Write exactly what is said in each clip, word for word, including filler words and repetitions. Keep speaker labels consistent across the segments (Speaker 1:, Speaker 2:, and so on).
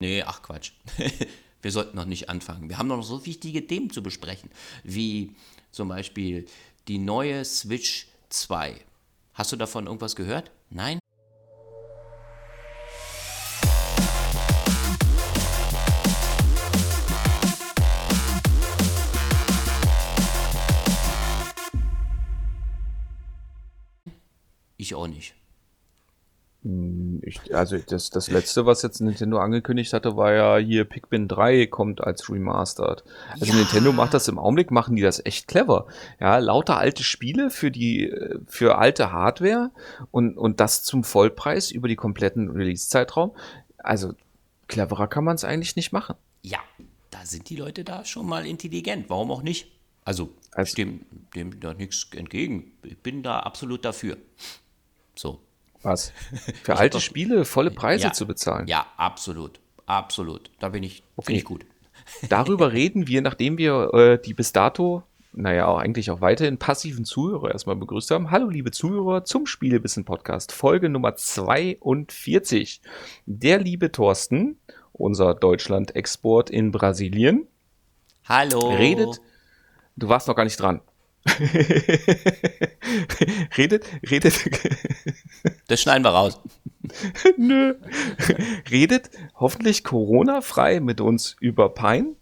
Speaker 1: Nee, ach Quatsch. Wir sollten noch nicht anfangen. Wir haben noch so wichtige Themen zu besprechen, wie zum Beispiel die neue Switch zwei. Hast du davon irgendwas gehört? Nein? Ich auch nicht.
Speaker 2: Ich, also das, das letzte, was jetzt Nintendo angekündigt hatte, war ja hier Pikmin drei kommt als Remastered. Also
Speaker 1: Ja.
Speaker 2: Nintendo macht das im Augenblick, machen die das echt clever. Ja, lauter alte Spiele für die, für alte Hardware und, und das zum Vollpreis über die kompletten Release-Zeitraum. Also cleverer kann man es eigentlich nicht machen.
Speaker 1: Ja, da sind die Leute da schon mal intelligent. Warum auch nicht? Also,
Speaker 2: Also,
Speaker 1: dem, dem da nichts entgegen. Ich bin da absolut dafür. So.
Speaker 2: was? Für
Speaker 1: Ich
Speaker 2: alte
Speaker 1: doch,
Speaker 2: Spiele volle Preise
Speaker 1: ja,
Speaker 2: zu bezahlen.
Speaker 1: ja, absolut. Absolut. Da bin ich, finde ich
Speaker 2: Okay.
Speaker 1: gut.
Speaker 2: Darüber reden wir, nachdem wir äh, die bis dato, naja, auch eigentlich auch weiterhin passiven Zuhörer erstmal begrüßt haben. Hallo, liebe Zuhörer, zum Spielebissen-Podcast, Folge Nummer zweiundvierzig. Der liebe Thorsten, unser Deutschland-Export in Brasilien,
Speaker 1: Hallo.
Speaker 2: redet, du warst noch gar nicht dran. redet, redet,
Speaker 1: Das schneiden wir raus.
Speaker 2: nö, redet hoffentlich Corona-frei mit uns über Pine.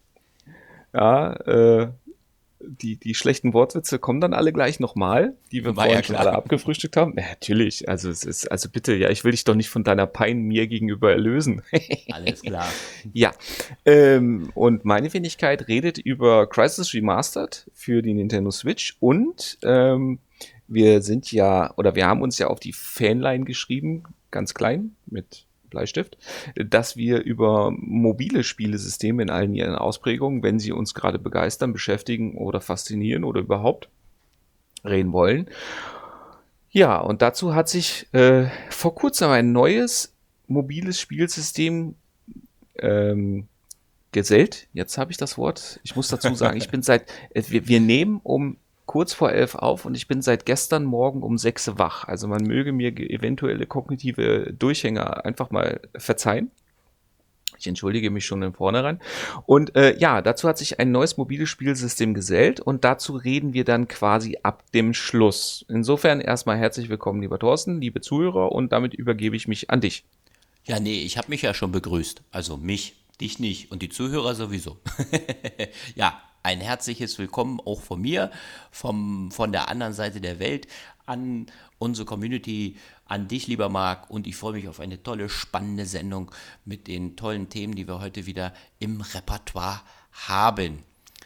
Speaker 2: Ja, äh, die, die schlechten Wortwitze kommen dann alle gleich nochmal, die wir
Speaker 1: War
Speaker 2: vorhin
Speaker 1: ja
Speaker 2: schon
Speaker 1: klar.
Speaker 2: alle abgefrühstückt haben. Ja, natürlich, also es ist, also bitte, ja, ich will dich doch nicht von deiner Pein mir gegenüber erlösen.
Speaker 1: Alles klar.
Speaker 2: Ja, ähm, und meine Wenigkeit redet über Crysis Remastered für die Nintendo Switch und ähm, wir sind ja, oder wir haben uns ja auf die Fanline geschrieben, ganz klein, mit Bleistift, dass wir über mobile Spielesysteme in allen ihren Ausprägungen, wenn sie uns gerade begeistern, beschäftigen oder faszinieren oder überhaupt reden wollen. Ja, und dazu hat sich äh, vor kurzem ein neues mobiles Spielsystem ähm, gesellt. Jetzt habe ich das Wort. Ich muss dazu sagen, ich bin seit, äh, wir, wir nehmen um kurz vor elf auf und ich bin seit gestern Morgen um sechs wach. Also man möge mir ge- eventuelle kognitive Durchhänger einfach mal verzeihen. Ich entschuldige mich schon im Vornherein. Und äh, ja, dazu hat sich ein neues mobiles Spielsystem gesellt und dazu reden wir dann quasi ab dem Schluss. Insofern erstmal herzlich willkommen, lieber Thorsten, liebe Zuhörer, und damit übergebe ich mich an dich.
Speaker 1: Ja, nee, ich habe mich ja schon begrüßt. Also mich, dich nicht und die Zuhörer sowieso. Ja, ein herzliches Willkommen auch von mir, vom, von der anderen Seite der Welt an unsere Community, an dich, lieber Marc. Und ich freue mich auf eine tolle, spannende Sendung mit den tollen Themen, die wir heute wieder im Repertoire haben.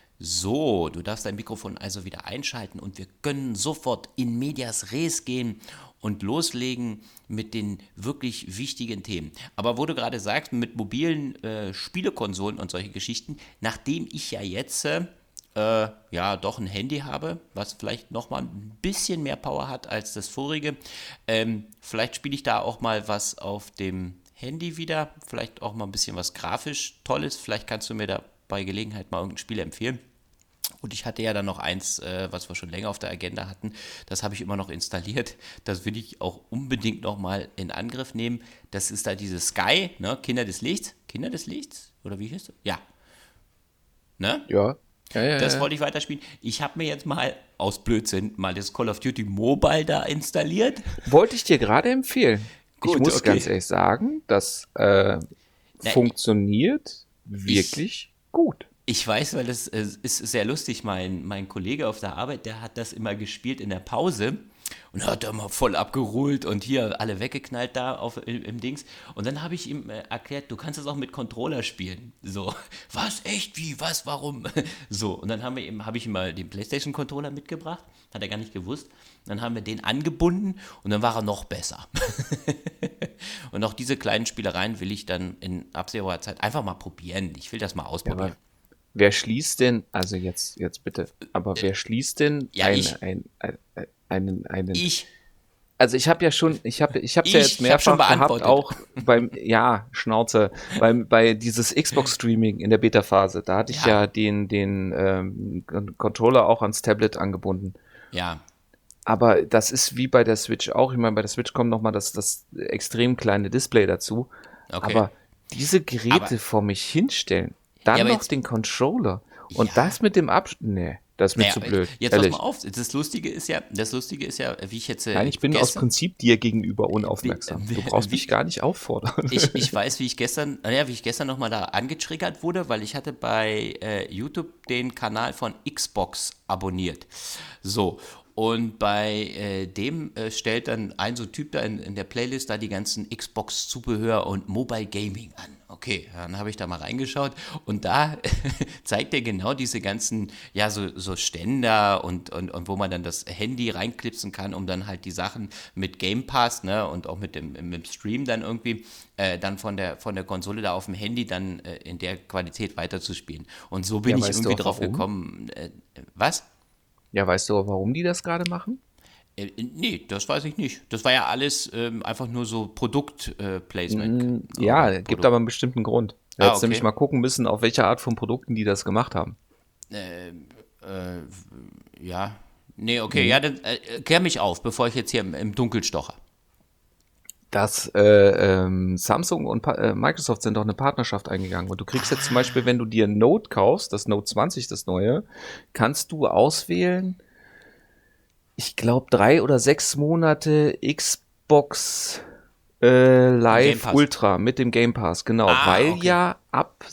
Speaker 1: So, du darfst dein Mikrofon also wieder einschalten und wir können sofort in medias res gehen und loslegen mit den wirklich wichtigen Themen. Aber wo du gerade sagst, mit mobilen äh, Spielekonsolen und solche Geschichten, nachdem ich ja jetzt äh, äh, ja doch ein Handy habe, was vielleicht nochmal ein bisschen mehr Power hat als das vorige, ähm, vielleicht spiele ich da auch mal was auf dem Handy wieder, vielleicht auch mal ein bisschen was grafisch Tolles, vielleicht kannst du mir da bei Gelegenheit mal irgendein Spiel empfehlen. Und ich hatte ja dann noch eins, äh, was wir schon länger auf der Agenda hatten. Das habe ich immer noch installiert. Das will ich auch unbedingt nochmal in Angriff nehmen. Das ist da dieses Sky, ne? Kinder des Lichts. Kinder des Lichts? Oder wie hieß das? Ja. Ne?
Speaker 2: Ja. Ja, ja,
Speaker 1: Das
Speaker 2: ja.
Speaker 1: wollte ich weiterspielen. Ich habe mir jetzt mal aus Blödsinn mal das Call of Duty Mobile da installiert.
Speaker 2: Wollte ich dir gerade empfehlen.
Speaker 1: Gut,
Speaker 2: ich muss
Speaker 1: okay.
Speaker 2: ganz ehrlich sagen, das äh,
Speaker 1: Na,
Speaker 2: funktioniert wirklich gut.
Speaker 1: Ich weiß, weil das äh, ist sehr lustig. Mein, mein Kollege auf der Arbeit, der hat das immer gespielt in der Pause und hat da mal voll abgeholt und hier alle weggeknallt da auf, im, im Dings. Und dann habe ich ihm äh, erklärt, du kannst das auch mit Controller spielen. So, was, echt, wie, was, warum? So, und dann haben wir ihm, habe ich ihm mal den PlayStation-Controller mitgebracht, hat er gar nicht gewusst. Dann haben wir den angebunden und dann war er noch besser. Und auch diese kleinen Spielereien will ich dann in absehbarer Zeit einfach mal probieren. Ich will das mal ausprobieren.
Speaker 2: Aber wer schließt denn, also jetzt, jetzt bitte, aber wer schließt denn
Speaker 1: ja,
Speaker 2: ein,
Speaker 1: ich.
Speaker 2: ein, ein, ein, einen, einen,
Speaker 1: Ich.
Speaker 2: also ich habe ja schon, ich habe, ich habe ja
Speaker 1: Ich-
Speaker 2: jetzt
Speaker 1: ich hab schon
Speaker 2: mehrfach gehabt,
Speaker 1: beantwortet.
Speaker 2: auch beim, ja, Schnauze, beim, bei dieses Xbox-Streaming in der Beta-Phase, da hatte ich
Speaker 1: Ja.
Speaker 2: ja den, den ähm, Controller auch ans Tablet angebunden.
Speaker 1: Ja,
Speaker 2: Aber das ist wie bei der Switch auch. Ich meine, bei der Switch kommt nochmal das, das extrem kleine Display dazu.
Speaker 1: Okay.
Speaker 2: Aber diese Geräte
Speaker 1: Aber-
Speaker 2: vor mich hinstellen, dann
Speaker 1: Ja, aber
Speaker 2: noch
Speaker 1: jetzt-
Speaker 2: den Controller und
Speaker 1: Ja.
Speaker 2: das mit dem Abstand, nee, das ist mir
Speaker 1: Naja,
Speaker 2: zu blöd,
Speaker 1: jetzt
Speaker 2: ehrlich.
Speaker 1: pass mal auf, das Lustige ist ja, das Lustige ist ja, wie ich jetzt äh,
Speaker 2: Nein, ich bin aus
Speaker 1: gestern,
Speaker 2: Prinzip dir gegenüber unaufmerksam.
Speaker 1: wie-
Speaker 2: Du brauchst
Speaker 1: wie-
Speaker 2: mich gar nicht auffordern.
Speaker 1: ich, ich weiß, wie ich gestern, naja, wie ich gestern nochmal da angetriggert wurde, weil ich hatte bei äh, YouTube den Kanal von Xbox abonniert. So. Und bei äh, dem äh, stellt dann ein so Typ da in, in der Playlist da die ganzen Xbox-Zubehör und Mobile Gaming an. Okay, dann habe ich da mal reingeschaut und da zeigt er genau diese ganzen, ja, so, so Ständer und, und, und wo man dann das Handy reinklipsen kann, um dann halt die Sachen mit Game Pass, ne, und auch mit dem, mit dem Stream dann irgendwie äh, dann von der, von der Konsole da auf dem Handy dann äh, in der Qualität weiterzuspielen. Und so bin
Speaker 2: Ja,
Speaker 1: ich
Speaker 2: weißt du
Speaker 1: irgendwie
Speaker 2: auch
Speaker 1: drauf
Speaker 2: warum?
Speaker 1: gekommen. Äh, was?
Speaker 2: Ja, weißt du, warum die das gerade machen?
Speaker 1: Äh, nee, das weiß ich nicht. Das war ja alles ähm, einfach nur so Produkt-Placement.
Speaker 2: Mm, Ja, gibt aber einen bestimmten Grund. Du
Speaker 1: Ah,
Speaker 2: hättest
Speaker 1: okay.
Speaker 2: nämlich mal gucken müssen, auf welche Art von Produkten die das gemacht haben.
Speaker 1: Ja. Nee,
Speaker 2: Mhm.
Speaker 1: okay, ja, dann äh, klär mich auf, bevor ich jetzt hier im, im Dunkeln stoche.
Speaker 2: dass äh, ähm, Samsung und pa äh, Microsoft sind doch eine Partnerschaft eingegangen. Und du kriegst jetzt zum Beispiel, wenn du dir ein Note kaufst, das Note zwanzig, das neue, kannst du auswählen, ich glaube, drei oder sechs Monate Xbox äh,
Speaker 1: Game
Speaker 2: Live
Speaker 1: Pass.
Speaker 2: Ultra mit dem Game Pass, genau.
Speaker 1: Ah,
Speaker 2: weil
Speaker 1: okay.
Speaker 2: ja ab,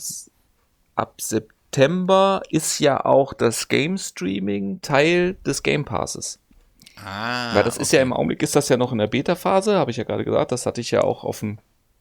Speaker 2: ab September ist ja auch das Game Streaming Teil des Game Passes.
Speaker 1: Ah,
Speaker 2: Weil das ist ja im Augenblick, ist das ja noch in der Beta-Phase, habe ich ja gerade gesagt, das hatte ich ja auch auf dem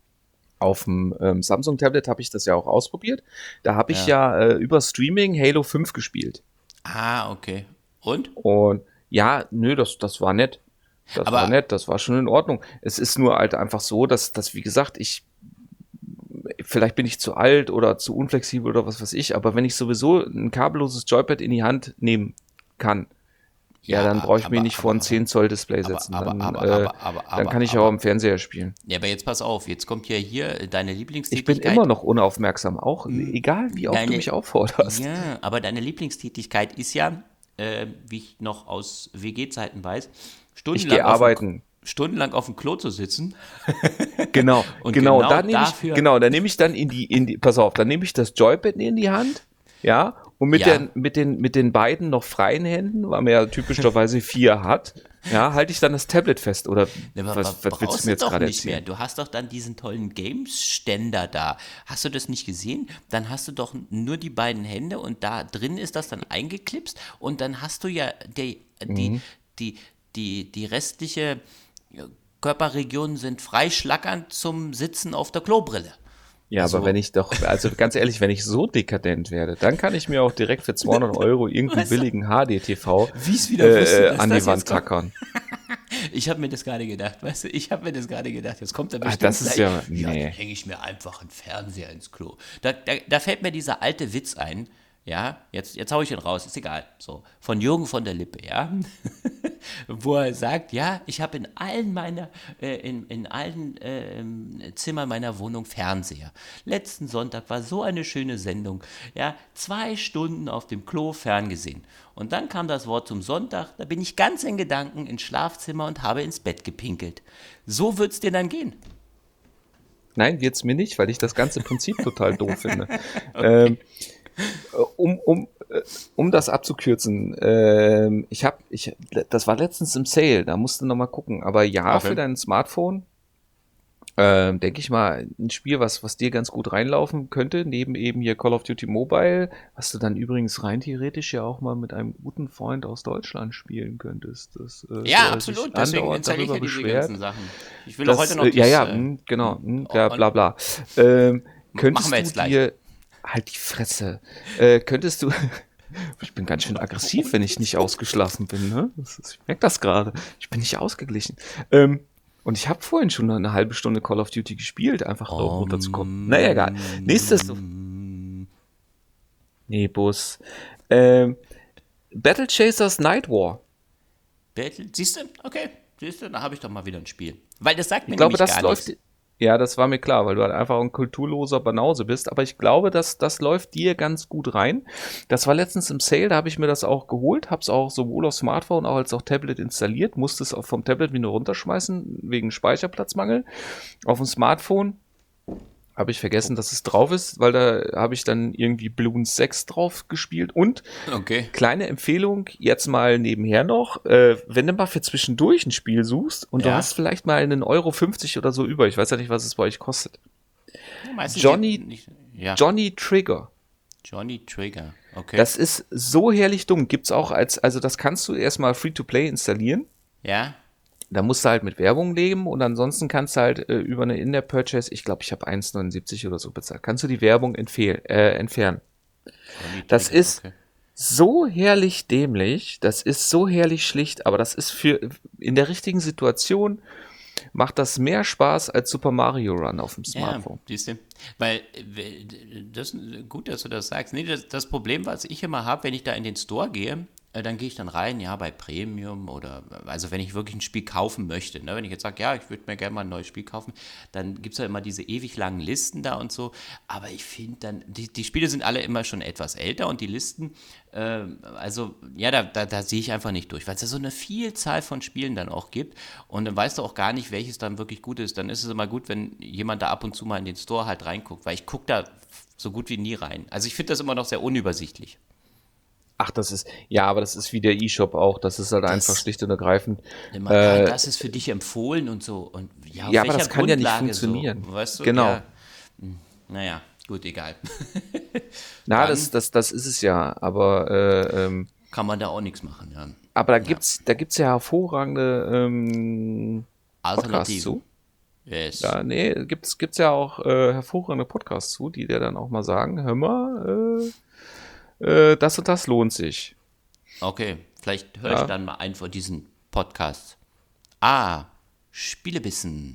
Speaker 2: auf dem ähm, Samsung-Tablet habe ich das ja auch ausprobiert. Da habe ich ja, äh, über Streaming Halo fünf gespielt.
Speaker 1: Ah, okay. Und?
Speaker 2: Und ja, nö, das, das war nett. Das
Speaker 1: Aber-
Speaker 2: war nett, das war schon in Ordnung. Es ist nur halt einfach so, dass, dass, wie gesagt, ich vielleicht bin ich zu alt oder zu unflexibel oder was weiß ich, aber wenn ich sowieso ein kabelloses Joypad in die Hand nehmen kann, ja, dann brauche ich
Speaker 1: aber-
Speaker 2: mir nicht vor ein
Speaker 1: aber-
Speaker 2: zehn Zoll Display
Speaker 1: aber-
Speaker 2: setzen.
Speaker 1: aber-
Speaker 2: Dann,
Speaker 1: aber-
Speaker 2: äh,
Speaker 1: aber- aber-
Speaker 2: dann kann ich
Speaker 1: aber-
Speaker 2: auch am Fernseher spielen.
Speaker 1: Ja, aber jetzt pass auf, jetzt kommt ja hier deine
Speaker 2: Ich
Speaker 1: Lieblingstätigkeit.
Speaker 2: bin immer noch unaufmerksam, auch egal wie oft
Speaker 1: Deine-
Speaker 2: du mich aufforderst.
Speaker 1: Ja, aber deine Lieblingstätigkeit ist ja, äh, wie ich noch aus W G-Zeiten weiß,
Speaker 2: Ich
Speaker 1: stundenlang,
Speaker 2: gehe
Speaker 1: auf dem,
Speaker 2: arbeiten.
Speaker 1: stundenlang auf dem Klo zu sitzen.
Speaker 2: Genau,
Speaker 1: Und
Speaker 2: genau,
Speaker 1: genau
Speaker 2: da nehme ich,
Speaker 1: dafür-
Speaker 2: genau, da nehme ich dann in die, in die, pass auf, dann nehme ich das Joypad in die Hand, ja, und mit,
Speaker 1: Ja.
Speaker 2: den, mit, den, mit den beiden noch freien Händen, weil man ja typischerweise vier hat, ja, halte ich dann das Tablet fest, oder
Speaker 1: Ja, aber
Speaker 2: was, was willst
Speaker 1: brauchst
Speaker 2: du mir jetzt
Speaker 1: doch
Speaker 2: gerade
Speaker 1: nicht mehr.
Speaker 2: erzählen?
Speaker 1: Du hast doch dann diesen tollen Games-Ständer da. Hast du das nicht gesehen? Dann hast du doch nur die beiden Hände und da drin ist das dann eingeklipst und dann hast du ja die, die,
Speaker 2: Mhm.
Speaker 1: die, die, die restliche Körperregionen sind frei schlackernd zum Sitzen auf der Klobrille.
Speaker 2: Ja,
Speaker 1: Also-
Speaker 2: aber wenn ich doch, also ganz ehrlich, wenn ich so dekadent werde, dann kann ich mir auch direkt für zweihundert Euro irgendeinen
Speaker 1: Weißt du-
Speaker 2: billigen H D T V
Speaker 1: Wie ich's wieder wusste,
Speaker 2: äh,
Speaker 1: dass
Speaker 2: an
Speaker 1: das
Speaker 2: die Wand
Speaker 1: jetzt kommt.
Speaker 2: tackern.
Speaker 1: Ich habe mir das gerade gedacht, weißt du, ich habe mir das gerade gedacht, jetzt kommt er
Speaker 2: Ach,
Speaker 1: bestimmt
Speaker 2: das ist
Speaker 1: gleich.
Speaker 2: ja-
Speaker 1: ja,
Speaker 2: nee.
Speaker 1: dann hänge ich mir einfach einen Fernseher ins Klo. Da, da, da fällt mir dieser alte Witz ein, ja, jetzt, jetzt hau ich ihn raus, ist egal, so, von Jürgen von der Lippe, ja, wo er sagt, ja, ich habe in allen meiner, äh, in, in allen ähm, Zimmern meiner Wohnung Fernseher. Letzten Sonntag war so eine schöne Sendung, ja, zwei Stunden auf dem Klo ferngesehen. Und dann kam das Wort zum Sonntag, da bin ich ganz in Gedanken ins Schlafzimmer und habe ins Bett gepinkelt. So wird's dir dann gehen.
Speaker 2: Nein, wird's mir nicht, weil ich das ganze Prinzip total doof finde. Ähm, um, um, äh, um das abzukürzen, ähm, ich habe, ich, das war letztens im Sale, da musst du noch mal gucken. Aber ja,
Speaker 1: Okay.
Speaker 2: für dein Smartphone, ähm, denke ich mal, ein Spiel, was, was dir ganz gut reinlaufen könnte, neben eben hier Call of Duty Mobile, was du dann übrigens rein theoretisch ja auch mal mit einem guten Freund aus Deutschland spielen könntest. Das, äh,
Speaker 1: Ja,
Speaker 2: der
Speaker 1: absolut,
Speaker 2: sich
Speaker 1: deswegen
Speaker 2: andauernd
Speaker 1: installiere ich ja
Speaker 2: darüber
Speaker 1: diese
Speaker 2: beschwert.
Speaker 1: ganzen Sachen. Ich will
Speaker 2: Das,
Speaker 1: auch heute noch
Speaker 2: äh, ja,
Speaker 1: dies,
Speaker 2: ja,
Speaker 1: äh,
Speaker 2: mh, genau, mh,
Speaker 1: oh,
Speaker 2: ja,
Speaker 1: und-
Speaker 2: bla bla. Ähm, könntest
Speaker 1: wir jetzt
Speaker 2: du
Speaker 1: gleich.
Speaker 2: dir, halt die Fresse, äh, könntest du, ich bin ganz schön aggressiv, wenn ich nicht ausgeschlafen bin, ne? Das ist, ich merke das gerade, ich bin nicht ausgeglichen. Ähm, und ich habe vorhin schon eine halbe Stunde Call of Duty gespielt, einfach da
Speaker 1: Um,
Speaker 2: runterzukommen. Naja, egal. Nächstes, nee, Bus. Ähm, Battle Chasers Night War.
Speaker 1: Battle, siehst du? Okay, siehst du, da habe ich doch mal wieder ein Spiel. Weil das sagt mir
Speaker 2: Ich glaube,
Speaker 1: nämlich
Speaker 2: das
Speaker 1: gar
Speaker 2: läuft.
Speaker 1: nichts.
Speaker 2: Ja, das war mir klar, weil du halt einfach ein kulturloser Banause bist. Aber ich glaube, dass das läuft dir ganz gut rein. Das war letztens im Sale, da habe ich mir das auch geholt, habe es auch sowohl auf Smartphone als auch Tablet installiert, musste es auch vom Tablet wieder runterschmeißen wegen Speicherplatzmangel. Auf dem Smartphone Habe ich vergessen, dass es drauf ist, weil da habe ich dann irgendwie Bloons sechs drauf gespielt. Und
Speaker 1: Okay.
Speaker 2: kleine Empfehlung, jetzt mal nebenher noch, äh, wenn du mal für zwischendurch ein Spiel suchst und
Speaker 1: Ja.
Speaker 2: du hast vielleicht mal einen Euro fünfzig oder so über, ich weiß ja nicht, was es bei euch kostet.
Speaker 1: Ja, meistens
Speaker 2: Johnny,
Speaker 1: die- nicht, ja.
Speaker 2: Johnny Trigger.
Speaker 1: Johnny Trigger. Okay.
Speaker 2: Das ist so herrlich dumm. Gibt's auch als, also das kannst du erstmal Free-to-Play installieren.
Speaker 1: ja.
Speaker 2: Da musst du halt mit Werbung leben und ansonsten kannst du halt äh, über eine In-App-Purchase, ich glaube, ich habe eins neunundsiebzig oder so bezahlt, kannst du die Werbung entfehl, äh, entfernen.
Speaker 1: Johnny
Speaker 2: Das
Speaker 1: Trigger,
Speaker 2: ist
Speaker 1: okay.
Speaker 2: so herrlich dämlich, das ist so herrlich schlicht, aber das ist für in der richtigen Situation macht das mehr Spaß als Super Mario Run auf dem Smartphone.
Speaker 1: Ja, siehst du? Weil, äh, das ist gut, dass du das sagst. Nee, das, das Problem, was ich immer habe, wenn ich da in den Store gehe, äh, dann gehe ich dann rein, ja, bei Premium oder, also wenn ich wirklich ein Spiel kaufen möchte, ne, wenn ich jetzt sage, ja, ich würde mir gerne mal ein neues Spiel kaufen, dann gibt es ja immer diese ewig langen Listen da und so, aber ich finde dann, die, die Spiele sind alle immer schon etwas älter und die Listen, äh, also, ja, da, da, da sehe ich einfach nicht durch, weil es ja so eine Vielzahl von Spielen dann auch gibt und dann weißt du auch gar nicht, welches dann wirklich gut ist. Dann ist es immer gut, wenn jemand da ab und zu mal in den Store halt reinguckt, weil ich gucke da so gut wie nie rein. Also ich finde das immer noch sehr unübersichtlich.
Speaker 2: Ach, das ist, ja, aber das ist wie der E-Shop auch, das ist halt
Speaker 1: Das-
Speaker 2: einfach schlicht und ergreifend.
Speaker 1: Immer,
Speaker 2: Äh,
Speaker 1: ah, das ist für dich empfohlen und so. Und ja, auf
Speaker 2: Ja, aber
Speaker 1: welcher
Speaker 2: das kann ja nicht
Speaker 1: Grundlage
Speaker 2: funktionieren.
Speaker 1: So, weißt du?
Speaker 2: Genau.
Speaker 1: Ja. Hm, Naja, gut, egal.
Speaker 2: Na,
Speaker 1: Dann-
Speaker 2: das, das, das ist es ja, aber äh, ähm,
Speaker 1: Kann man da auch nichts machen, ja.
Speaker 2: aber da gibt's, da gibt's ja hervorragende ähm, Podcasts
Speaker 1: Alternativen.
Speaker 2: zu.
Speaker 1: Yes.
Speaker 2: Ja, nee, gibt's, gibt's ja auch äh, hervorragende Podcasts zu, die dir dann auch mal sagen, hör mal, äh, äh, das und das lohnt sich.
Speaker 1: Okay, vielleicht höre
Speaker 2: Ja.
Speaker 1: ich dann mal einen von diesen Podcasts. Ah, Spielebissen.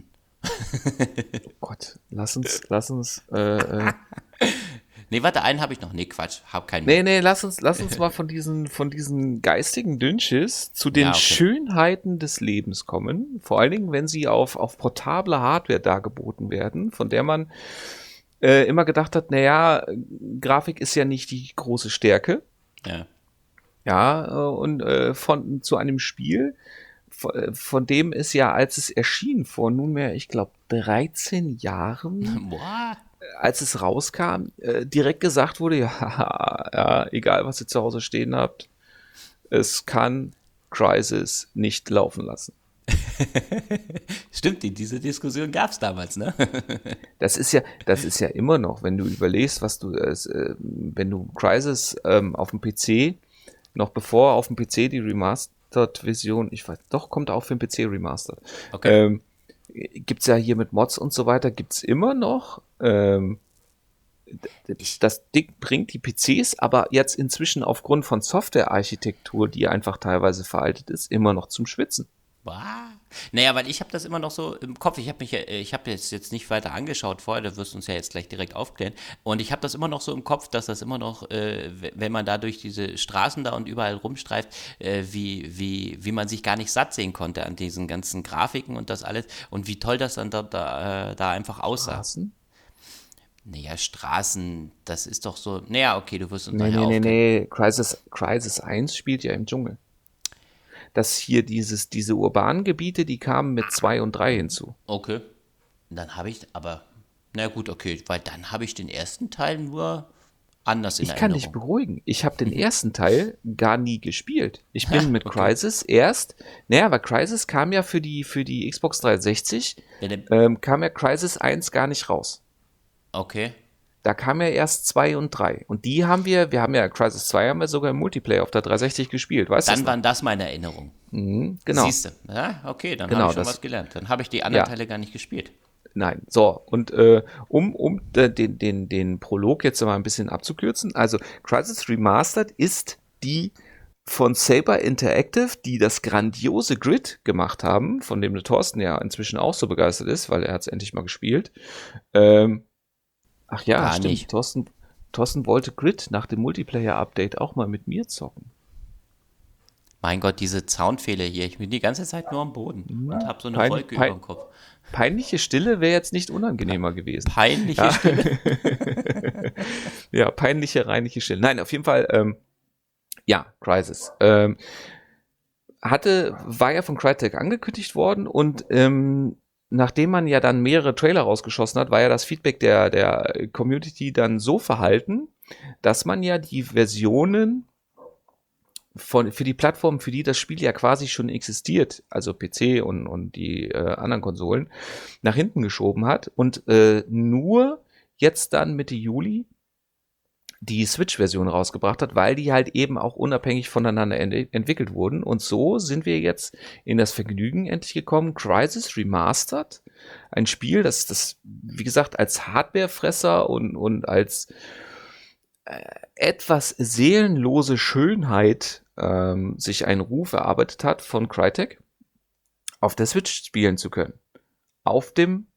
Speaker 2: Gott, lass uns, lass uns, äh, äh,
Speaker 1: Nee, warte, einen habe ich noch. Nee, Quatsch, hab keinen
Speaker 2: nee,
Speaker 1: mehr.
Speaker 2: nee, lass uns, lass uns mal von diesen, von diesen geistigen Dünnschiss zu den
Speaker 1: Ja, okay.
Speaker 2: Schönheiten des Lebens kommen. Vor allen Dingen, wenn sie auf, auf portable Hardware dargeboten werden, von der man äh, immer gedacht hat, naja, Grafik ist ja nicht die große Stärke.
Speaker 1: Ja.
Speaker 2: Ja, äh, und äh, von zu einem Spiel, von, äh, von dem es ja, als es erschien, vor nunmehr, ich glaube, dreizehn Jahren,
Speaker 1: Boah.
Speaker 2: als es rauskam, äh, direkt gesagt wurde, ja, ja, egal was ihr zu Hause stehen habt, es kann Crysis nicht laufen lassen.
Speaker 1: Stimmt, die, diese Diskussion gab es damals, ne?
Speaker 2: Das ist ja, das ist ja immer noch, wenn du überlegst, was du, äh, äh, wenn du Crysis ähm, auf dem P C, noch bevor auf dem P C die Remastered-Version, ich weiß, doch, kommt auch für den P C Remastered.
Speaker 1: Okay.
Speaker 2: Ähm, gibt's ja hier mit Mods und so weiter, gibt's immer noch. Ähm, d- das Ding bringt die P Cs, aber jetzt inzwischen aufgrund von Softwarearchitektur, die einfach teilweise veraltet ist, immer noch zum Schwitzen.
Speaker 1: Boah. Naja, weil ich habe das immer noch so im Kopf. Ich habe mich, ja- ich habe jetzt jetzt nicht weiter angeschaut vorher. Da wirst du uns ja jetzt gleich direkt aufklären. Und ich habe das immer noch so im Kopf, dass das immer noch, äh, w- wenn man da durch diese Straßen da und überall rumstreift, äh, wie wie wie man sich gar nicht satt sehen konnte an diesen ganzen Grafiken und das alles und wie toll das dann da da, äh, da einfach aussah.
Speaker 2: Straßen?
Speaker 1: Naja, Straßen, das ist doch so. Naja, okay, du wirst uns
Speaker 2: Nee,
Speaker 1: nachher
Speaker 2: nee, nee,
Speaker 1: aufklären.
Speaker 2: nee. Crysis, Crysis eins spielt ja im Dschungel. Das hier, dieses, diese urbanen Gebiete, die kamen mit zwei und drei hinzu.
Speaker 1: Okay. Dann habe ich, aber, na gut, okay, weil dann habe ich den ersten Teil nur anders in
Speaker 2: Ich kann dich
Speaker 1: Erinnerung.
Speaker 2: beruhigen. Ich habe den ersten Teil gar nie gespielt. Ich bin mit Crysis erst, naja, weil Crysis kam ja für die, für die Xbox dreihundertsechzig,
Speaker 1: Ja, der-
Speaker 2: ähm, kam ja Crysis eins gar nicht raus.
Speaker 1: Okay.
Speaker 2: Da kam ja erst zwei und drei. Und die haben wir, wir haben ja Crysis zwei haben wir sogar im Multiplayer auf der dreihundertsechzig gespielt, weißt du?
Speaker 1: Dann
Speaker 2: das
Speaker 1: waren das meine Erinnerungen.
Speaker 2: noch? Mhm, genau.
Speaker 1: Siehst du. Ja, okay, dann
Speaker 2: Genau,
Speaker 1: habe ich schon
Speaker 2: das-
Speaker 1: was gelernt. Dann habe ich die anderen
Speaker 2: Ja.
Speaker 1: Teile gar nicht gespielt.
Speaker 2: Nein, so, und äh, um, um de- den, den, den Prolog jetzt mal ein bisschen abzukürzen, also Crysis Remastered ist die von Saber Interactive, die das grandiose Grid gemacht haben, von dem der Thorsten ja inzwischen auch so begeistert ist, weil er hat es endlich mal gespielt. Ähm, ach ja,
Speaker 1: Gar
Speaker 2: stimmt,
Speaker 1: nicht.
Speaker 2: Thorsten, Thorsten wollte Grid nach dem Multiplayer-Update auch mal mit mir zocken.
Speaker 1: Mein Gott, diese Soundfehler hier. Ich bin die ganze Zeit nur am Boden und habe so eine
Speaker 2: Pein-
Speaker 1: Wolke
Speaker 2: pein-
Speaker 1: über dem Kopf.
Speaker 2: Peinliche Stille wäre jetzt nicht unangenehmer gewesen.
Speaker 1: Peinliche Stille.
Speaker 2: Ja, peinliche, reinliche Stille. Nein, auf jeden Fall, ähm, ja, Crysis. Ähm, hatte, war ja von Crytek angekündigt worden und ähm, nachdem man ja dann mehrere Trailer rausgeschossen hat, war ja das Feedback der, der Community dann so verhalten, dass man ja die Versionen von, für die Plattformen, für die das Spiel ja quasi schon existiert, also P C und, und die äh, anderen Konsolen, nach hinten geschoben hat und äh, nur jetzt dann Mitte Juli die Switch-Version rausgebracht hat, weil die halt eben auch unabhängig voneinander ent- entwickelt wurden. Und so sind wir jetzt in das Vergnügen endlich gekommen. Crysis Remastered, ein Spiel, das, das wie gesagt, als Hardwarefresser und, und als äh, etwas seelenlose Schönheit ähm, sich einen Ruf erarbeitet hat von Crytek, auf der Switch spielen zu können. Auf dem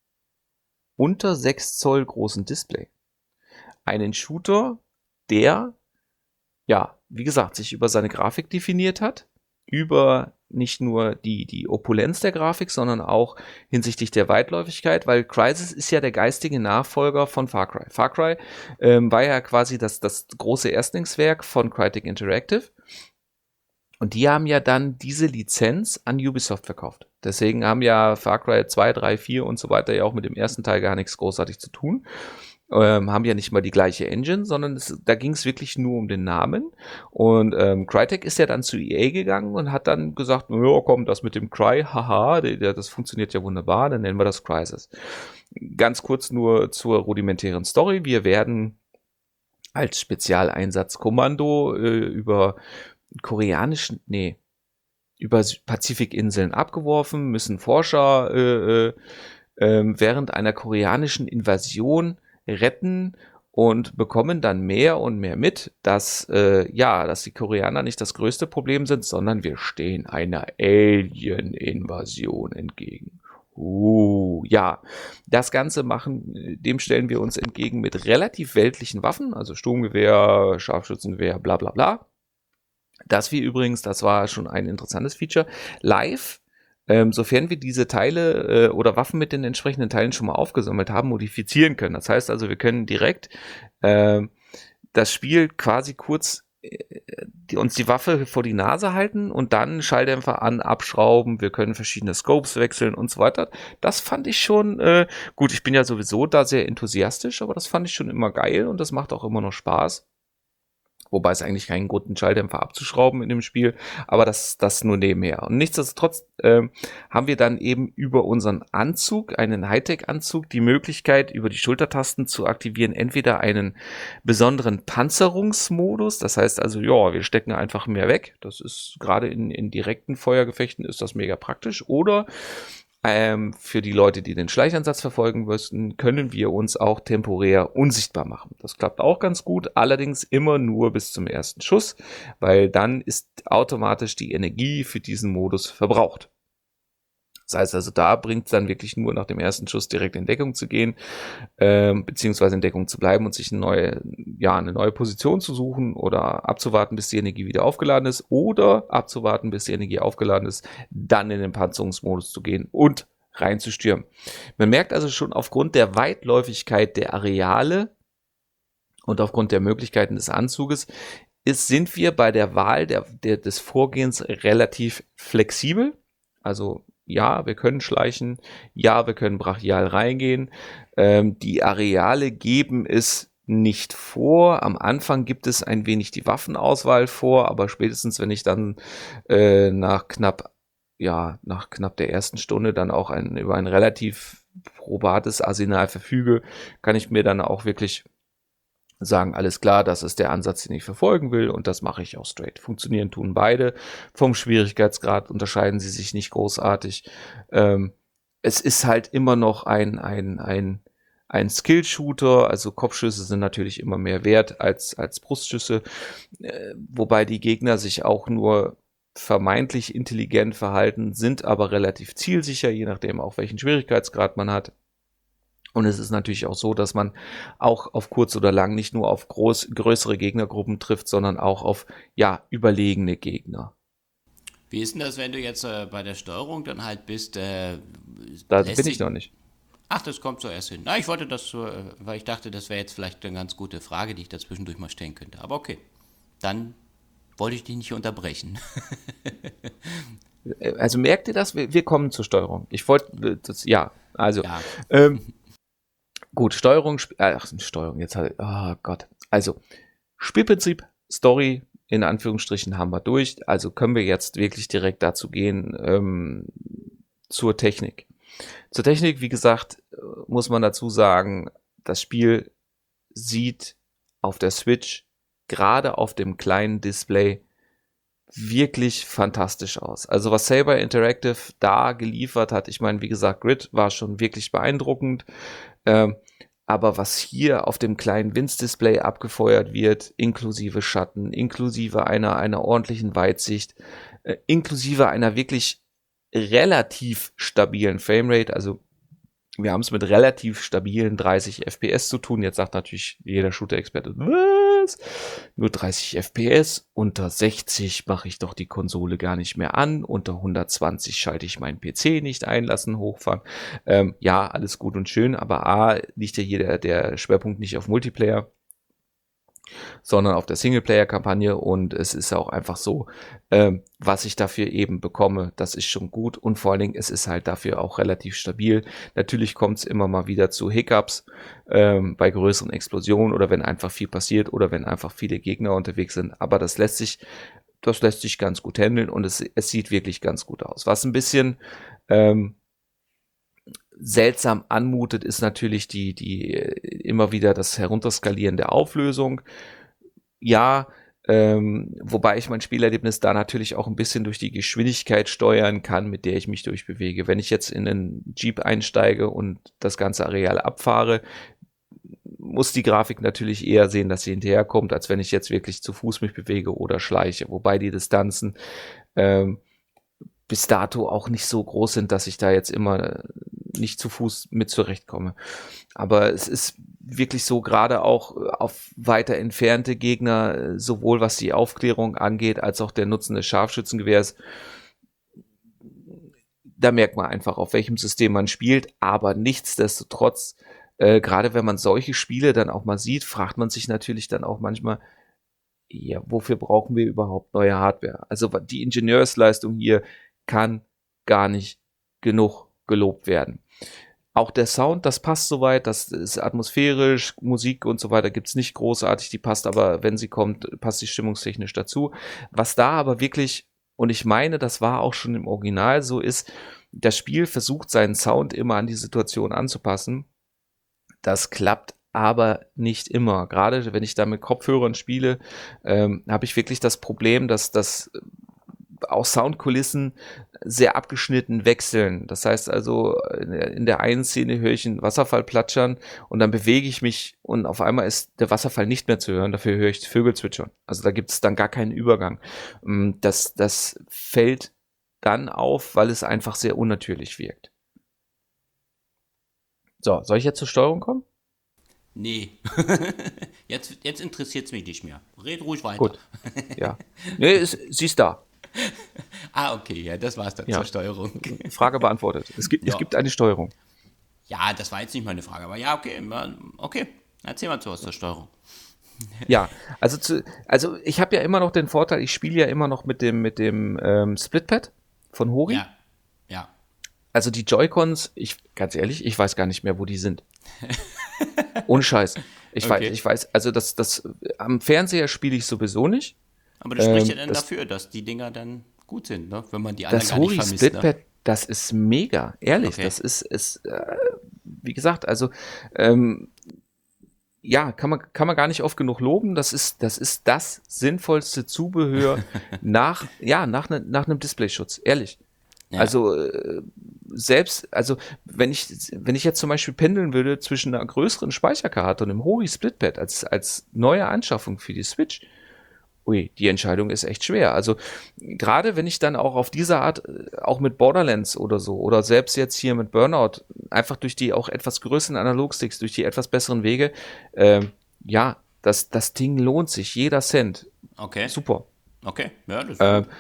Speaker 2: unter sechs Zoll großen Display. Einen Shooter, der, ja, wie gesagt, sich über seine Grafik definiert hat, über nicht nur die, die Opulenz der Grafik, sondern auch hinsichtlich der Weitläufigkeit, weil Crysis ist ja der geistige Nachfolger von Far Cry. Far Cry ähm, war ja quasi das, das große Erstlingswerk von Crytek Interactive. Und die haben ja dann diese Lizenz an Ubisoft verkauft. Deswegen haben ja Far Cry zwei, drei, vier und so weiter ja auch mit dem ersten Teil gar nichts großartig zu tun. Ähm, haben ja nicht mal die gleiche Engine, sondern es, da ging es wirklich nur um den Namen. Und ähm, Crytek ist ja dann zu E A gegangen und hat dann gesagt, ja komm, das mit dem Cry, haha, der, der, das funktioniert ja wunderbar, dann nennen wir das Crysis. Ganz kurz nur zur rudimentären Story. Wir werden als Spezialeinsatzkommando äh, über koreanischen, nee, über Pazifikinseln abgeworfen, müssen Forscher äh, äh, während einer koreanischen Invasion retten und bekommen dann mehr und mehr mit, dass äh, ja, dass die Koreaner nicht das größte Problem sind, sondern wir stehen einer Alien-Invasion entgegen. Uh, ja, das Ganze machen, dem stellen wir uns entgegen mit relativ weltlichen Waffen, also Sturmgewehr, Scharfschützengewehr, bla bla bla. Das wir übrigens, das war schon ein interessantes Feature, live, ähm, sofern wir diese Teile äh, oder Waffen mit den entsprechenden Teilen schon mal aufgesammelt haben, modifizieren können. Das heißt also, wir können direkt äh, das Spiel quasi kurz äh, die, uns die Waffe vor die Nase halten und dann Schalldämpfer an, abschrauben, wir können verschiedene Scopes wechseln und so weiter. Das fand ich schon, äh, gut, ich bin ja sowieso da sehr enthusiastisch, aber das fand ich schon immer geil und das macht auch immer noch Spaß. Wobei es eigentlich keinen Grund, einen Schalldämpfer abzuschrauben in dem Spiel, aber das, das nur nebenher. Und nichtsdestotrotz äh, haben wir dann eben über unseren Anzug, einen Hightech-Anzug, die Möglichkeit, über die Schultertasten zu aktivieren, entweder einen besonderen Panzerungsmodus, das heißt also, ja, wir stecken einfach mehr weg, das ist gerade in, in direkten Feuergefechten ist das mega praktisch, oder Ähm, für die Leute, die den Schleichansatz verfolgen müssten, können wir uns auch temporär unsichtbar machen. Das klappt auch ganz gut, allerdings immer nur bis zum ersten Schuss, weil dann ist automatisch die Energie für diesen Modus verbraucht. Das heißt also, da bringt es dann wirklich nur nach dem ersten Schuss direkt in Deckung zu gehen, ähm, beziehungsweise in Deckung zu bleiben und sich eine neue, ja, eine neue Position zu suchen oder abzuwarten, bis die Energie wieder aufgeladen ist oder abzuwarten, bis die Energie aufgeladen ist, dann in den Panzerungsmodus zu gehen und reinzustürmen. Man merkt also schon aufgrund der Weitläufigkeit der Areale und aufgrund der Möglichkeiten des Anzuges ist, sind wir bei der Wahl der, der, des Vorgehens relativ flexibel. Also ja, wir können schleichen, ja, wir können brachial reingehen. Ähm, die Areale geben es nicht vor. Am Anfang gibt es ein wenig die Waffenauswahl vor, aber spätestens, wenn ich dann äh, nach knapp, ja, nach knapp der ersten Stunde dann auch ein, über ein relativ probates Arsenal verfüge, kann ich mir dann auch wirklich sagen, alles klar, das ist der Ansatz, den ich verfolgen will und das mache ich auch straight. Funktionieren tun beide. Vom Schwierigkeitsgrad unterscheiden sie sich nicht großartig. Ähm, es ist halt immer noch ein, ein, ein, ein Skill-Shooter, also Kopfschüsse sind natürlich immer mehr wert als, als Brustschüsse, äh, wobei die Gegner sich auch nur vermeintlich intelligent verhalten, sind aber relativ zielsicher, je nachdem auch welchen Schwierigkeitsgrad man hat. Und es ist natürlich auch so, dass man auch auf kurz oder lang nicht nur auf groß, größere Gegnergruppen trifft, sondern auch auf, ja, überlegene Gegner.
Speaker 1: Wie ist denn das, wenn du jetzt äh, bei der Steuerung dann halt bist? Äh,
Speaker 2: Da
Speaker 1: lässt
Speaker 2: bin ich
Speaker 1: sich.
Speaker 2: noch nicht.
Speaker 1: Ach, das kommt so erst hin. Na, ich wollte das so, äh, weil ich dachte, das wäre jetzt vielleicht eine ganz gute Frage, die ich da zwischendurch mal stellen könnte. Aber okay, dann wollte ich dich nicht unterbrechen.
Speaker 2: Also merkt ihr das? Wir, wir kommen zur Steuerung. Ich wollte, das, ja, also,
Speaker 1: Ja.
Speaker 2: ähm, gut, Steuerung, Sp- ach, Steuerung, jetzt halt, oh Gott. Also, Spielprinzip, Story, in Anführungsstrichen haben wir durch. Also können wir jetzt wirklich direkt dazu gehen, ähm, zur Technik. Zur Technik, wie gesagt, äh, muss man dazu sagen, das Spiel sieht auf der Switch, gerade auf dem kleinen Display, wirklich fantastisch aus. Also was Saber Interactive da geliefert hat, ich meine, wie gesagt, Grid war schon wirklich beeindruckend, ähm, aber was hier auf dem kleinen Winz-Display abgefeuert wird, inklusive Schatten, inklusive einer, einer ordentlichen Weitsicht, äh, inklusive einer wirklich relativ stabilen Framerate, also wir haben es mit relativ stabilen dreißig F P S zu tun. Jetzt sagt natürlich jeder Shooter-Experte, was? Nur dreißig F P S? Unter sechzig mache ich doch die Konsole gar nicht mehr an. Unter hundertzwanzig schalte ich meinen P C nicht einlassen, hochfahren. Ähm, ja, alles gut und schön, aber A, liegt ja hier der, der Schwerpunkt nicht auf Multiplayer, sondern auf der Singleplayer-Kampagne, und es ist auch einfach so, ähm, was ich dafür eben bekomme, das ist schon gut, und vor allen Dingen, es ist halt dafür auch relativ stabil. Natürlich kommt es immer mal wieder zu Hiccups ähm, bei größeren Explosionen oder wenn einfach viel passiert oder wenn einfach viele Gegner unterwegs sind, aber das lässt sich das lässt sich ganz gut handeln, und es, es sieht wirklich ganz gut aus. Was ein bisschen ähm, seltsam anmutet, ist natürlich die, die immer wieder das Herunterskalieren der Auflösung. Ja, ähm, wobei ich mein Spielerlebnis da natürlich auch ein bisschen durch die Geschwindigkeit steuern kann, mit der ich mich durchbewege. Wenn ich jetzt in einen Jeep einsteige und das ganze Areal abfahre, muss die Grafik natürlich eher sehen, dass sie hinterherkommt, als wenn ich jetzt wirklich zu Fuß mich bewege oder schleiche. Wobei die Distanzen ähm, bis dato auch nicht so groß sind, dass ich da jetzt immer nicht zu Fuß mit zurechtkomme. Aber es ist wirklich so, gerade auch auf weiter entfernte Gegner, sowohl was die Aufklärung angeht, als auch der Nutzen des Scharfschützengewehrs, da merkt man einfach, auf welchem System man spielt. Aber nichtsdestotrotz, äh, gerade wenn man solche Spiele dann auch mal sieht, fragt man sich natürlich dann auch manchmal, ja, wofür brauchen wir überhaupt neue Hardware? Also die Ingenieursleistung hier kann gar nicht genug gelobt werden. Auch der Sound, das passt soweit, das ist atmosphärisch, Musik und so weiter gibt's nicht großartig, die passt aber, wenn sie kommt, passt sie stimmungstechnisch dazu. Was da aber wirklich, und ich meine, das war auch schon im Original so, ist, das Spiel versucht seinen Sound immer an die Situation anzupassen. Das klappt aber nicht immer. Gerade wenn ich da mit Kopfhörern spiele, ähm, habe ich wirklich das Problem, dass das auch Soundkulissen sehr abgeschnitten wechseln. Das heißt also, in der einen Szene höre ich einen Wasserfall plätschern und dann bewege ich mich und auf einmal ist der Wasserfall nicht mehr zu hören, dafür höre ich Vögel zwitschern. Also da gibt es dann gar keinen Übergang. Das, das fällt dann auf, weil es einfach sehr unnatürlich wirkt. So, soll ich jetzt zur Steuerung kommen?
Speaker 1: Nee. jetzt jetzt interessiert es mich nicht mehr. Red ruhig weiter.
Speaker 2: Gut. Ja. Nee, ist, sie ist da.
Speaker 1: Ah, okay, ja, das war's dann
Speaker 2: Ja.
Speaker 1: zur Steuerung.
Speaker 2: Frage beantwortet. Es gibt,
Speaker 1: Ja.
Speaker 2: es gibt eine Steuerung.
Speaker 1: Ja, das war jetzt nicht meine Frage, aber ja, okay, okay. Erzähl mal zu was zur Steuerung.
Speaker 2: Ja, also zu, also ich habe ja immer noch den Vorteil, ich spiele ja immer noch mit dem mit dem ähm, Splitpad von Hori.
Speaker 1: Ja, ja.
Speaker 2: Also die Joy-Cons, ich ganz ehrlich, ich weiß gar nicht mehr, wo die sind. Ohne Scheiß. Ich
Speaker 1: Okay.
Speaker 2: weiß, ich weiß, also das das am Fernseher spiele ich sowieso nicht.
Speaker 1: Aber das spricht ja
Speaker 2: Ähm,
Speaker 1: dann
Speaker 2: das-
Speaker 1: dafür, dass die Dinger dann gut sind, ne? Wenn man die anderen
Speaker 2: Das
Speaker 1: gar nicht
Speaker 2: Hori
Speaker 1: vermisst.
Speaker 2: Splitpad,
Speaker 1: Ne?
Speaker 2: das ist mega, ehrlich.
Speaker 1: Okay.
Speaker 2: Das ist, ist äh, wie gesagt, also ähm, ja, kann man, kann man gar nicht oft genug loben. Das ist, das ist das sinnvollste Zubehör nach, ja, nach, ne, nach einem Displayschutz, ehrlich.
Speaker 1: Ja.
Speaker 2: Also äh, selbst, also wenn ich, wenn ich jetzt zum Beispiel pendeln würde zwischen einer größeren Speicherkarte und einem Hori Splitpad als, als neue Anschaffung für die Switch, ui, die Entscheidung ist echt schwer. Also gerade wenn ich dann auch auf diese Art, äh, auch mit Borderlands oder so, oder selbst jetzt hier mit Burnout, einfach durch die auch etwas größeren Analogsticks, durch die etwas besseren Wege, ähm, ja, das, das Ding lohnt sich, jeder Cent.
Speaker 1: Okay.
Speaker 2: Super.
Speaker 1: Okay. Ja, das
Speaker 2: Ähm,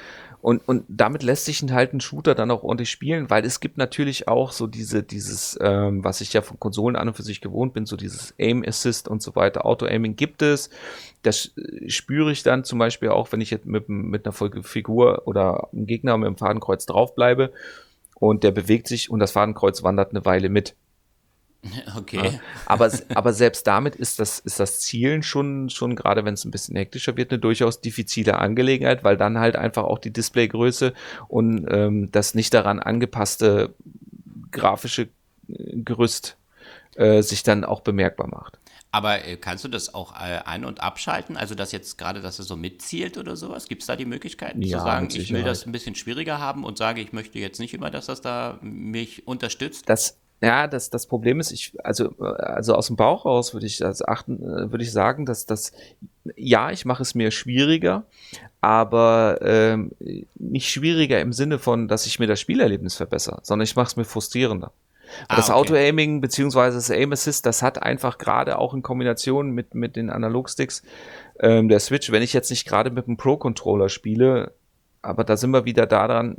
Speaker 2: Und, und damit lässt sich halt ein Shooter dann auch ordentlich spielen, weil es gibt natürlich auch so diese, dieses, ähm, was ich ja von Konsolen an und für sich gewohnt bin, so dieses Aim Assist und so weiter, Auto-Aiming gibt es. Das äh, spüre ich dann zum Beispiel auch, wenn ich jetzt mit, mit einer Figur oder einem Gegner mit dem Fadenkreuz draufbleibe und der bewegt sich und das Fadenkreuz wandert eine Weile mit.
Speaker 1: Okay.
Speaker 2: Ja, aber, aber selbst damit ist das, ist das Zielen schon, schon gerade wenn es ein bisschen hektischer wird, eine durchaus diffizile Angelegenheit, weil dann halt einfach auch die Displaygröße und ähm, das nicht daran angepasste grafische Gerüst äh, sich dann auch bemerkbar macht.
Speaker 1: Aber äh, kannst du das auch äh, ein- und abschalten? Also, dass jetzt gerade, dass es so mitzielt oder sowas? Gibt es da die Möglichkeiten zu
Speaker 2: Ja,
Speaker 1: sagen,
Speaker 2: mit
Speaker 1: ich will das
Speaker 2: Sicherheit.
Speaker 1: ein bisschen schwieriger haben und sage, ich möchte jetzt nicht immer, dass das da mich unterstützt?
Speaker 2: Das, ja, das, das Problem ist, ich, also, also aus dem Bauch raus würde ich das achten, äh, würde ich sagen, dass das, ja, ich mache es mir schwieriger, aber ähm, nicht schwieriger im Sinne von, dass ich mir das Spielerlebnis verbessere, sondern ich mache es mir frustrierender. Weil
Speaker 1: Ah,
Speaker 2: das
Speaker 1: okay.
Speaker 2: Auto-Aiming beziehungsweise das Aim Assist, das hat einfach gerade auch in Kombination mit, mit den Analogsticks ähm, der Switch, wenn ich jetzt nicht gerade mit einem Pro-Controller spiele, aber da sind wir wieder daran,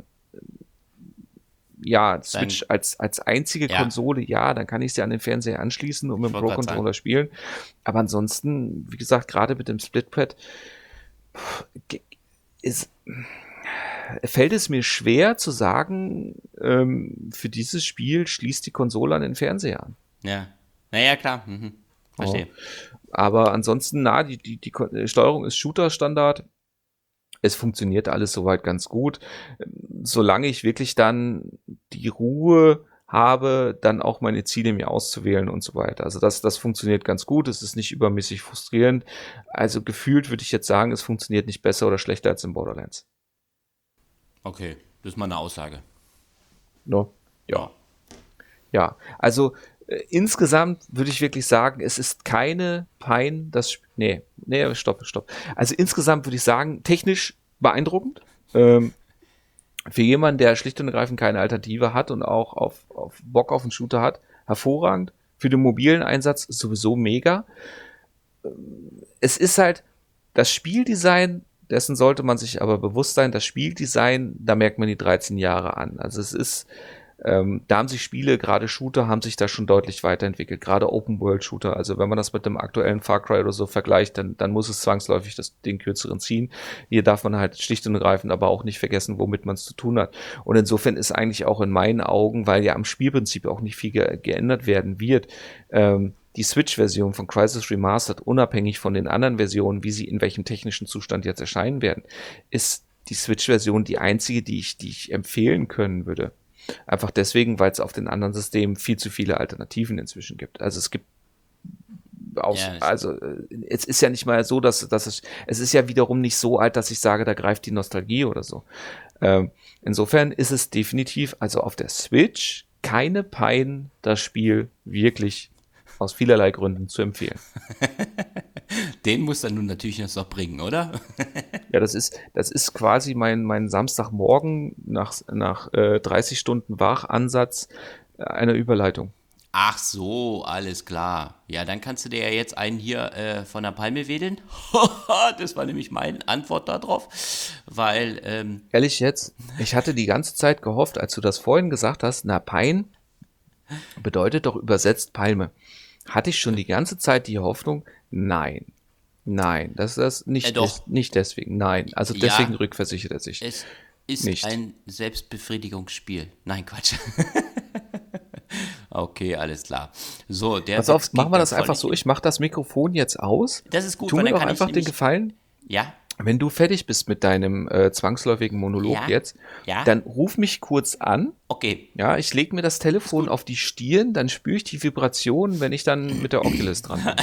Speaker 2: ja,
Speaker 1: Dann,
Speaker 2: Switch als, als einzige
Speaker 1: ja,
Speaker 2: Konsole, ja, dann kann ich sie an den Fernseher anschließen und mit
Speaker 1: ich
Speaker 2: dem
Speaker 1: wollte gerade sagen.
Speaker 2: Pro-Controller spielen. Aber ansonsten, wie gesagt, gerade mit dem Splitpad ge- ist, fällt es mir schwer zu sagen, ähm, für dieses Spiel schließt die Konsole an den Fernseher an.
Speaker 1: Ja. Naja, klar. Mhm.
Speaker 2: Oh.
Speaker 1: Verstehe.
Speaker 2: Aber ansonsten, na, die, die, die Ko- äh, Steuerung ist Shooter-Standard. Es funktioniert alles soweit ganz gut. Solange ich wirklich dann die Ruhe habe, dann auch meine Ziele mir auszuwählen und so weiter. Also das, das funktioniert ganz gut. Es ist nicht übermäßig frustrierend. Also gefühlt würde ich jetzt sagen, es funktioniert nicht besser oder schlechter als in Borderlands.
Speaker 1: Okay, das ist mal eine Aussage.
Speaker 2: No? Ja.
Speaker 1: Ja.
Speaker 2: Ja. Also äh, insgesamt würde ich wirklich sagen, es ist keine Pein, das Sp- nee, nee, stopp, stopp. Also insgesamt würde ich sagen, technisch beeindruckend. Ähm, für jemanden, der schlicht und ergreifend keine Alternative hat und auch auf, auf Bock auf einen Shooter hat, hervorragend. Für den mobilen Einsatz sowieso mega. Es ist halt das Spieldesign, dessen sollte man sich aber bewusst sein, das Spieldesign, da merkt man die dreizehn Jahre an. Also es ist, ähm, da haben sich Spiele, gerade Shooter, haben sich da schon deutlich weiterentwickelt, gerade Open-World-Shooter. Also wenn man das mit dem aktuellen Far Cry oder so vergleicht, dann, dann muss es zwangsläufig das, den kürzeren ziehen. Hier darf man halt schlicht und ergreifend aber auch nicht vergessen, womit man es zu tun hat. Und insofern ist eigentlich auch in meinen Augen, weil ja am Spielprinzip auch nicht viel ge geändert werden wird, ähm, die Switch-Version von Crysis Remastered, unabhängig von den anderen Versionen, wie sie in welchem technischen Zustand jetzt erscheinen werden, ist die Switch-Version die einzige, die ich, die ich empfehlen können würde. Einfach deswegen, weil es auf den anderen Systemen viel zu viele Alternativen inzwischen gibt. Also es gibt aus,
Speaker 1: Ja,
Speaker 2: also äh, es ist ja nicht mal so, dass, dass es, es ist ja wiederum nicht so alt, dass ich sage, da greift die Nostalgie oder so. Ähm, insofern ist es definitiv, also auf der Switch, keine Pein, das Spiel wirklich aus vielerlei Gründen zu empfehlen.
Speaker 1: den muss er nun natürlich noch bringen, oder?
Speaker 2: Ja, das ist, das ist quasi mein, mein Samstagmorgen nach, nach äh, dreißig Stunden Wachansatz äh, einer Überleitung.
Speaker 1: Ach so, alles klar. Ja, dann kannst du dir ja jetzt einen hier äh, von der Palme wedeln. Das war nämlich meine Antwort darauf, weil, ähm,
Speaker 2: Ehrlich jetzt, ich hatte die ganze Zeit gehofft, als du das vorhin gesagt hast, na, Pein bedeutet doch übersetzt Palme. Hatte ich schon die ganze Zeit die Hoffnung, nein, nein, das ist das
Speaker 1: äh,
Speaker 2: nicht,
Speaker 1: doch,
Speaker 2: des, nicht deswegen, nein. Also deswegen
Speaker 1: ja,
Speaker 2: rückversichert er sich.
Speaker 1: es ist
Speaker 2: Nicht.
Speaker 1: ein Selbstbefriedigungsspiel. Nein, Quatsch. Okay, alles klar. So, der
Speaker 2: Pass auf,
Speaker 1: Witz
Speaker 2: machen
Speaker 1: ging
Speaker 2: wir
Speaker 1: dann
Speaker 2: das einfach
Speaker 1: völlig.
Speaker 2: so, ich mache das Mikrofon jetzt aus.
Speaker 1: Das ist gut,
Speaker 2: Tu
Speaker 1: weil
Speaker 2: mir
Speaker 1: dann
Speaker 2: doch
Speaker 1: kann ich
Speaker 2: einfach den
Speaker 1: nämlich.
Speaker 2: Gefallen,
Speaker 1: Ja,
Speaker 2: wenn du fertig bist mit deinem äh, zwangsläufigen Monolog
Speaker 1: ja,
Speaker 2: jetzt,
Speaker 1: ja,
Speaker 2: dann ruf mich kurz an.
Speaker 1: okay.
Speaker 2: Ja, ich lege mir das Telefon auf die Stirn, dann spüre ich die Vibration, wenn ich dann mit der Oculus dran bin.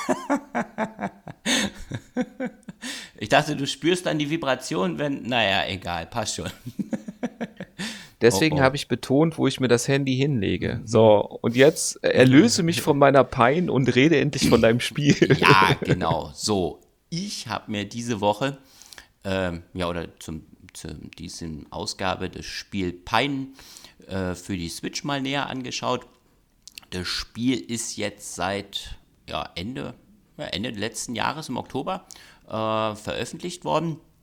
Speaker 1: Ich dachte, du spürst dann die Vibration, wenn. Naja, egal, passt schon. Oh
Speaker 2: Deswegen
Speaker 1: oh.
Speaker 2: habe ich betont, wo ich mir das Handy hinlege. So, und jetzt erlöse mich von meiner Pein und rede endlich von deinem Spiel.
Speaker 1: Ja, genau. So, ich habe mir diese Woche, ähm, ja, oder zum, zum diesen Ausgabe das Spiel Pine äh, für die Switch mal näher angeschaut. Das Spiel ist jetzt seit ja, Ende, ja, Ende letzten Jahres im Oktober äh, veröffentlicht worden.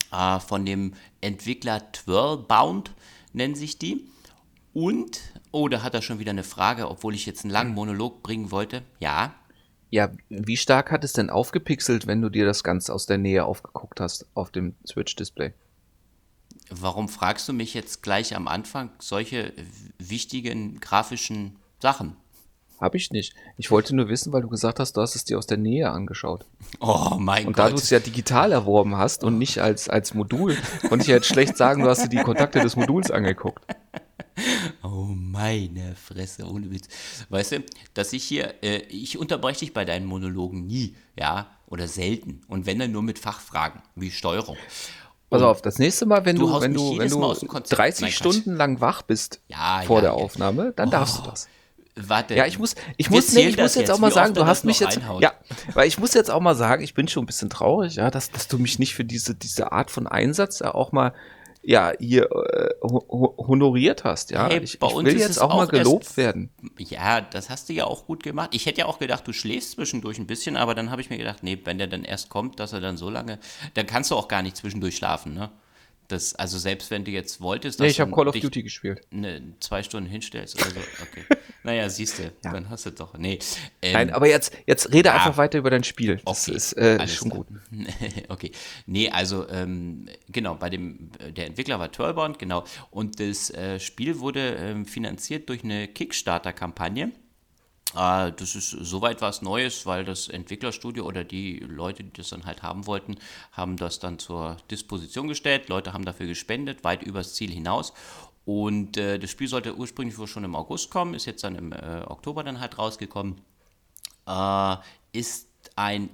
Speaker 1: äh, von dem Entwickler Twirlbound nennen sich die. Und, oh, da hat er schon wieder eine Frage, obwohl ich jetzt einen langen Monolog bringen wollte. Ja,
Speaker 2: Ja, wie stark hat es denn aufgepixelt, wenn du dir das Ganze aus der Nähe aufgeguckt hast auf dem Switch-Display?
Speaker 1: warum fragst du mich jetzt gleich am Anfang solche w- wichtigen grafischen Sachen?
Speaker 2: Habe ich nicht. Ich wollte nur wissen, weil du gesagt hast, du hast es dir aus der Nähe angeschaut.
Speaker 1: Oh mein
Speaker 2: Und da du es
Speaker 1: Gott.
Speaker 2: ja digital erworben hast und nicht als, als Modul, konnte ich ja jetzt schlecht sagen, du hast dir die Kontakte des Moduls angeguckt.
Speaker 1: Oh meine Fresse, ohne Witz. Weißt du, dass ich hier, äh, ich unterbreche dich bei deinen Monologen nie, ja, oder selten. Und wenn dann nur mit Fachfragen, wie Steuerung.
Speaker 2: Pass
Speaker 1: Und
Speaker 2: auf, das nächste Mal, wenn
Speaker 1: du
Speaker 2: du,
Speaker 1: haust
Speaker 2: wenn
Speaker 1: mich
Speaker 2: du, wenn
Speaker 1: jedes Mal
Speaker 2: du
Speaker 1: aus dem Konzept.
Speaker 2: dreißig
Speaker 1: Nein, Quatsch.
Speaker 2: Stunden lang wach bist
Speaker 1: Ja,
Speaker 2: vor
Speaker 1: ja,
Speaker 2: der
Speaker 1: ja.
Speaker 2: Aufnahme, dann darfst du das.
Speaker 1: Warte.
Speaker 2: Ja, ich muss, ich
Speaker 1: Wir
Speaker 2: muss, nee,
Speaker 1: zählen
Speaker 2: ich muss
Speaker 1: das
Speaker 2: jetzt
Speaker 1: jetzt,
Speaker 2: auch mal
Speaker 1: wie
Speaker 2: sagen,
Speaker 1: oft
Speaker 2: du
Speaker 1: er
Speaker 2: hast
Speaker 1: das
Speaker 2: mich
Speaker 1: noch
Speaker 2: jetzt,
Speaker 1: reinhaut.
Speaker 2: ja, weil ich muss jetzt auch mal sagen, ich bin schon ein bisschen traurig, ja, dass, dass du mich nicht für diese, diese Art von Einsatz ja auch mal, ja, hier äh, ho- ho- honoriert hast, ja.
Speaker 1: Hey,
Speaker 2: Ich,
Speaker 1: bei
Speaker 2: ich
Speaker 1: uns
Speaker 2: will
Speaker 1: ist
Speaker 2: jetzt
Speaker 1: es
Speaker 2: auch mal
Speaker 1: auch erst-
Speaker 2: gelobt werden.
Speaker 1: Ja, das hast du ja auch gut gemacht. Ich hätte ja auch gedacht, du schläfst zwischendurch ein bisschen, aber dann habe ich mir gedacht, nee, wenn der dann erst kommt, dass er dann so lange, dann kannst du auch gar nicht zwischendurch schlafen, ne? Das, also selbst wenn du jetzt wolltest,
Speaker 2: Nee,
Speaker 1: dass
Speaker 2: ich habe
Speaker 1: du
Speaker 2: Call of
Speaker 1: dich
Speaker 2: Duty gespielt.
Speaker 1: ne, zwei Stunden hinstellst oder so, okay. Naja, siehst du,
Speaker 2: Ja.
Speaker 1: dann hast du doch, nee. Ähm,
Speaker 2: Nein, aber jetzt, jetzt rede
Speaker 1: ja.
Speaker 2: einfach weiter über dein Spiel. Das
Speaker 1: Okay,
Speaker 2: ist äh,
Speaker 1: alles
Speaker 2: schon
Speaker 1: klar.
Speaker 2: gut.
Speaker 1: Okay. Nee, also ähm, genau, bei dem, äh, der Entwickler war Turbound, genau. Und das äh, Spiel wurde ähm, finanziert durch eine Kickstarter-Kampagne. Äh, das ist soweit was Neues, weil das Entwicklerstudio oder die Leute, die das dann halt haben wollten, haben das dann zur Disposition gestellt. Leute haben dafür gespendet, weit übers Ziel hinaus. Und äh, das Spiel sollte ursprünglich wohl schon im August kommen, ist jetzt dann im äh, Oktober dann halt rausgekommen. Äh, ist ein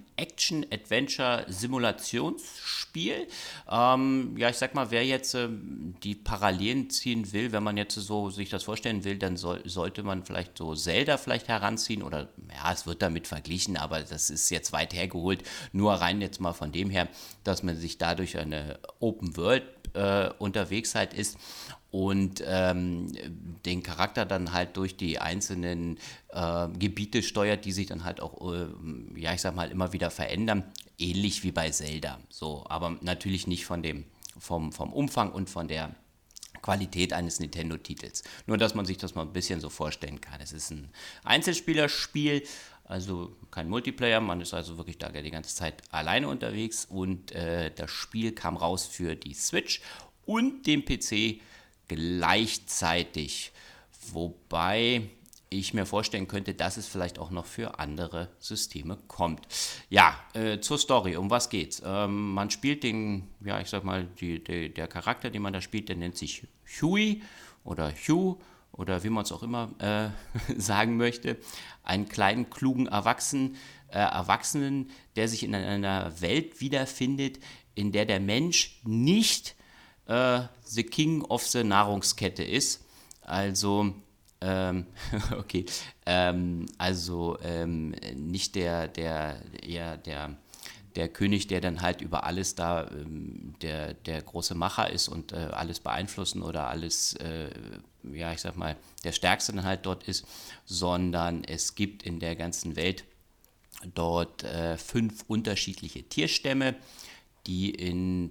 Speaker 1: Action-Adventure-Simulationsspiel. Ähm, ja, ich sag mal, wer jetzt ähm, die Parallelen ziehen will, wenn man jetzt so sich das vorstellen will, dann soll, sollte man vielleicht so Zelda vielleicht heranziehen oder ja, es wird damit verglichen, aber das ist jetzt weit hergeholt. Nur rein jetzt mal von dem her, dass man sich dadurch eine Open World äh, unterwegs halt ist und ähm, den Charakter dann halt durch die einzelnen äh, Gebiete steuert, die sich dann halt auch, äh, ja, ich sag mal, immer wieder verändern, ähnlich wie bei Zelda. So, aber natürlich nicht von dem, vom, vom Umfang und von der Qualität eines Nintendo-Titels. Nur, dass man sich das mal ein bisschen so vorstellen kann. Es ist ein Einzelspielerspiel, also kein Multiplayer, man ist also wirklich da die ganze Zeit alleine unterwegs und äh, das Spiel kam raus für die Switch und den P C gleichzeitig. Wobei ich mir vorstellen könnte, dass es vielleicht auch noch für andere Systeme kommt. Ja, äh, zur Story, um was geht's? Ähm, man spielt den, ja, ich sag mal, die, die, der Charakter, den man da spielt, der nennt sich Huey oder Hugh oder wie man es auch immer äh, sagen möchte. Einen kleinen, klugen Erwachsenen, äh, Erwachsenen, der sich in einer Welt wiederfindet, in der der Mensch nicht äh, the King of the Nahrungskette ist. Also, ähm, okay, ähm, also ähm, nicht der, der, eher der, der König, der dann halt über alles da ähm, der, der große Macher ist und äh, alles beeinflussen oder alles, äh, ja, ich sag mal, der Stärkste dann halt dort ist, sondern es gibt in der ganzen Welt dort äh, fünf unterschiedliche Tierstämme, die in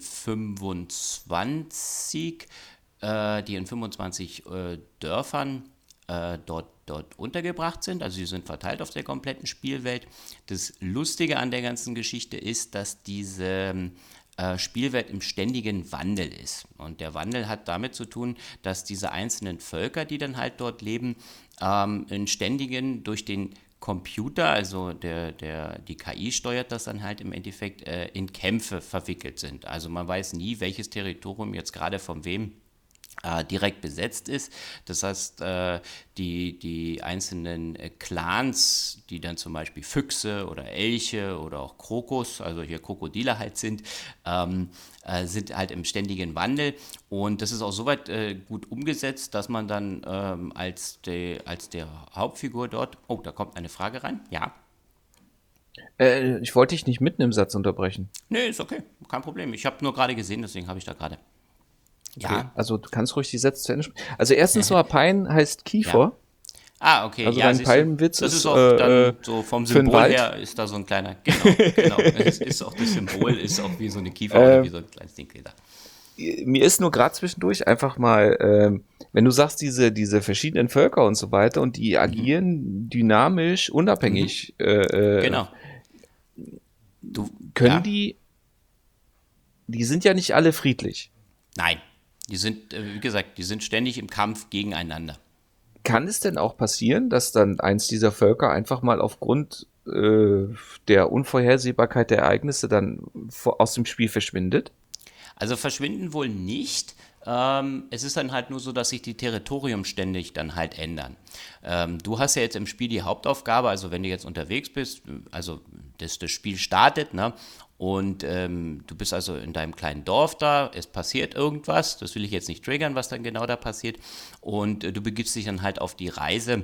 Speaker 1: fünfundzwanzig, äh, die in fünfundzwanzig äh, Dörfern äh, dort, dort untergebracht sind. Also sie sind verteilt auf der kompletten Spielwelt. Das Lustige an der ganzen Geschichte ist, dass diese äh, Spielwelt im ständigen Wandel ist. Und der Wandel hat damit zu tun, dass diese einzelnen Völker, die dann halt dort leben, ähm, in ständigen durch den Computer, also der, der, die K I steuert das dann halt im Endeffekt, äh, in Kämpfe verwickelt sind. Also man weiß nie, welches Territorium jetzt gerade von wem äh, direkt besetzt ist. Das heißt, äh, die, die einzelnen äh, Clans, die dann zum Beispiel Füchse oder Elche oder auch Krokus, also hier Krokodile halt sind, ähm, äh, sind halt im ständigen Wandel. Und das ist auch soweit äh, gut umgesetzt, dass man dann ähm, als, de, als der Hauptfigur dort, oh, da kommt eine Frage rein, ja.
Speaker 2: Äh, ich wollte dich nicht mitten im Satz unterbrechen.
Speaker 1: Nee, ist okay, kein Problem. Ich habe nur gerade gesehen, deswegen habe ich da gerade.
Speaker 2: Okay.
Speaker 1: Ja,
Speaker 2: Also du kannst ruhig die Sätze zu Ende sprechen. Also erstens mal Pine heißt Kiefer.
Speaker 1: Ah, okay.
Speaker 2: Also
Speaker 1: ja,
Speaker 2: dein
Speaker 1: siehst du,
Speaker 2: Palmenwitz
Speaker 1: das
Speaker 2: ist,
Speaker 1: ist auch
Speaker 2: äh,
Speaker 1: dann
Speaker 2: äh,
Speaker 1: so vom
Speaker 2: für den
Speaker 1: Symbol
Speaker 2: Wald.
Speaker 1: her ist da so ein kleiner, genau, genau. Es ist auch das Symbol, ist auch wie so eine Kiefer oder
Speaker 2: Äh,
Speaker 1: wie so ein kleines Ding gedacht.
Speaker 2: Mir ist nur gerade zwischendurch einfach mal, ähm, wenn du sagst, diese, diese verschiedenen Völker und so weiter und die
Speaker 1: Mhm.
Speaker 2: agieren dynamisch,
Speaker 1: Mhm.
Speaker 2: unabhängig, äh, äh,
Speaker 1: Genau. Du,
Speaker 2: können
Speaker 1: ja?
Speaker 2: die, die sind ja nicht alle friedlich.
Speaker 1: Nein. Die sind, äh, wie gesagt, die sind ständig im Kampf gegeneinander.
Speaker 2: Kann es denn auch passieren, dass dann eins dieser Völker einfach mal aufgrund äh, der Unvorhersehbarkeit der Ereignisse dann vor, aus dem Spiel verschwindet?
Speaker 1: Also verschwinden wohl nicht. Ähm, es ist dann halt nur so, dass sich die Territorien ständig dann halt ändern. Ähm, du hast ja jetzt im Spiel die Hauptaufgabe, also wenn du jetzt unterwegs bist, also das, das Spiel startet, ne? Und ähm, du bist also in deinem kleinen Dorf da, es passiert irgendwas, das will ich jetzt nicht triggern, was dann genau da passiert. Und äh, du begibst dich dann halt auf die Reise,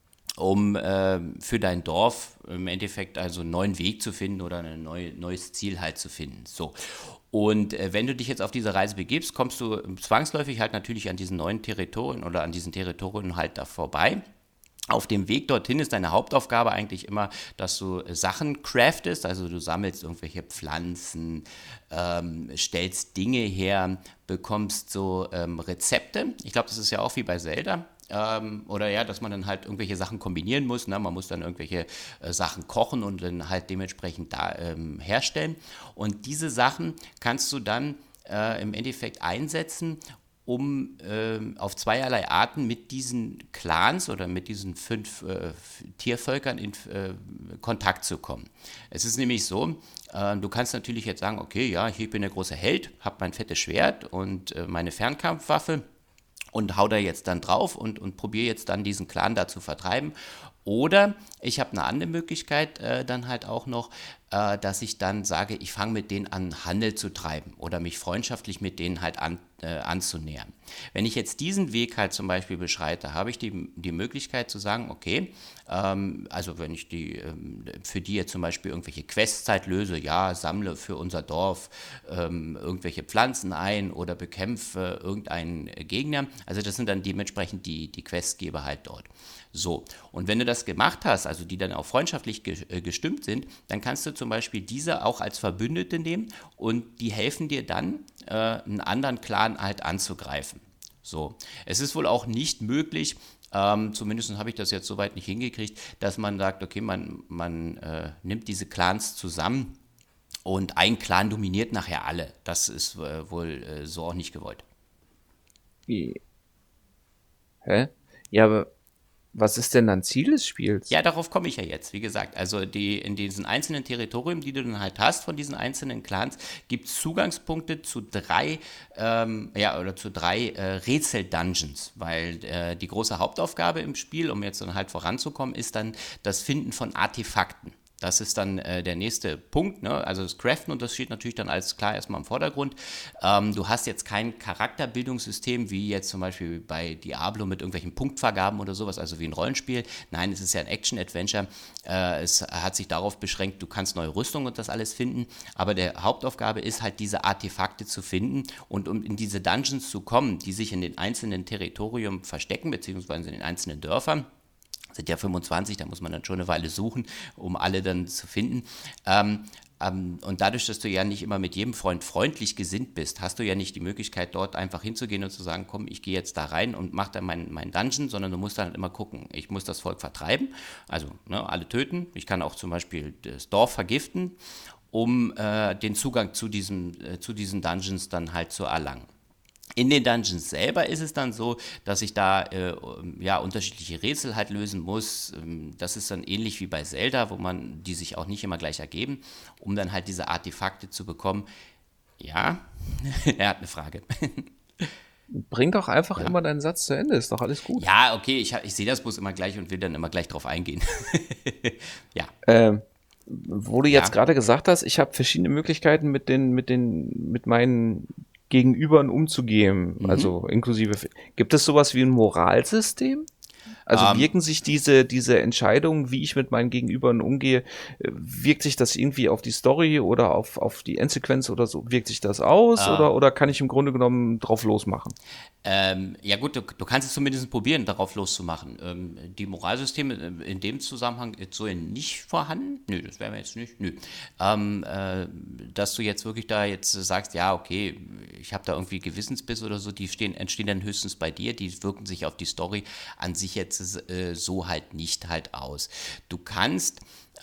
Speaker 1: um äh, für dein Dorf im Endeffekt also einen neuen Weg zu finden oder ein neu, neues Ziel halt zu finden. So. Und äh, wenn du dich jetzt auf diese Reise begibst, kommst du zwangsläufig halt natürlich an diesen neuen Territorien oder an diesen Territorien halt da vorbei. Auf dem Weg dorthin ist deine Hauptaufgabe eigentlich immer, dass du Sachen craftest, also du sammelst irgendwelche Pflanzen, ähm, stellst Dinge her, bekommst so ähm, Rezepte. Ich glaube, das ist ja auch wie bei Zelda. Ähm, oder ja, dass man dann halt irgendwelche Sachen kombinieren muss. Ne? Man muss dann irgendwelche äh, Sachen kochen und dann halt dementsprechend da ähm, herstellen. Und diese Sachen kannst du dann äh, im Endeffekt einsetzen, um äh, auf zweierlei Arten mit diesen Clans oder mit diesen fünf äh, Tiervölkern in äh, Kontakt zu kommen. Es ist nämlich so, äh, du kannst natürlich jetzt sagen, okay, ja, ich bin der große Held, habe mein fettes Schwert und äh, meine Fernkampfwaffe und hau da jetzt dann drauf und, und probiere jetzt dann diesen Clan da zu vertreiben. Oder ich habe eine andere Möglichkeit äh, dann halt auch noch, äh, dass ich dann sage, ich fange mit denen an, Handel zu treiben oder mich freundschaftlich mit denen halt an, äh, anzunähern. Wenn ich jetzt diesen Weg halt zum Beispiel beschreite, habe ich die, die Möglichkeit zu sagen, okay, ähm, also wenn ich die ähm, für die jetzt zum Beispiel irgendwelche Questzeit löse, ja, sammle für unser Dorf ähm, irgendwelche Pflanzen ein oder bekämpfe irgendeinen Gegner, also das sind dann dementsprechend die, die Questgeber halt dort. So, und wenn du das gemacht hast, also die dann auch freundschaftlich gestimmt sind, dann kannst du zum Beispiel diese auch als Verbündete nehmen und die helfen dir dann, äh, einen anderen Clan halt anzugreifen. So, es ist wohl auch nicht möglich, ähm, zumindest habe ich das jetzt soweit nicht hingekriegt, dass man sagt, okay, man, man äh, nimmt diese Clans zusammen und ein Clan dominiert nachher alle. Das ist äh, wohl äh, so auch nicht gewollt.
Speaker 2: Wie? Hä? Ja, aber was ist denn dann Ziel des Spiels?
Speaker 1: Ja, darauf komme ich ja jetzt. Wie gesagt, also die, in diesen einzelnen Territorien, die du dann halt hast von diesen einzelnen Clans, gibt es Zugangspunkte zu drei, ähm, ja, oder zu drei äh, Rätsel-Dungeons, weil äh, die große Hauptaufgabe im Spiel, um jetzt dann halt voranzukommen, ist dann das Finden von Artefakten. Das ist dann äh, der nächste Punkt, ne? Also das Craften, und das steht natürlich dann alles klar erstmal im Vordergrund. Ähm, du hast jetzt kein Charakterbildungssystem, wie jetzt zum Beispiel bei Diablo mit irgendwelchen Punktvergaben oder sowas, also wie ein Rollenspiel. Nein, es ist ja ein Action-Adventure. Äh, es hat sich darauf beschränkt, du kannst neue Rüstung und das alles finden, aber der Hauptaufgabe ist halt, diese Artefakte zu finden, und um in diese Dungeons zu kommen, die sich in den einzelnen Territorien verstecken, beziehungsweise in den einzelnen Dörfern, sind ja fünfundzwanzig, da muss man dann schon eine Weile suchen, um alle dann zu finden. Ähm, ähm, und dadurch, dass du ja nicht immer mit jedem Freund freundlich gesinnt bist, hast du ja nicht die Möglichkeit, dort einfach hinzugehen und zu sagen, komm, ich gehe jetzt da rein und mach dann meinen mein Dungeon, sondern du musst dann halt immer gucken, ich muss das Volk vertreiben, also ne, alle töten. Ich kann auch zum Beispiel das Dorf vergiften, um äh, den Zugang zu, diesem, äh, zu diesen Dungeons dann halt zu erlangen. In den Dungeons selber ist es dann so, dass ich da äh, ja, unterschiedliche Rätsel halt lösen muss. Ähm, Das ist dann ähnlich wie bei Zelda, wo man die sich auch nicht immer gleich ergeben, um dann halt diese Artefakte zu bekommen. Ja, er hat eine Frage.
Speaker 2: Bring doch einfach
Speaker 1: Ja,
Speaker 2: immer deinen Satz zu Ende, ist doch alles gut.
Speaker 1: ja, okay, ich, ich sehe das bloß immer gleich und will dann immer gleich drauf eingehen. Ja,
Speaker 2: Ähm, Wo du jetzt
Speaker 1: ja.
Speaker 2: gerade gesagt hast, ich habe verschiedene Möglichkeiten mit den, mit den, mit meinen Gegenübern umzugehen,
Speaker 1: Mhm.
Speaker 2: also inklusive. Gibt es sowas wie ein Moralsystem? Also
Speaker 1: Ähm,
Speaker 2: wirken sich diese, diese Entscheidungen, wie ich mit meinen Gegenübern umgehe, äh, wirkt sich das irgendwie auf die Story oder auf, auf die Endsequenz oder so? Wirkt sich das aus
Speaker 1: äh,
Speaker 2: oder, oder kann ich im Grunde genommen drauf losmachen?
Speaker 1: Ähm, ja gut, du, du kannst es zumindest probieren, darauf loszumachen. Ähm, die Moralsysteme äh, in dem Zusammenhang ist so nicht vorhanden. Nö, das wäre mir jetzt nicht. Nö. Ähm, äh, dass du jetzt wirklich da jetzt sagst, ja, okay, ich habe da irgendwie Gewissensbiss oder so, die stehen, entstehen dann höchstens bei dir, die wirken sich auf die Story an sich jetzt äh, so halt nicht halt aus. Du kannst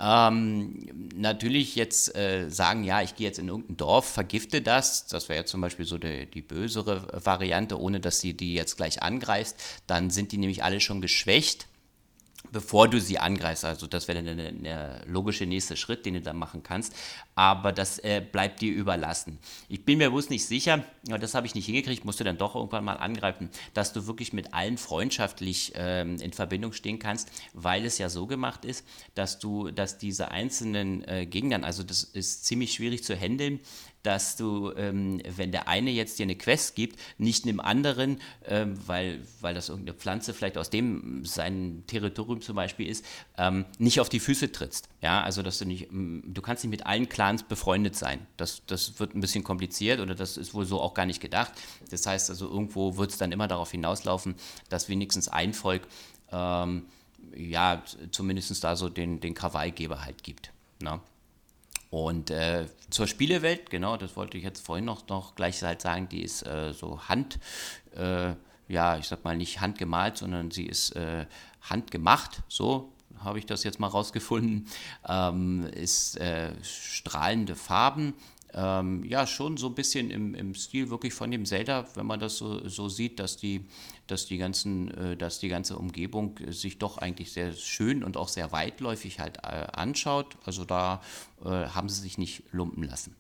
Speaker 1: ähm, natürlich jetzt äh, sagen, ja, ich gehe jetzt in irgendein Dorf, vergifte das, das wäre jetzt zum Beispiel so die, die bösere Variante, ohne dass sie die jetzt gleich angreift, dann sind die nämlich alle schon geschwächt, bevor du sie angreifst. Also das wäre dann der, der logische nächste Schritt, den du dann machen kannst. Aber das äh, bleibt dir überlassen. Ich bin mir bloß nicht sicher, ja, das habe ich nicht hingekriegt, musste dann doch irgendwann mal angreifen, dass du wirklich mit allen freundschaftlich ähm, in Verbindung stehen kannst, weil es ja so gemacht ist, dass du, dass diese einzelnen äh, Gegner, also das ist ziemlich schwierig zu handeln, dass du, ähm, wenn der eine jetzt dir eine Quest gibt, nicht einem anderen, ähm, weil, weil das irgendeine Pflanze vielleicht aus dem sein Territorium zum Beispiel ist, ähm, nicht auf die Füße trittst. Ja, also dass du nicht, du kannst nicht mit allen Clans befreundet sein. Das, das wird ein bisschen kompliziert oder das ist wohl so auch gar nicht gedacht. Das heißt also, irgendwo wird es dann immer darauf hinauslaufen, dass wenigstens ein Volk ähm, ja, zumindest da so den, den Krawallgeber halt gibt. Ne? Und äh, zur Spielewelt, genau, das wollte ich jetzt vorhin noch, noch gleich halt sagen, die ist äh, so Hand, äh, ja, ich sag mal nicht handgemalt, sondern sie ist äh, handgemacht, so habe ich das jetzt mal rausgefunden, ähm, ist äh, strahlende Farben, ähm, ja, schon so ein bisschen im, im Stil wirklich von dem Zelda, wenn man das so, so sieht, dass die, dass die ganzen, äh, dass die ganze Umgebung äh, sich doch eigentlich sehr schön und auch sehr weitläufig halt äh, anschaut. Also da äh, haben sie sich nicht lumpen lassen.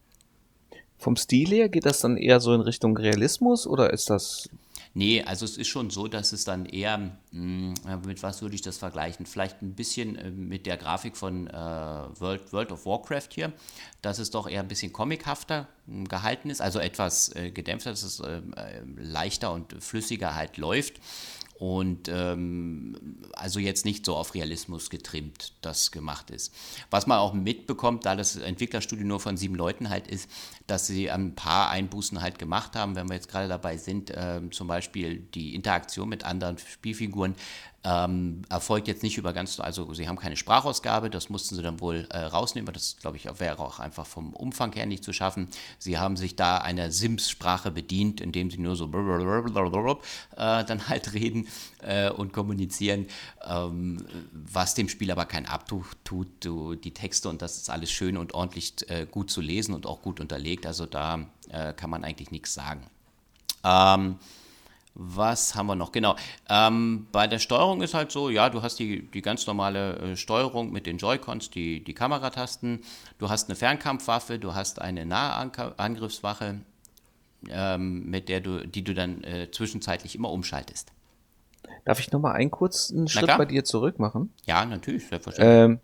Speaker 2: Vom Stil her geht das dann eher so in Richtung Realismus oder ist das
Speaker 1: Nee, also es ist schon so, dass es dann eher, mh, mit was würde ich das vergleichen? Vielleicht ein bisschen äh, mit der Grafik von äh, World, World of Warcraft hier, dass es doch eher ein bisschen comichafter mh, gehalten ist, also etwas äh, gedämpfter, dass es äh, äh, leichter und flüssiger halt läuft. Und ähm, also jetzt nicht so auf Realismus getrimmt das gemacht ist. Was man auch mitbekommt, da das Entwicklerstudio nur von sieben Leuten halt ist, dass sie ein paar Einbußen halt gemacht haben, wenn wir jetzt gerade dabei sind, ähm, zum Beispiel die Interaktion mit anderen Spielfiguren ähm, erfolgt jetzt nicht über ganz, also sie haben keine Sprachausgabe, das mussten sie dann wohl äh, rausnehmen, aber das glaube ich wäre auch einfach vom Umfang her nicht zu schaffen. Sie haben sich da einer Sims-Sprache bedient, indem sie nur so äh, dann halt reden äh, und kommunizieren, ähm, was dem Spiel aber kein Abtuch tut, du, die Texte und das ist alles schön und ordentlich äh, gut zu lesen und auch gut unterlegt, also da äh, kann man eigentlich nichts sagen. Ähm, Was haben wir noch? Genau. Ähm, bei der Steuerung ist halt so, ja, du hast die, die ganz normale äh, Steuerung mit den Joy-Cons, die, die Kameratasten, du hast eine Fernkampfwaffe, du hast eine Nahangriffswaffe, ähm, mit der du, die du dann äh, zwischenzeitlich immer umschaltest.
Speaker 2: darf ich nochmal einen kurzen
Speaker 1: Na
Speaker 2: Schritt bei
Speaker 1: klar?
Speaker 2: dir zurück machen?
Speaker 1: Ja, natürlich, selbstverständlich.
Speaker 2: Ähm,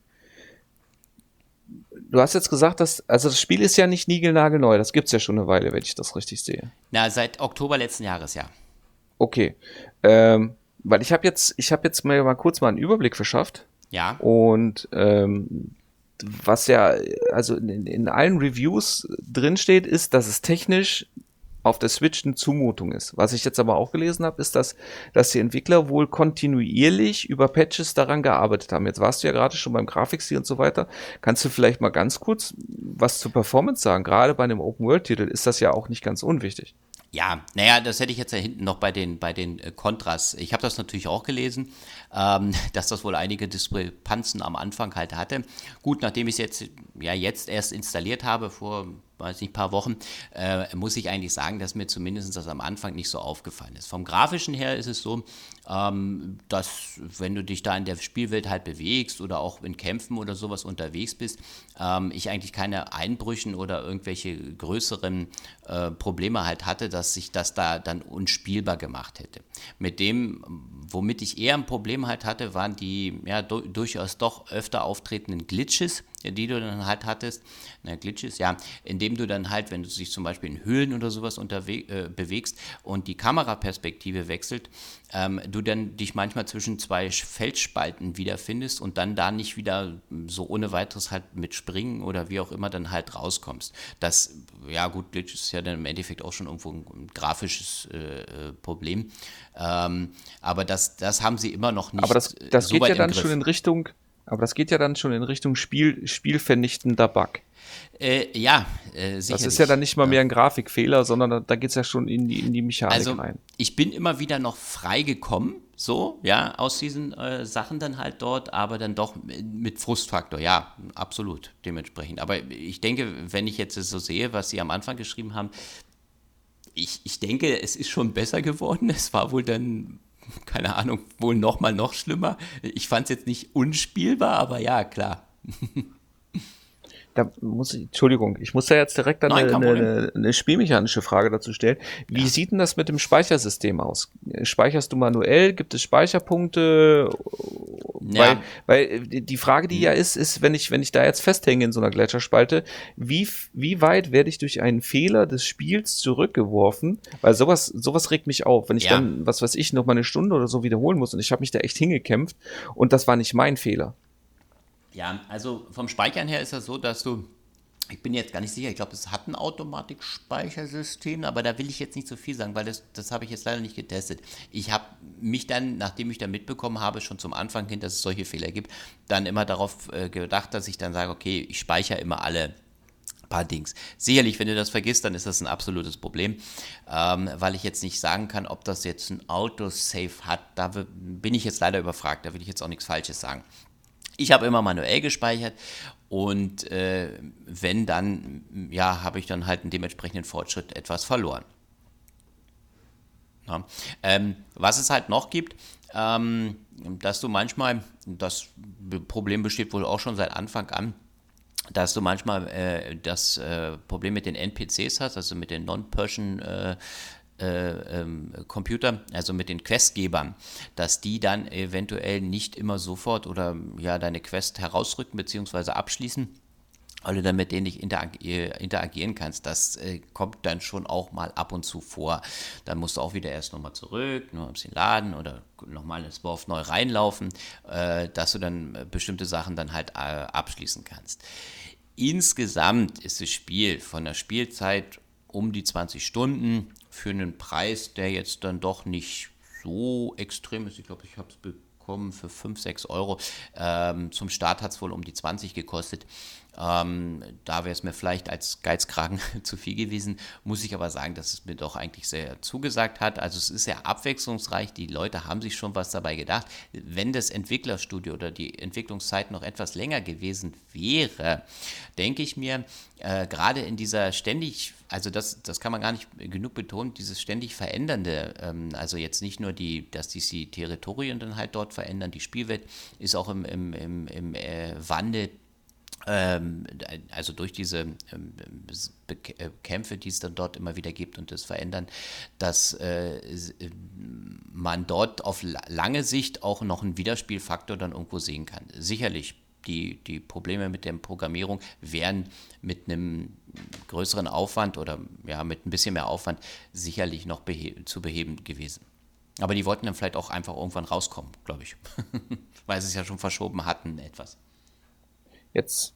Speaker 2: du hast jetzt gesagt, dass, also das Spiel ist ja nicht niegelnagelneu, das gibt's ja schon eine Weile, wenn ich das richtig sehe.
Speaker 1: Na, seit Oktober letzten Jahres, ja.
Speaker 2: Okay. Ähm, weil ich habe jetzt, ich habe jetzt mir mal kurz mal einen Überblick verschafft
Speaker 1: Ja,
Speaker 2: und ähm, was ja also in, in allen Reviews drin steht, ist, dass es technisch auf der Switch eine Zumutung ist. Was ich jetzt aber auch gelesen habe, ist, dass, dass die Entwickler wohl kontinuierlich über Patches daran gearbeitet haben. Jetzt warst du ja gerade schon beim Grafikstil und so weiter. Kannst du vielleicht mal ganz kurz was zur Performance sagen? Gerade bei einem Open-World-Titel ist das ja auch nicht ganz unwichtig.
Speaker 1: ja, naja, das hätte ich jetzt ja hinten noch bei den, bei den äh, Kontras. Ich habe das natürlich auch gelesen, ähm, dass das wohl einige Diskrepanzen am Anfang halt hatte. Gut, nachdem ich es jetzt, ja, jetzt erst installiert habe, vor, weiß nicht, paar Wochen, äh, muss ich eigentlich sagen, dass mir zumindest das am Anfang nicht so aufgefallen ist. Vom Grafischen her ist es so, ähm, dass wenn du dich da in der Spielwelt halt bewegst oder auch in Kämpfen oder sowas unterwegs bist, ähm, ich eigentlich keine Einbrüchen oder irgendwelche größeren äh, Probleme halt hatte, dass sich das da dann unspielbar gemacht hätte. Mit dem, womit ich eher ein Problem halt hatte, waren die ja du durchaus doch öfter auftretenden Glitches, die du dann halt hattest, na, Glitches, ja, indem du dann halt, wenn du dich zum Beispiel in Höhlen oder sowas unterwe- äh, bewegst und die Kameraperspektive wechselt, ähm, du dann dich manchmal zwischen zwei Felsspalten wiederfindest und dann da nicht wieder so ohne weiteres halt mit Springen oder wie auch immer dann halt rauskommst. Das, ja gut, Glitch ist ja dann im Endeffekt auch schon irgendwo ein, ein grafisches äh, Problem. Ähm, aber das, das haben sie immer noch nicht
Speaker 2: Aber das, das
Speaker 1: so
Speaker 2: geht
Speaker 1: weit
Speaker 2: ja
Speaker 1: im
Speaker 2: dann
Speaker 1: Griff.
Speaker 2: schon in Richtung, aber das geht ja dann schon in Richtung Spiel, spielvernichtender Bug.
Speaker 1: Äh, ja, äh, sicherlich.
Speaker 2: Das ist ja dann nicht mal mehr ein Grafikfehler, sondern da, da geht es ja schon in die, in die Mechanik
Speaker 1: Also
Speaker 2: rein.
Speaker 1: ich bin immer wieder noch frei gekommen, so, ja, aus diesen äh, Sachen dann halt dort, aber dann doch mit Frustfaktor, ja, absolut, dementsprechend. Aber ich denke, wenn ich jetzt so sehe, was Sie am Anfang geschrieben haben, ich, ich denke, es ist schon besser geworden. Es war wohl dann, keine Ahnung, wohl noch mal noch schlimmer. Ich fand es jetzt nicht unspielbar, aber ja, klar.
Speaker 2: Da muss ich, Entschuldigung, ich muss da jetzt direkt dann
Speaker 1: Nein,
Speaker 2: eine,
Speaker 1: kein Problem.
Speaker 2: eine, eine spielmechanische Frage dazu stellen. Wie
Speaker 1: Ja.
Speaker 2: sieht denn das mit dem Speichersystem aus? Speicherst du manuell? Gibt es Speicherpunkte? Weil,
Speaker 1: Ja.
Speaker 2: weil die Frage, die ja ist, ist, wenn ich, wenn ich da jetzt festhänge in so einer Gletscherspalte, wie, wie weit werde ich durch einen Fehler des Spiels zurückgeworfen? Weil sowas, sowas regt mich auf, wenn ich
Speaker 1: Ja.
Speaker 2: dann, was weiß ich, noch mal eine Stunde oder so wiederholen muss und ich habe mich da echt hingekämpft und das war nicht mein Fehler.
Speaker 1: Ja, also vom Speichern her ist das so, dass du, ich bin jetzt gar nicht sicher, ich glaube, es hat ein Automatik-Speichersystem, aber da will ich jetzt nicht so viel sagen, weil das, das habe ich jetzt leider nicht getestet. Ich habe mich dann, nachdem ich dann mitbekommen habe, schon zum Anfang hin, dass es solche Fehler gibt, dann immer darauf äh, gedacht, dass ich dann sage, okay, ich speichere immer alle paar Dings. Sicherlich, wenn du das vergisst, dann ist das ein absolutes Problem, ähm, weil ich jetzt nicht sagen kann, ob das jetzt ein Autosave hat. Da w- bin ich jetzt leider überfragt, da will ich jetzt auch nichts Falsches sagen. Ich habe immer manuell gespeichert und äh, wenn dann, ja, habe ich dann halt einen dementsprechenden Fortschritt etwas verloren. Ja. Ähm, was es halt noch gibt, ähm, dass du manchmal, das Problem besteht wohl auch schon seit Anfang an, dass du manchmal äh, das äh, Problem mit den N P Cs hast, also mit den Non-Person äh, äh, ähm, Computer, also mit den Questgebern, dass die dann eventuell nicht immer sofort oder ja deine Quest herausrücken bzw. abschließen, weil du dann mit denen nicht interag äh, interagieren kannst. Das äh, kommt dann schon auch mal ab und zu vor. Dann musst du auch wieder erst nochmal zurück, nur ein bisschen laden oder nochmal ins Dorf neu reinlaufen, äh, dass du dann äh, bestimmte Sachen dann halt äh, abschließen kannst. Insgesamt ist das Spiel von der Spielzeit um die zwanzig Stunden für einen Preis, der jetzt dann doch nicht so extrem ist. Ich glaube, ich habe es bekommen für fünf, sechs Euro. Ähm, zum Start hat es wohl um die zwanzig gekostet. Ähm, da wäre es mir vielleicht als Geizkragen zu viel gewesen, muss ich aber sagen, dass es mir doch eigentlich sehr zugesagt hat. Also es ist sehr abwechslungsreich, die Leute haben sich schon was dabei gedacht. Wenn das Entwicklerstudio oder die Entwicklungszeit noch etwas länger gewesen wäre, denke ich mir, äh, gerade in dieser ständig, also das, das kann man gar nicht genug betonen, dieses ständig verändernde, ähm, also jetzt nicht nur die, dass die, die Territorien dann halt dort verändern, die Spielwelt ist auch im, im, im, im äh, Wandel. Ähm, also durch diese ähm, Be- äh, Kämpfe, die es dann dort immer wieder gibt und das Verändern, dass äh, s- äh, man dort auf la- lange Sicht auch noch einen Wiederspielfaktor dann irgendwo sehen kann. Sicherlich, die, die Probleme mit der Programmierung wären mit einem größeren Aufwand oder ja, mit ein bisschen mehr Aufwand sicherlich noch behe- zu beheben gewesen. Aber die wollten dann vielleicht auch einfach irgendwann rauskommen, glaube ich. Weil sie es ja schon verschoben hatten etwas.
Speaker 2: Jetzt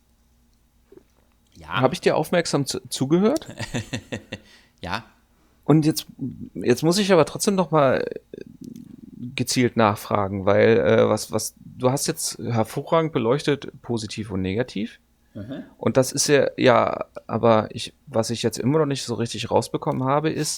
Speaker 1: Ja,
Speaker 2: habe ich dir aufmerksam zu, zugehört
Speaker 1: ja,
Speaker 2: und jetzt, jetzt muss ich aber trotzdem noch mal gezielt nachfragen, weil äh, was, was, du hast jetzt hervorragend beleuchtet, positiv und negativ. Und das ist ja, ja, aber ich, was ich jetzt immer noch nicht so richtig rausbekommen habe, ist,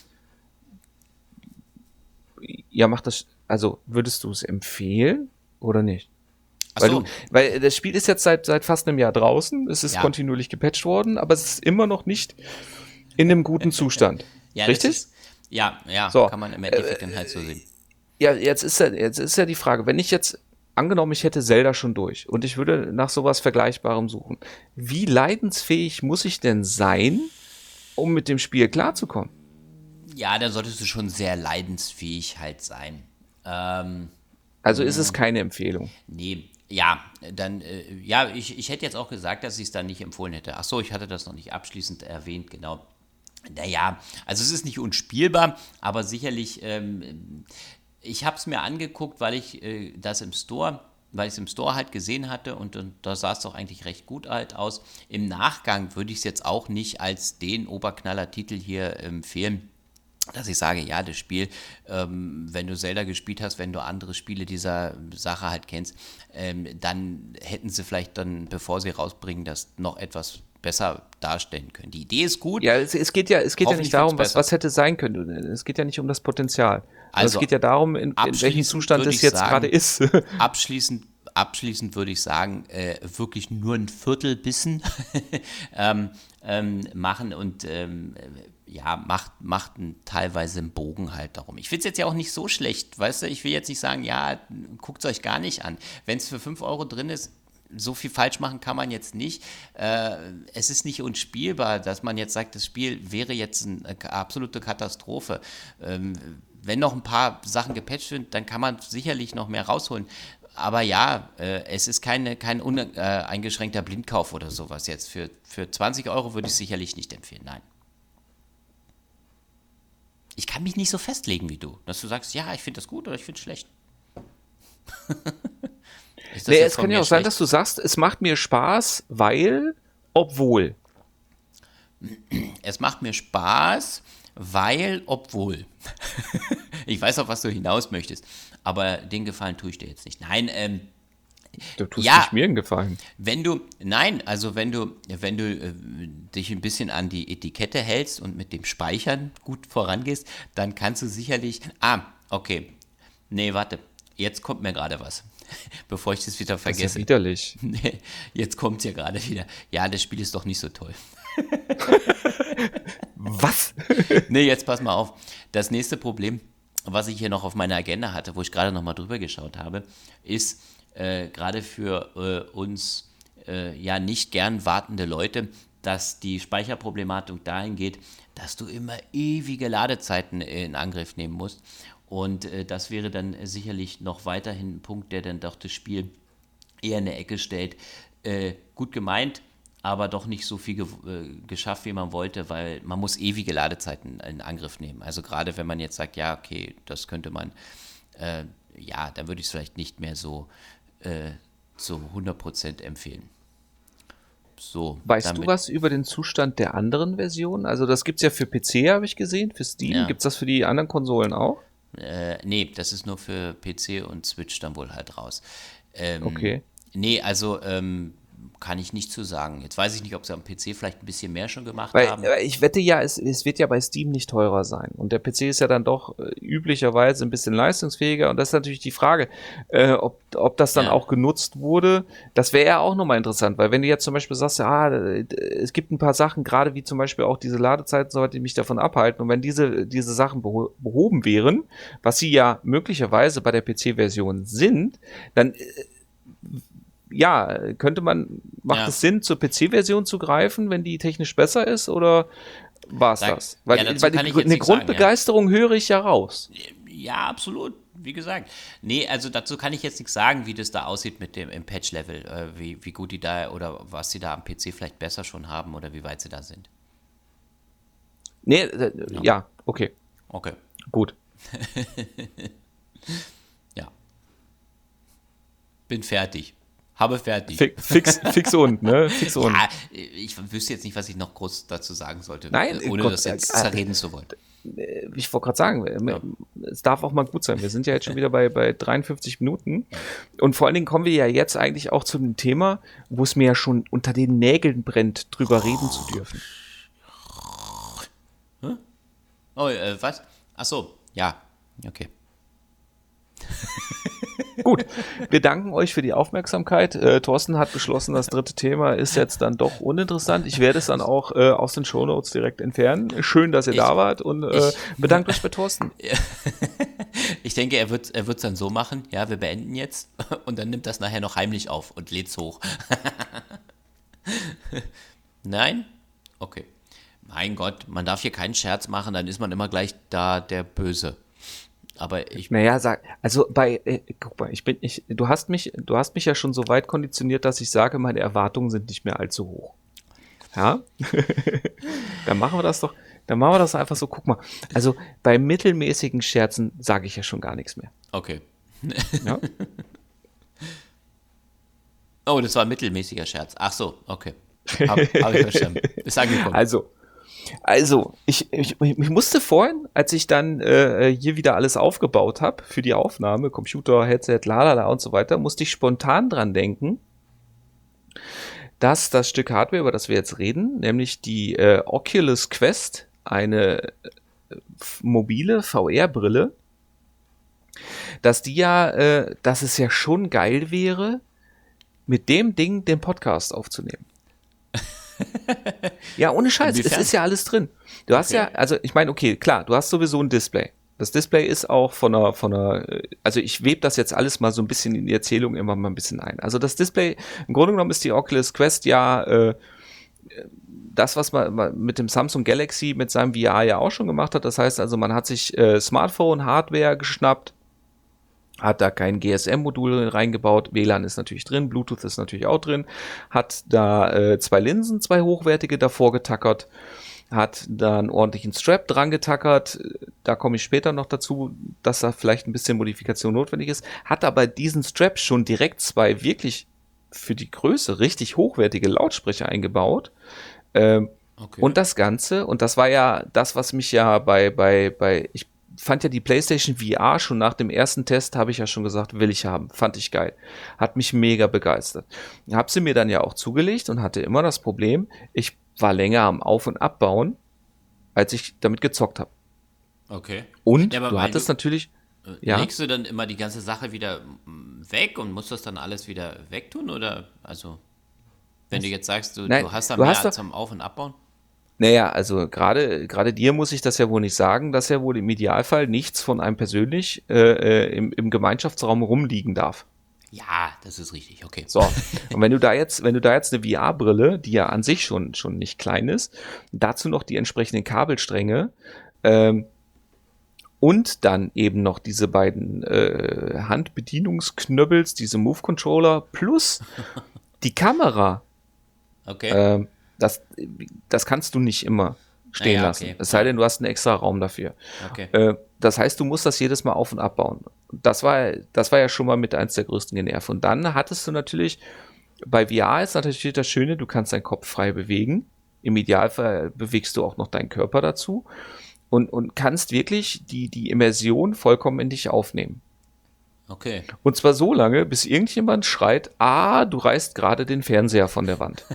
Speaker 2: ja, macht das, also würdest du es empfehlen oder nicht?
Speaker 1: ach
Speaker 2: Weil
Speaker 1: so,
Speaker 2: du, weil das Spiel ist jetzt seit, seit fast einem Jahr draußen, es ist
Speaker 1: Ja.
Speaker 2: kontinuierlich gepatcht worden, aber es ist immer noch nicht in einem guten Zustand.
Speaker 1: ja,
Speaker 2: Richtig?
Speaker 1: das ist, ja, ja,
Speaker 2: So.
Speaker 1: kann man im Endeffekt dann halt so sehen.
Speaker 2: Ja, jetzt ist ja, jetzt ist ja die Frage, wenn ich jetzt, angenommen, ich hätte Zelda schon durch und ich würde nach sowas Vergleichbarem suchen, wie leidensfähig muss ich denn sein, um mit dem Spiel klarzukommen?
Speaker 1: Ja, da solltest du schon sehr leidensfähig halt sein. Ähm,
Speaker 2: Also ist es keine Empfehlung.
Speaker 1: nee, Ja, dann, äh, ja, ich, ich hätte jetzt auch gesagt, dass ich es dann nicht empfohlen hätte. Ach so, ich hatte das noch nicht abschließend erwähnt, genau. Naja, also es ist nicht unspielbar, aber sicherlich, ähm, ich habe es mir angeguckt, weil ich äh, das im Store, weil ich es im Store halt gesehen hatte und, und da sah es doch eigentlich recht gut halt aus. Im Nachgang würde ich es jetzt auch nicht als den Oberknaller-Titel hier empfehlen, dass ich sage, ja, das Spiel, ähm, wenn du Zelda gespielt hast, wenn du andere Spiele dieser Sache halt kennst, ähm, dann hätten sie vielleicht dann, bevor sie rausbringen, das noch etwas besser darstellen können. Die Idee ist gut,
Speaker 2: Ja, es, es geht ja, es geht ja
Speaker 1: hoffentlich
Speaker 2: nicht
Speaker 1: wird es
Speaker 2: darum, was,
Speaker 1: besser.
Speaker 2: was hätte sein können. Es geht ja nicht um das Potenzial. Also es
Speaker 1: Also
Speaker 2: geht ja darum, in, in welchem
Speaker 1: abschließend
Speaker 2: Zustand
Speaker 1: würde
Speaker 2: es
Speaker 1: ich
Speaker 2: jetzt
Speaker 1: sagen,
Speaker 2: gerade ist.
Speaker 1: abschließend, abschließend würde ich sagen, äh, wirklich nur ein Viertel Bissen ähm, ähm, machen und ähm, ja, macht, macht ein, teilweise einen Bogen halt darum. Ich finde es jetzt ja auch nicht so schlecht, weißt du, ich will jetzt nicht sagen, ja, guckt es euch gar nicht an. Wenn es für fünf Euro drin ist, so viel falsch machen kann man jetzt nicht. Äh, es ist nicht unspielbar, dass man jetzt sagt, das Spiel wäre jetzt eine absolute Katastrophe. Ähm, wenn noch ein paar Sachen gepatcht sind, dann kann man sicherlich noch mehr rausholen. Aber ja, äh, es ist keine, kein uneingeschränkter Blindkauf oder sowas jetzt. Für, für zwanzig Euro würde ich es sicherlich nicht empfehlen, nein. Ich kann mich nicht so festlegen wie du, dass du sagst, ja, ich finde das gut oder ich finde es schlecht. Ist das
Speaker 2: Nee,
Speaker 1: jetzt
Speaker 2: es
Speaker 1: von
Speaker 2: kann ja
Speaker 1: mir
Speaker 2: auch sein,
Speaker 1: schlecht?
Speaker 2: dass du sagst, es macht mir Spaß, weil, obwohl.
Speaker 1: Es macht mir Spaß, weil, obwohl. Ich weiß auch, was du hinaus möchtest, aber den Gefallen tue ich dir jetzt nicht. Nein, ähm,
Speaker 2: Du tust
Speaker 1: ja,
Speaker 2: nicht mir einen Gefallen.
Speaker 1: wenn du, nein, also wenn du, wenn du äh, dich ein bisschen an die Etikette hältst und mit dem Speichern gut vorangehst, dann kannst du sicherlich, ah, okay, nee, warte, jetzt kommt mir gerade was, bevor ich das wieder
Speaker 2: Das ist ja
Speaker 1: vergesse.
Speaker 2: widerlich.
Speaker 1: Nee, jetzt kommt es ja gerade wieder. Ja, das Spiel ist doch nicht so toll.
Speaker 2: Was?
Speaker 1: Nee, jetzt pass mal auf. Das nächste Problem, was ich hier noch auf meiner Agenda hatte, wo ich gerade noch mal drüber geschaut habe, ist äh, gerade für äh, uns äh, ja nicht gern wartende Leute, dass die Speicherproblematik dahin geht, dass du immer ewige Ladezeiten in Angriff nehmen musst. Und äh, das wäre dann sicherlich noch weiterhin ein Punkt, der dann doch das Spiel eher in der Ecke stellt. Äh, gut gemeint, aber doch nicht so viel ge äh, geschafft, wie man wollte, weil man muss ewige Ladezeiten in Angriff nehmen. Also gerade wenn man jetzt sagt, ja, okay, das könnte man, äh, ja, dann würde ich es vielleicht nicht mehr so äh, zu hundert Prozent empfehlen. So,
Speaker 2: Weißt du
Speaker 1: damit,
Speaker 2: was über den Zustand der anderen Versionen? Also das gibt's ja für P C, habe ich gesehen, für Steam.
Speaker 1: ja,
Speaker 2: Gibt's das für die anderen Konsolen auch?
Speaker 1: äh, nee, das ist nur für P C und Switch dann wohl halt raus. Ähm,
Speaker 2: Okay.
Speaker 1: nee, also ähm, kann ich nicht zu sagen. Jetzt weiß ich nicht, ob sie am P C vielleicht ein bisschen mehr schon gemacht
Speaker 2: Weil
Speaker 1: haben.
Speaker 2: äh, ich wette ja, es, es wird ja bei Steam nicht teurer sein. Und der P C ist ja dann doch äh, üblicherweise ein bisschen leistungsfähiger. Und das ist natürlich die Frage, äh, ob, ob das dann
Speaker 1: Ja.
Speaker 2: auch genutzt wurde. Das wäre ja auch nochmal interessant, weil wenn du jetzt zum Beispiel sagst, ja, ah, äh, es gibt ein paar Sachen, gerade wie zum Beispiel auch diese Ladezeiten, so die mich davon abhalten. Und wenn diese, diese Sachen beho behoben wären, was sie ja möglicherweise bei der P C-Version sind, dann äh, ja, könnte man, macht
Speaker 1: Ja.
Speaker 2: es Sinn, zur P C-Version zu greifen, wenn die technisch besser ist, oder war es
Speaker 1: Da-
Speaker 2: das? Weil,
Speaker 1: ja, dazu
Speaker 2: weil
Speaker 1: kann
Speaker 2: die,
Speaker 1: ich jetzt
Speaker 2: eine
Speaker 1: nichts sagen,
Speaker 2: Grundbegeisterung höre ich ja raus.
Speaker 1: Ja, absolut. Wie gesagt. Nee, also dazu kann ich jetzt nichts sagen, wie das da aussieht mit dem im Patch-Level, äh, wie, wie gut die da oder was sie da am P C vielleicht besser schon haben oder wie weit sie da sind.
Speaker 2: Nee, äh, ja, okay,
Speaker 1: Okay,
Speaker 2: gut.
Speaker 1: ja. Bin fertig. Habe fertig.
Speaker 2: Fi- Fix, fix und, ne? Fix und.
Speaker 1: Ja, ich wüsste jetzt nicht, was ich noch groß dazu sagen sollte,
Speaker 2: Nein,
Speaker 1: äh, ohne
Speaker 2: Gott,
Speaker 1: das jetzt
Speaker 2: äh,
Speaker 1: zerreden zu wollen.
Speaker 2: Ich wollte gerade sagen, äh, es darf auch mal gut sein. Wir sind ja jetzt schon wieder bei, bei dreiundfünfzig Minuten. Und vor allen Dingen kommen wir ja jetzt eigentlich auch zu dem Thema, wo es mir ja schon unter den Nägeln brennt, drüber reden zu dürfen.
Speaker 1: Oh, äh, was? Ach so, ja, okay.
Speaker 2: Gut, wir danken euch für die Aufmerksamkeit. Äh, Thorsten hat beschlossen, das dritte Thema ist jetzt dann doch uninteressant. Ich werde es dann auch äh, aus den Shownotes direkt entfernen. Schön, dass ihr
Speaker 1: Ich-
Speaker 2: da wart und äh,
Speaker 1: ich-
Speaker 2: bedankt euch bei Thorsten.
Speaker 1: Ich denke, er wird er es dann so machen, ja, wir beenden jetzt und dann nimmt das nachher noch heimlich auf und lädt es hoch. Nein? Okay. Mein Gott, man darf hier keinen Scherz machen, dann ist man immer gleich da der Böse. Aber ich.
Speaker 2: Naja, sag, also bei, äh, guck mal, ich bin, ich, du hast mich, du hast mich ja schon so weit konditioniert, dass ich sage, meine Erwartungen sind nicht mehr allzu hoch. Ja? Dann machen wir das doch, dann machen wir das einfach so, guck mal. Also bei mittelmäßigen Scherzen sage ich ja schon gar nichts mehr.
Speaker 1: Okay.
Speaker 2: Ja?
Speaker 1: Oh, das war ein mittelmäßiger Scherz. Ach so, okay. Hab, hab ich verstanden. Ist angekommen.
Speaker 2: Also, Also, ich, ich, ich musste vorhin, als ich dann äh, hier wieder alles aufgebaut habe für die Aufnahme, Computer, Headset, lalala und so weiter, musste ich spontan dran denken, dass das Stück Hardware, über das wir jetzt reden, nämlich die äh, Oculus Quest, eine äh, mobile V R-Brille, dass die ja, äh, dass es ja schon geil wäre, mit dem Ding den Podcast aufzunehmen. Ja, ohne Scheiß,
Speaker 1: Inwiefern?
Speaker 2: es ist ja alles drin. Du hast
Speaker 1: Okay.
Speaker 2: ja, also ich meine, okay, klar, du hast sowieso ein Display. Das Display ist auch von einer, von einer, äh, also ich webe das jetzt alles mal so ein bisschen in die Erzählung immer mal ein bisschen ein. Also das Display, im Grunde genommen ist die Oculus Quest ja äh, das, was man man mit dem Samsung Galaxy mit seinem V R ja auch schon gemacht hat. Das heißt also, man hat sich äh, Smartphone-Hardware geschnappt, hat da kein G S M-Modul reingebaut, W L A N ist natürlich drin, Bluetooth ist natürlich auch drin, hat da äh, zwei Linsen, zwei hochwertige davor getackert, hat da einen ordentlichen Strap dran getackert, da komme ich später noch dazu, dass da vielleicht ein bisschen Modifikation notwendig ist, hat aber diesen Strap schon direkt zwei wirklich für die Größe richtig hochwertige Lautsprecher eingebaut. Ähm,
Speaker 1: Okay.
Speaker 2: Und das Ganze, und das war ja das, was mich ja bei, bei, bei, ich fand ja die PlayStation V R schon nach dem ersten Test, habe ich ja schon gesagt, will ich haben. Fand ich geil. Hat mich mega begeistert. Hab sie mir dann ja auch zugelegt und hatte immer das Problem, ich war länger am Auf- und Abbauen, als ich damit gezockt habe.
Speaker 1: Okay.
Speaker 2: Und
Speaker 1: Ja, aber
Speaker 2: du
Speaker 1: weil
Speaker 2: hattest
Speaker 1: du-
Speaker 2: natürlich,
Speaker 1: Äh,
Speaker 2: ja,
Speaker 1: Legst du dann immer die ganze Sache wieder mm, weg und musst das dann alles wieder wegtun? Oder, also, wenn du jetzt sagst, du,
Speaker 2: Nein,
Speaker 1: du hast da
Speaker 2: du
Speaker 1: mehr
Speaker 2: hast doch-
Speaker 1: zum Auf- und Abbauen?
Speaker 2: naja, also gerade gerade dir muss ich das ja wohl nicht sagen, dass ja wohl im Idealfall nichts von einem persönlich äh, äh, im, im Gemeinschaftsraum rumliegen darf.
Speaker 1: Ja, das ist richtig, okay.
Speaker 2: So, und wenn du da jetzt, wenn du da jetzt eine V R-Brille, die ja an sich schon, schon nicht klein ist, dazu noch die entsprechenden Kabelstränge ähm, und dann eben noch diese beiden äh, Handbedienungsknöbbels, diese Move-Controller plus die Kamera,
Speaker 1: Okay.
Speaker 2: ähm, das, das kannst du nicht immer stehen
Speaker 1: Ja, ja,
Speaker 2: lassen.
Speaker 1: okay.
Speaker 2: Es sei denn, du hast einen extra Raum dafür.
Speaker 1: Okay.
Speaker 2: Äh, das heißt, du musst das jedes Mal auf- und abbauen. Das war, das war ja schon mal mit eins der größten Generven. Und dann hattest du natürlich, bei V R ist natürlich das Schöne, du kannst deinen Kopf frei bewegen. Im Idealfall bewegst du auch noch deinen Körper dazu und, und kannst wirklich die, die Immersion vollkommen in dich aufnehmen.
Speaker 1: Okay.
Speaker 2: Und zwar so lange, bis irgendjemand schreit, ah, du reißt gerade den Fernseher von der Wand.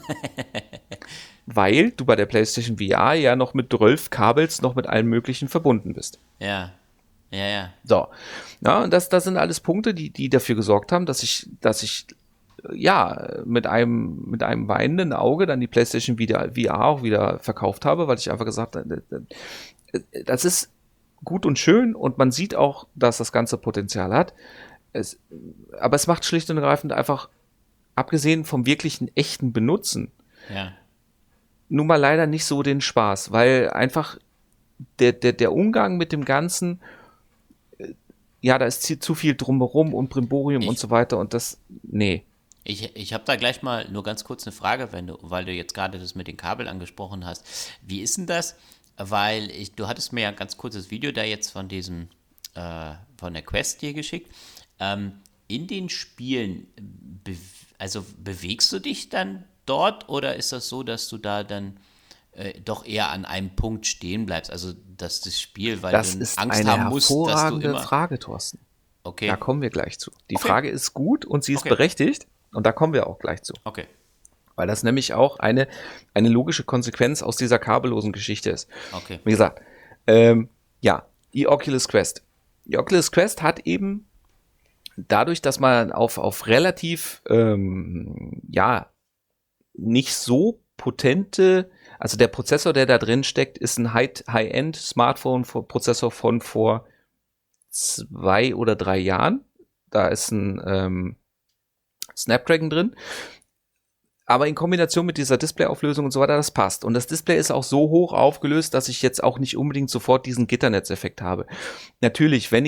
Speaker 2: Weil du bei der PlayStation V R ja noch mit zwölf Kabels noch mit allem Möglichen verbunden bist.
Speaker 1: Ja. Ja, ja.
Speaker 2: So. Ja, und das, das sind alles Punkte, die, die dafür gesorgt haben, dass ich, dass ich, äh, ja, mit einem, mit einem weinenden Auge dann die PlayStation wieder, V R auch wieder verkauft habe, weil ich einfach gesagt habe, äh, das ist gut und schön und man sieht auch, dass das ganze Potenzial hat. Es, aber es macht schlicht und ergreifend einfach, abgesehen vom wirklichen, echten Benutzen,
Speaker 1: Ja.
Speaker 2: nun mal leider nicht so den Spaß, weil einfach der, der, der Umgang mit dem Ganzen, äh, ja, da ist zu- zu viel drumherum und Brimborium
Speaker 1: Ich-
Speaker 2: und so weiter und das, nee.
Speaker 1: Ich, ich habe da gleich mal nur ganz kurz eine Frage, wenn du, weil du jetzt gerade das mit den Kabel angesprochen hast. Wie ist denn das? Weil ich, du hattest mir ja ein ganz kurzes Video da jetzt von diesem, äh, von der Quest dir geschickt. Ähm, in den Spielen, be also bewegst du dich dann dort oder ist das so, dass du da dann äh, doch eher an einem Punkt stehen bleibst? Also, dass das Spiel, weil
Speaker 2: Das
Speaker 1: du
Speaker 2: ist
Speaker 1: Angst
Speaker 2: eine
Speaker 1: haben musst, dass du
Speaker 2: hervorragende
Speaker 1: immer.
Speaker 2: Frage, Thorsten.
Speaker 1: Okay,
Speaker 2: Da kommen wir gleich zu. Die
Speaker 1: Okay.
Speaker 2: Frage ist gut und sie ist
Speaker 1: Okay.
Speaker 2: berechtigt und da kommen wir auch gleich zu.
Speaker 1: okay.
Speaker 2: Weil das nämlich auch eine, eine logische Konsequenz aus dieser kabellosen Geschichte ist.
Speaker 1: Okay.
Speaker 2: Wie gesagt, ähm, ja, die Oculus Quest. Die Oculus Quest hat eben dadurch, dass man auf, auf relativ, ähm, ja, nicht so potente, also der Prozessor, der da drin steckt, ist ein High- High-End-Smartphone-Prozessor von vor zwei oder drei Jahren. Da ist ein ähm, Snapdragon drin. Aber in Kombination mit dieser Displayauflösung und so weiter, das passt. Und das Display ist auch so hoch aufgelöst, dass ich jetzt auch nicht unbedingt sofort diesen Gitternetzeffekt habe. Natürlich, wenn ich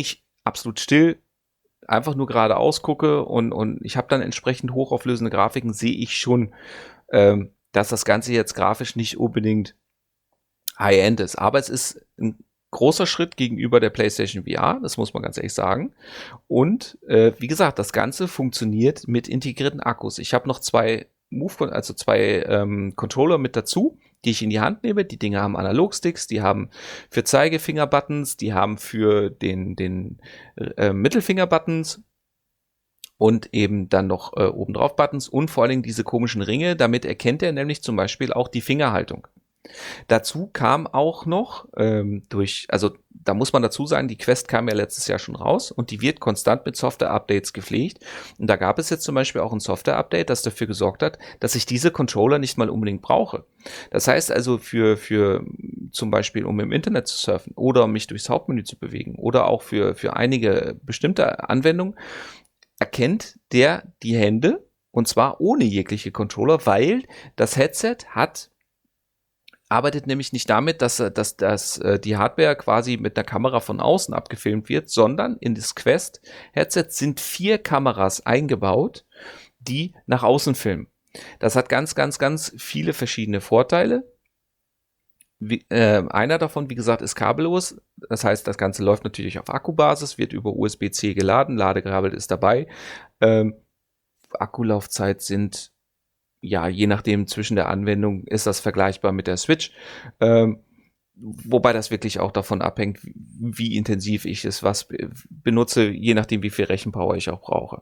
Speaker 2: absolut still, einfach nur geradeaus gucke und, und ich habe dann entsprechend hochauflösende Grafiken, sehe ich schon, ähm, dass das Ganze jetzt grafisch nicht unbedingt High-End ist. Aber es ist ein großer Schritt gegenüber der PlayStation V R, das muss man ganz ehrlich sagen. Und äh, wie gesagt, das Ganze funktioniert mit integrierten Akkus. Ich habe noch zwei Move, also zwei ähm, Controller mit dazu, die ich in die Hand nehme. Die Dinge haben Analogsticks, die haben für Zeigefinger-Buttons, die haben für den, den äh, Mittelfinger-Buttons und eben dann noch äh, obendrauf Buttons und vor allen Dingen diese komischen Ringe. Damit erkennt er nämlich zum Beispiel auch die Fingerhaltung. Dazu kam auch noch ähm, durch, also da muss man dazu sagen, die Quest kam ja letztes Jahr schon raus und die wird konstant mit Software-Updates gepflegt. Und da gab es jetzt zum Beispiel auch ein Software-Update, das dafür gesorgt hat, dass ich diese Controller nicht mal unbedingt brauche. Das heißt also für, für zum Beispiel, um im Internet zu surfen oder um mich durchs Hauptmenü zu bewegen oder auch für, für einige bestimmte Anwendungen, erkennt der die Hände und zwar ohne jegliche Controller, weil das Headset hat arbeitet nämlich nicht damit, dass, dass, dass äh, die Hardware quasi mit einer Kamera von außen abgefilmt wird, sondern in das Quest-Headset sind vier Kameras eingebaut, die nach außen filmen. Das hat ganz, ganz, ganz viele verschiedene Vorteile. Wie, äh, einer davon, wie gesagt, ist kabellos. Das heißt, das Ganze läuft natürlich auf Akkubasis, wird über U S B C geladen, Ladekabel ist dabei. Ähm, Akkulaufzeit sind ja, je nachdem zwischen der Anwendung ist das vergleichbar mit der Switch, ähm, wobei das wirklich auch davon abhängt, wie, wie intensiv ich es was be- benutze, je nachdem wie viel Rechenpower ich auch brauche.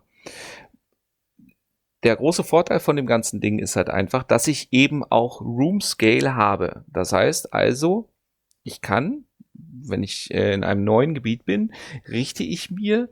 Speaker 2: Der große Vorteil von dem ganzen Ding ist halt einfach, dass ich eben auch Room Scale habe. Das heißt also, ich kann, wenn ich äh, in einem neuen Gebiet bin, richte ich mir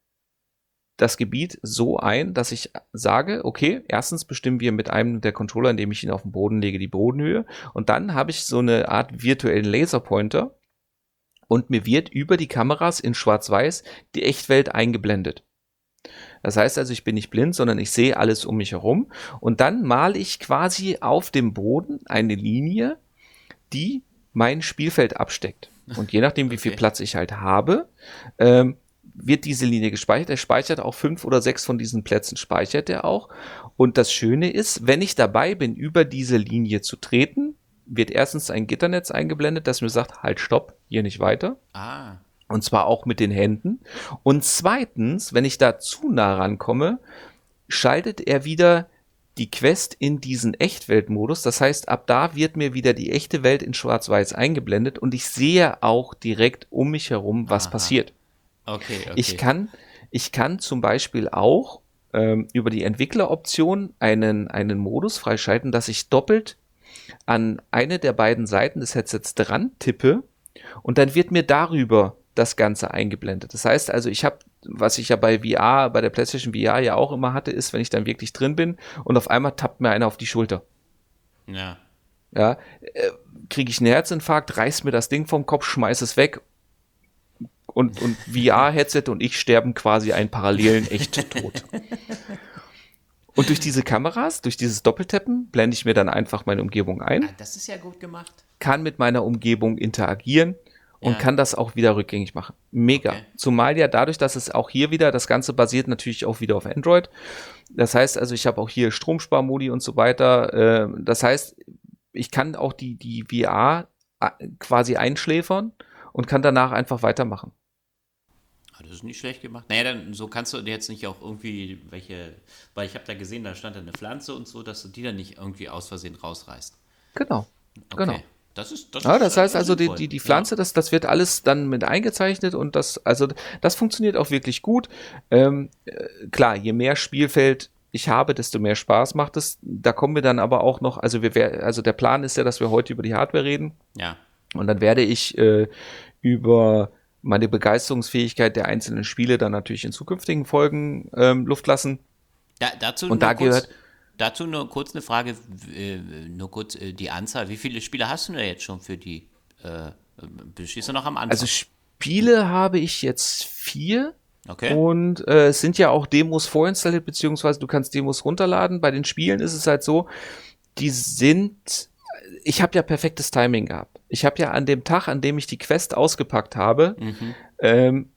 Speaker 2: das Gebiet so ein, dass ich sage, okay, erstens bestimmen wir mit einem der Controller, indem ich ihn auf den Boden lege, die Bodenhöhe und dann habe ich so eine Art virtuellen Laserpointer und mir wird über die Kameras in Schwarz-Weiß die Echtwelt eingeblendet. Das heißt also, ich bin nicht blind, sondern ich sehe alles um mich herum und dann male ich quasi auf dem Boden eine Linie, die mein Spielfeld absteckt. Und je nachdem, wie viel
Speaker 1: Okay.
Speaker 2: Platz ich halt habe, ähm, wird diese Linie gespeichert. Er speichert auch fünf oder sechs von diesen Plätzen, speichert er auch. Und das Schöne ist, wenn ich dabei bin, über diese Linie zu treten, wird erstens ein Gitternetz eingeblendet, das mir sagt, halt, stopp, hier nicht weiter.
Speaker 1: Ah,
Speaker 2: Und zwar auch mit den Händen. Und zweitens, wenn ich da zu nah rankomme, schaltet er wieder die Quest in diesen Echtweltmodus. Das heißt, ab da wird mir wieder die echte Welt in Schwarz-Weiß eingeblendet und ich sehe auch direkt um mich herum, was
Speaker 1: Aha.
Speaker 2: passiert.
Speaker 1: okay, okay.
Speaker 2: Ich kann, ich kann zum Beispiel auch ähm, über die Entwickleroption einen, einen Modus freischalten, dass ich doppelt an eine der beiden Seiten des Headsets dran tippe und dann wird mir darüber das Ganze eingeblendet. Das heißt also, ich habe, was ich ja bei V R, bei der PlayStation V R ja auch immer hatte, ist, wenn ich dann wirklich drin bin und auf einmal tappt mir einer auf die Schulter.
Speaker 1: Ja.
Speaker 2: Ja, äh, kriege ich einen Herzinfarkt, reiß mir das Ding vom Kopf, schmeiß es weg und, und V R-Headset und ich sterben quasi einen parallelen Echt-Tod. Und durch diese Kameras, durch dieses Doppeltappen, blende ich mir dann einfach meine Umgebung ein,
Speaker 1: Ah, das ist ja gut gemacht.
Speaker 2: kann mit meiner Umgebung interagieren und
Speaker 1: Ja.
Speaker 2: kann das auch wieder rückgängig machen. Mega.
Speaker 1: Okay.
Speaker 2: Zumal ja dadurch, dass es auch hier wieder, das Ganze basiert natürlich auch wieder auf Android. Das heißt also, ich habe auch hier Stromsparmodi und so weiter. Äh, das heißt, ich kann auch die, die V R quasi einschläfern und kann danach einfach weitermachen.
Speaker 1: Ah, das ist nicht schlecht gemacht. Naja, dann so kannst du jetzt nicht auch irgendwie welche, weil ich habe da gesehen, da stand da eine Pflanze und so, dass du die dann nicht irgendwie aus Versehen rausreißt.
Speaker 2: Genau.
Speaker 1: Okay.
Speaker 2: Genau.
Speaker 1: Das ist, das
Speaker 2: Ja,
Speaker 1: ist
Speaker 2: das heißt
Speaker 1: äh,
Speaker 2: also, die,
Speaker 1: sinnvoll.
Speaker 2: die, die Pflanze,
Speaker 1: Ja.
Speaker 2: das, das wird alles dann mit eingezeichnet und das, also das funktioniert auch wirklich gut. Ähm, äh, klar, je mehr Spielfeld ich habe, desto mehr Spaß macht es. Da kommen wir dann aber auch noch, also wir wär, also der Plan ist ja, dass wir heute über die Hardware reden
Speaker 1: Ja.
Speaker 2: und dann werde ich äh, über meine Begeisterungsfähigkeit der einzelnen Spiele dann natürlich in zukünftigen Folgen ähm, Luft lassen.
Speaker 1: Da, dazu,
Speaker 2: Und
Speaker 1: nur
Speaker 2: da
Speaker 1: kurz,
Speaker 2: gehört-
Speaker 1: dazu nur kurz eine Frage, äh, nur kurz äh, die Anzahl. Wie viele Spiele hast du denn jetzt schon für die? Äh, stehst du noch am Anfang?
Speaker 2: Also Spiele habe ich jetzt vier.
Speaker 1: okay.
Speaker 2: Und äh, es sind ja auch Demos vorinstalliert, beziehungsweise du kannst Demos runterladen. Bei den Spielen ist es halt so, die sind, ich habe ja perfektes Timing gehabt. Ich habe ja an dem Tag, an dem ich die Quest ausgepackt habe,
Speaker 1: Mhm.
Speaker 2: ähm,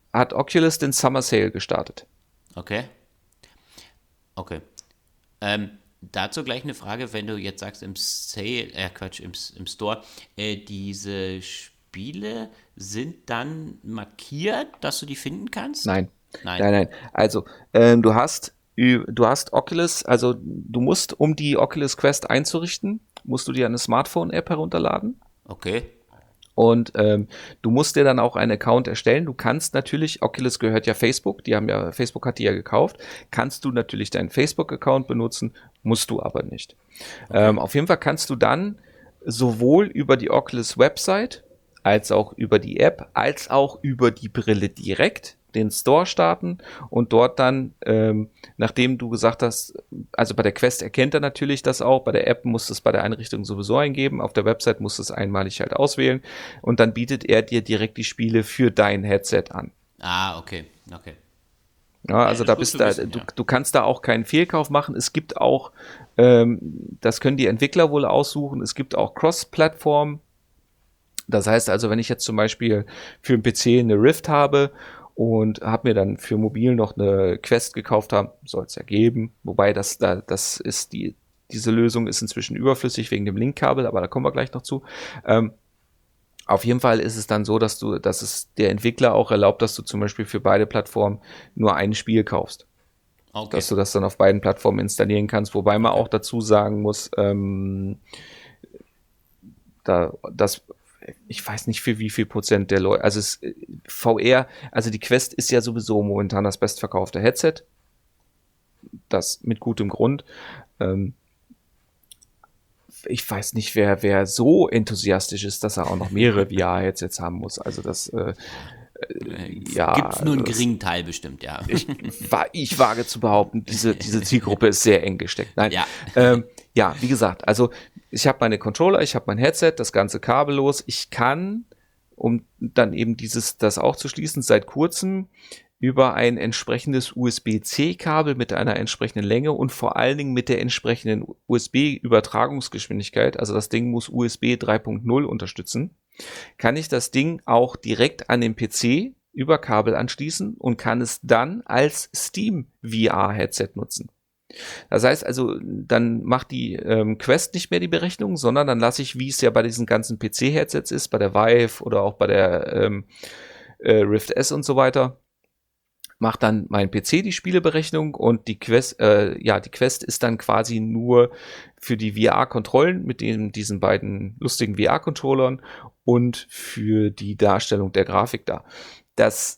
Speaker 2: hat Oculus den Summer Sale gestartet.
Speaker 1: Okay. Okay. Ähm, dazu gleich eine Frage, wenn du jetzt sagst im Sale, äh Quatsch, im, im Store, äh, diese Spiele sind dann markiert, dass du die finden kannst?
Speaker 2: Nein.
Speaker 1: Nein.
Speaker 2: Nein, nein. Also, ähm, du hast du hast Oculus, also du musst, um die Oculus Quest einzurichten, musst du dir eine Smartphone-App herunterladen.
Speaker 1: Okay.
Speaker 2: Und ähm, du musst dir dann auch einen Account erstellen. Du kannst natürlich, Oculus gehört ja Facebook, die haben ja, Facebook hat die ja gekauft, kannst du natürlich deinen Facebook-Account benutzen, musst du aber nicht. Okay. Ähm, auf jeden Fall kannst du dann sowohl über die Oculus-Website, als auch über die App, als auch über die Brille direkt den Store starten und dort dann, ähm, nachdem du gesagt hast, also bei der Quest erkennt er natürlich das auch, bei der App musst du es bei der Einrichtung sowieso eingeben, auf der Website musst du es einmalig halt auswählen und dann bietet er dir direkt die Spiele für dein Headset an.
Speaker 1: Ah, okay, okay.
Speaker 2: Ja, also ja, da bist da, du, du kannst da auch keinen Fehlkauf machen. Es gibt auch, ähm, das können die Entwickler wohl aussuchen, es gibt auch Cross-Plattform. Das heißt also, wenn ich jetzt zum Beispiel für einen P C eine Rift habe und habe mir dann für mobil noch eine Quest gekauft haben, soll es ja geben. Wobei das da, das ist die, diese Lösung ist inzwischen überflüssig wegen dem Linkkabel, aber da kommen wir gleich noch zu. Ähm, auf jeden Fall ist es dann so, dass du, dass es der Entwickler auch erlaubt, dass du zum Beispiel für beide Plattformen nur ein Spiel kaufst. Okay. Dass du das dann auf beiden Plattformen installieren kannst, wobei man okay. auch dazu sagen muss, ähm, da, das ich weiß nicht für wie viel Prozent der Leute, also es, V R, also die Quest ist ja sowieso momentan das bestverkaufte Headset. Das mit gutem Grund. Ähm, ich weiß nicht, wer, wer so enthusiastisch ist, dass er auch noch mehrere V R-Headsets haben muss. Also das, äh,
Speaker 1: äh, ja. Gibt es nur einen geringen Teil bestimmt, ja.
Speaker 2: Ich, ich wage zu behaupten, diese, diese Zielgruppe ist sehr eng gesteckt. Nein, ja, ähm, ja wie gesagt, also ich habe meine Controller, ich habe mein Headset, das Ganze kabellos. Ich kann, um dann eben dieses, das auch zu schließen, seit kurzem über ein entsprechendes U S B-C-Kabel mit einer entsprechenden Länge und vor allen Dingen mit der entsprechenden U S B-Übertragungsgeschwindigkeit, also das Ding muss U S B drei Punkt null unterstützen, kann ich das Ding auch direkt an den P C über Kabel anschließen und kann es dann als Steam-V R-Headset nutzen. Das heißt also, dann macht die ähm, Quest nicht mehr die Berechnung, sondern dann lasse ich, wie es ja bei diesen ganzen P C-Headsets ist, bei der Vive oder auch bei der ähm, äh, Rift S und so weiter, macht dann mein P C die Spieleberechnung und die Quest, äh, ja, die Quest ist dann quasi nur für die V R-Kontrollen mit dem, diesen beiden lustigen V R-Controllern und für die Darstellung der Grafik da. Das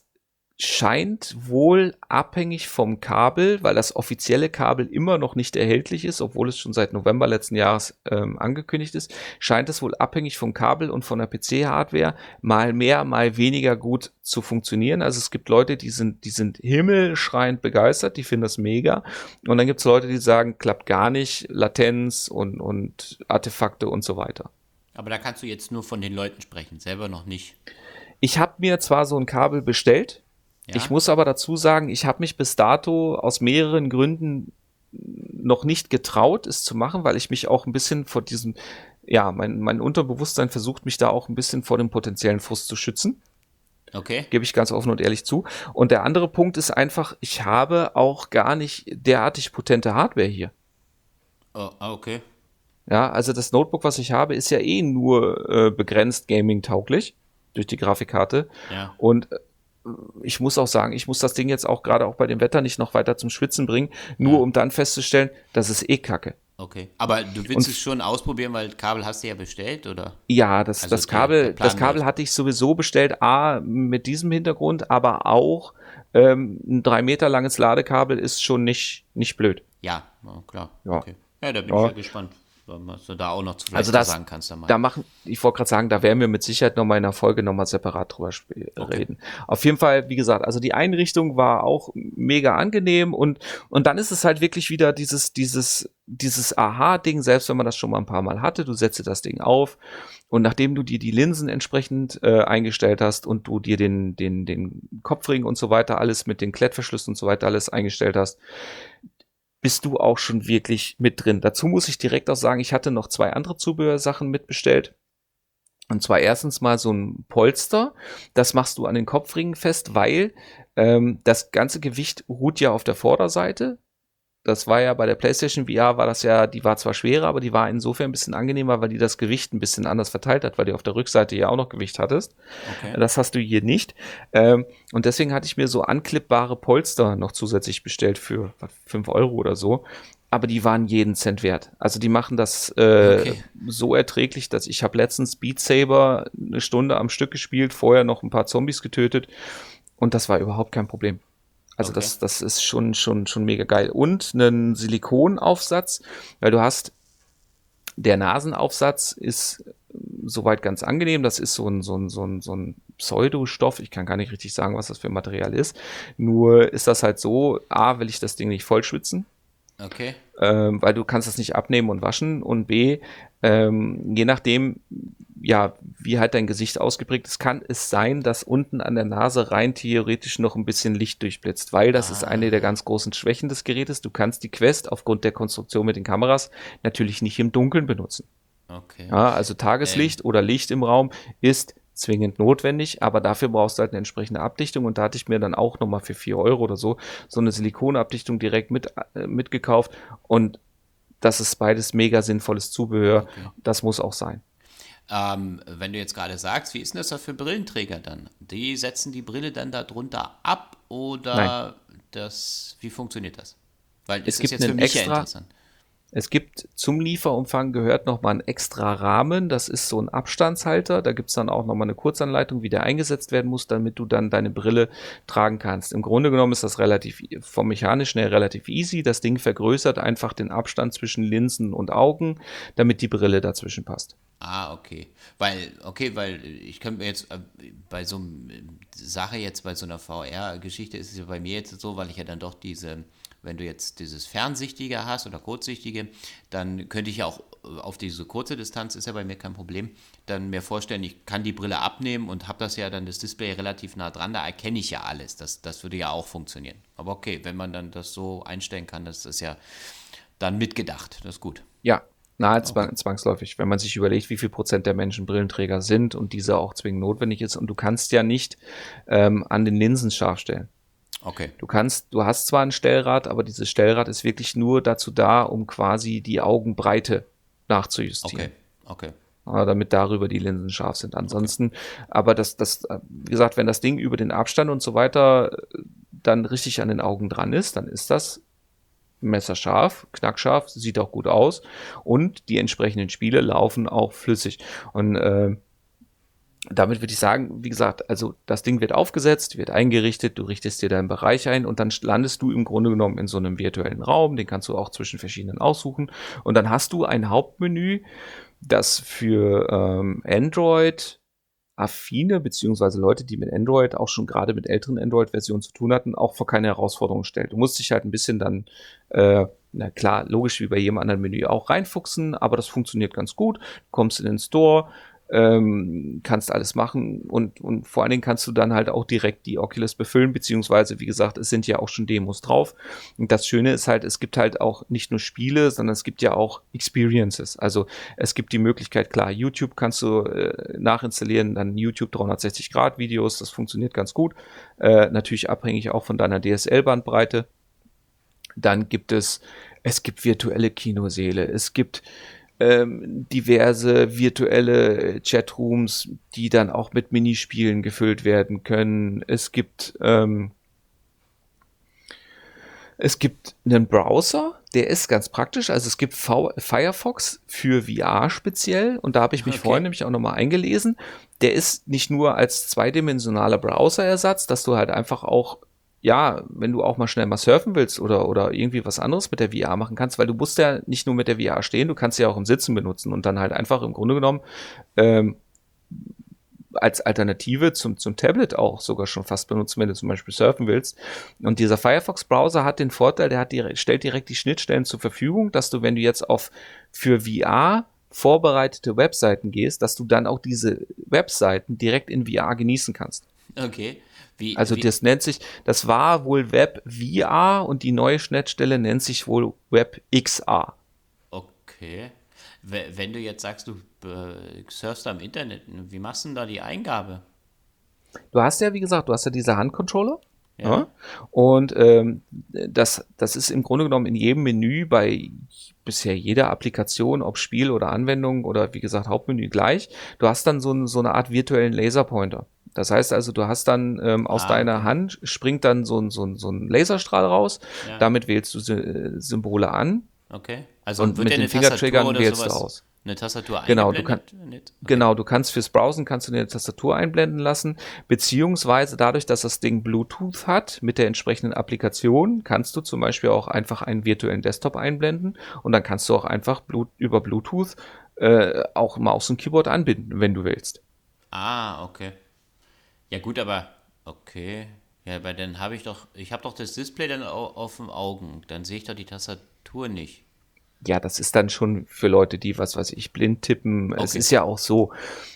Speaker 2: scheint wohl abhängig vom Kabel, weil das offizielle Kabel immer noch nicht erhältlich ist, obwohl es schon seit November letzten Jahres ähm, angekündigt ist, scheint es wohl abhängig vom Kabel und von der P C-Hardware mal mehr, mal weniger gut zu funktionieren. Also es gibt Leute, die sind, die sind himmelschreiend begeistert, die finden das mega. Und dann gibt es Leute, die sagen, klappt gar nicht, Latenz und, und Artefakte und so weiter.
Speaker 1: Aber da kannst du jetzt nur von den Leuten sprechen, selber noch nicht.
Speaker 2: Ich habe mir zwar so ein Kabel bestellt, ja. Ich muss aber dazu sagen, ich habe mich bis dato aus mehreren Gründen noch nicht getraut, es zu machen, weil ich mich auch ein bisschen vor diesem, ja, mein, mein Unterbewusstsein versucht mich da auch ein bisschen vor dem potenziellen Frust zu schützen.
Speaker 1: Okay.
Speaker 2: Gebe ich ganz offen und ehrlich zu. Und der andere Punkt ist einfach, ich habe auch gar nicht derartig potente Hardware hier.
Speaker 1: Oh, okay.
Speaker 2: Ja, also das Notebook, was ich habe, ist ja eh nur äh, begrenzt Gaming-tauglich durch die Grafikkarte.
Speaker 1: Ja.
Speaker 2: Und ich muss auch sagen, ich muss das Ding jetzt auch gerade auch bei dem Wetter nicht noch weiter zum Schwitzen bringen, nur ja. um dann festzustellen, das ist eh Kacke.
Speaker 1: Okay, aber du willst und, es schon ausprobieren, weil Kabel hast du ja bestellt, oder?
Speaker 2: Ja, das, also das Kabel, der, der das Kabel hatte ich sowieso bestellt, A, mit diesem Hintergrund, aber auch ähm, ein drei Meter langes Ladekabel ist schon nicht, nicht blöd.
Speaker 1: Ja, oh, klar.
Speaker 2: Ja.
Speaker 1: Okay. Ja, da bin ja. ich ja gespannt, was du da auch noch zu
Speaker 2: also das,
Speaker 1: sagen kannst. Da,
Speaker 2: da machen, ich wollte gerade sagen, da werden wir mit Sicherheit noch mal in einer Folge noch mal separat drüber sp- okay. reden. Auf jeden Fall, wie gesagt, also die Einrichtung war auch mega angenehm und und dann ist es halt wirklich wieder dieses dieses dieses Aha-Ding, selbst wenn man das schon mal ein paar Mal hatte, du setzt das Ding auf und nachdem du dir die Linsen entsprechend äh, eingestellt hast und du dir den den den Kopfring und so weiter alles mit den Klettverschlüssen und so weiter alles eingestellt hast, bist du auch schon wirklich mit drin. Dazu muss ich direkt auch sagen, ich hatte noch zwei andere Zubehörsachen mitbestellt. Und zwar erstens mal so ein Polster, das machst du an den Kopfringen fest, weil ähm, das ganze Gewicht ruht ja auf der Vorderseite. Das war ja bei der PlayStation V R, war das ja, die war zwar schwerer, aber die war insofern ein bisschen angenehmer, weil die das Gewicht ein bisschen anders verteilt hat, weil du auf der Rückseite ja auch noch Gewicht hattest.
Speaker 1: Okay.
Speaker 2: Das hast du hier nicht. Ähm, und deswegen hatte ich mir so anklippbare Polster noch zusätzlich bestellt für fünf Euro oder so. Aber die waren jeden Cent wert. Also die machen das äh,
Speaker 1: Okay.
Speaker 2: so erträglich, dass ich habe letztens Beat Saber eine Stunde am Stück gespielt, vorher noch ein paar Zombies getötet und das war überhaupt kein Problem. Also
Speaker 1: Okay.
Speaker 2: das, das ist schon, schon, schon mega geil. Und einen Silikonaufsatz, weil du hast, der Nasenaufsatz ist soweit ganz angenehm. Das ist so ein, so ein, so ein, so ein Pseudostoff. Ich kann gar nicht richtig sagen, was das für ein Material ist. Nur ist das halt so, A, will ich das Ding nicht voll schwitzen.
Speaker 1: Okay.
Speaker 2: Ähm, weil du kannst das nicht abnehmen und waschen und B, ähm, je nachdem, ja, wie halt dein Gesicht ausgeprägt ist, kann es sein, dass unten an der Nase rein theoretisch noch ein bisschen Licht durchblitzt, weil das
Speaker 1: Ah.
Speaker 2: ist eine der ganz großen Schwächen des Gerätes. Du kannst die Quest aufgrund der Konstruktion mit den Kameras natürlich nicht im Dunkeln benutzen.
Speaker 1: Okay.
Speaker 2: Ja, also Tageslicht ähm. oder Licht im Raum ist zwingend notwendig, aber dafür brauchst du halt eine entsprechende Abdichtung und da hatte ich mir dann auch nochmal für vier Euro oder so so eine Silikonabdichtung direkt mit, äh, mitgekauft und das ist beides mega sinnvolles Zubehör. Okay. Das muss auch sein.
Speaker 1: Ähm, wenn du jetzt gerade sagst, wie ist denn das für Brillenträger dann? Die setzen die Brille dann da drunter ab oder Nein. das, wie funktioniert das? Weil
Speaker 2: es
Speaker 1: es
Speaker 2: gibt
Speaker 1: ist jetzt für mich
Speaker 2: extra,
Speaker 1: ja interessant.
Speaker 2: Es gibt zum Lieferumfang gehört nochmal ein extra Rahmen, das ist so ein Abstandshalter, da gibt's dann auch nochmal eine Kurzanleitung, wie der eingesetzt werden muss, damit du dann deine Brille tragen kannst. Im Grunde genommen ist das relativ, vom Mechanischen her relativ easy, das Ding vergrößert einfach den Abstand zwischen Linsen und Augen, damit die Brille dazwischen passt.
Speaker 1: Ah, okay. Weil, okay, weil ich könnte mir jetzt äh, bei so einer Sache jetzt, bei so einer V R-Geschichte ist es ja bei mir jetzt so, weil ich ja dann doch diese, wenn du jetzt dieses Fernsichtige hast oder Kurzsichtige, dann könnte ich ja auch auf diese kurze Distanz, ist ja bei mir kein Problem, dann mir vorstellen, ich kann die Brille abnehmen und habe das ja dann das Display relativ nah dran, da erkenne ich ja alles. Das, das würde ja auch funktionieren. Aber okay, wenn man dann das so einstellen kann, das ist ja dann mitgedacht. Das ist gut.
Speaker 2: Ja. Nahe zwang, zwangsläufig, wenn man sich überlegt, wie viel Prozent der Menschen Brillenträger sind und dieser auch zwingend notwendig ist. Und du kannst ja nicht ähm, an den Linsen scharf stellen.
Speaker 1: Okay.
Speaker 2: Du kannst, du hast zwar ein Stellrad, aber dieses Stellrad ist wirklich nur dazu da, um quasi die Augenbreite nachzujustieren.
Speaker 1: Okay, okay.
Speaker 2: Ja, damit darüber die Linsen scharf sind. Ansonsten, okay. aber das, das, wie gesagt, wenn das Ding über den Abstand und so weiter dann richtig an den Augen dran ist, dann ist das messerscharf, knackscharf, sieht auch gut aus und die entsprechenden Spiele laufen auch flüssig. Und äh, damit würde ich sagen, wie gesagt, also das Ding wird aufgesetzt, wird eingerichtet, du richtest dir deinen Bereich ein und dann landest du im Grunde genommen in so einem virtuellen Raum, den kannst du auch zwischen verschiedenen aussuchen und dann hast du ein Hauptmenü, das für ähm, Android affine, beziehungsweise Leute, die mit Android, auch schon gerade mit älteren Android-Versionen zu tun hatten, auch vor keine Herausforderung stellt. Du musst dich halt ein bisschen dann, äh, na klar, logisch wie bei jedem anderen Menü auch reinfuchsen, aber das funktioniert ganz gut. Du kommst in den Store, ähm, kannst alles machen und, und vor allen Dingen kannst du dann halt auch direkt die Oculus befüllen, beziehungsweise, wie gesagt, es sind ja auch schon Demos drauf. Und das Schöne ist halt, es gibt halt auch nicht nur Spiele, sondern es gibt ja auch Experiences. Also es gibt die Möglichkeit, klar, YouTube kannst du äh, nachinstallieren, dann YouTube dreihundertsechzig Grad Videos, das funktioniert ganz gut. Äh, natürlich abhängig auch von deiner D S L-Bandbreite. Dann gibt es, es gibt virtuelle Kinosäle, es gibt ähm, diverse virtuelle Chatrooms, die dann auch mit Minispielen gefüllt werden können. Es gibt ähm, es gibt einen Browser, der ist ganz praktisch. Also es gibt v- Firefox für V R speziell und da habe ich mich okay. vorhin nämlich auch nochmal eingelesen. Der ist nicht nur als zweidimensionaler Browserersatz, dass du halt einfach auch ja, wenn du auch mal schnell mal surfen willst oder, oder irgendwie was anderes mit der V R machen kannst, weil du musst ja nicht nur mit der V R stehen, du kannst sie ja auch im Sitzen benutzen und dann halt einfach im Grunde genommen ähm, als Alternative zum, zum Tablet auch sogar schon fast benutzen, wenn du zum Beispiel surfen willst. Und dieser Firefox-Browser hat den Vorteil, der hat direkt, stellt direkt die Schnittstellen zur Verfügung, dass du, wenn du jetzt auf für V R vorbereitete Webseiten gehst, dass du dann auch diese Webseiten direkt in V R genießen kannst.
Speaker 1: Okay. Wie,
Speaker 2: also
Speaker 1: wie?
Speaker 2: das nennt sich, das war wohl Web V R und die neue Schnittstelle nennt sich wohl Web X R.
Speaker 1: Okay. W- Wenn du jetzt sagst, du äh, surfst am Internet, wie machst du denn da die Eingabe?
Speaker 2: Du hast ja, wie gesagt, du hast ja diese Handcontroller.
Speaker 1: Ja.
Speaker 2: Ja? Und ähm, das, das ist im Grunde genommen in jedem Menü bei bisher jeder Applikation, ob Spiel oder Anwendung oder wie gesagt Hauptmenü gleich. Du hast dann so, ein, so eine Art virtuellen Laserpointer. Das heißt also, du hast dann ähm, aus
Speaker 1: Ah,
Speaker 2: deiner
Speaker 1: okay.
Speaker 2: Hand springt dann so ein, so ein, so ein Laserstrahl raus.
Speaker 1: Ja.
Speaker 2: Damit wählst du Sy- Symbole an
Speaker 1: Okay. Also
Speaker 2: und
Speaker 1: wird
Speaker 2: mit
Speaker 1: ja
Speaker 2: den
Speaker 1: eine Tastatur
Speaker 2: Fingertriggern
Speaker 1: oder
Speaker 2: wählst du
Speaker 1: sowas,
Speaker 2: aus.
Speaker 1: eine Tastatur
Speaker 2: Genau, du
Speaker 1: eingeblendet? Nicht? Okay.
Speaker 2: Genau, du kannst fürs Browsen kannst du eine Tastatur einblenden lassen, beziehungsweise dadurch, dass das Ding Bluetooth hat mit der entsprechenden Applikation, kannst du zum Beispiel auch einfach einen virtuellen Desktop einblenden und dann kannst du auch einfach Blu- über Bluetooth äh, auch Maus und Keyboard anbinden, wenn du willst.
Speaker 1: Ah, okay. Ja gut, aber okay. Ja, aber dann habe ich doch, ich habe doch das Display dann au- auf den Augen. Dann sehe ich doch die Tastatur nicht.
Speaker 2: Ja, das ist dann schon für Leute, die, was weiß ich, blind tippen. Es
Speaker 1: Okay.
Speaker 2: ist ja auch so,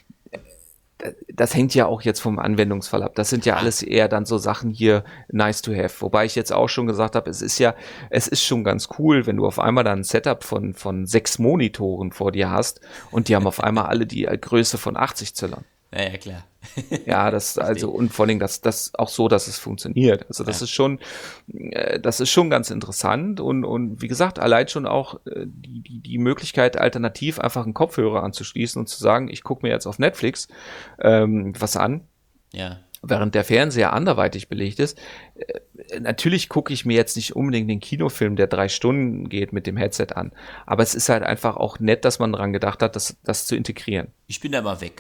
Speaker 2: das hängt ja auch jetzt vom Anwendungsfall ab. Das sind ja
Speaker 1: Ah.
Speaker 2: alles eher dann so Sachen hier nice to have. Wobei ich jetzt auch schon gesagt habe, es ist ja, es ist schon ganz cool, wenn du auf einmal dann ein Setup von, von sechs Monitoren vor dir hast und die haben auf einmal alle die Größe von achtzig Zöllern.
Speaker 1: Ja, ja, klar.
Speaker 2: Ja, das also und vor allem das das auch so, dass es funktioniert. Also das
Speaker 1: Ja.
Speaker 2: ist schon äh, das ist schon ganz interessant und und wie gesagt, allein schon auch äh, die die die Möglichkeit alternativ einfach einen Kopfhörer anzuschließen und zu sagen, ich gucke mir jetzt auf Netflix ähm, was an,
Speaker 1: Ja.
Speaker 2: während der Fernseher anderweitig belegt ist. Äh, natürlich gucke ich mir jetzt nicht unbedingt den Kinofilm, der drei Stunden geht, mit dem Headset an, aber es ist halt einfach auch nett, dass man dran gedacht hat, das das zu integrieren.
Speaker 1: Ich bin da mal weg.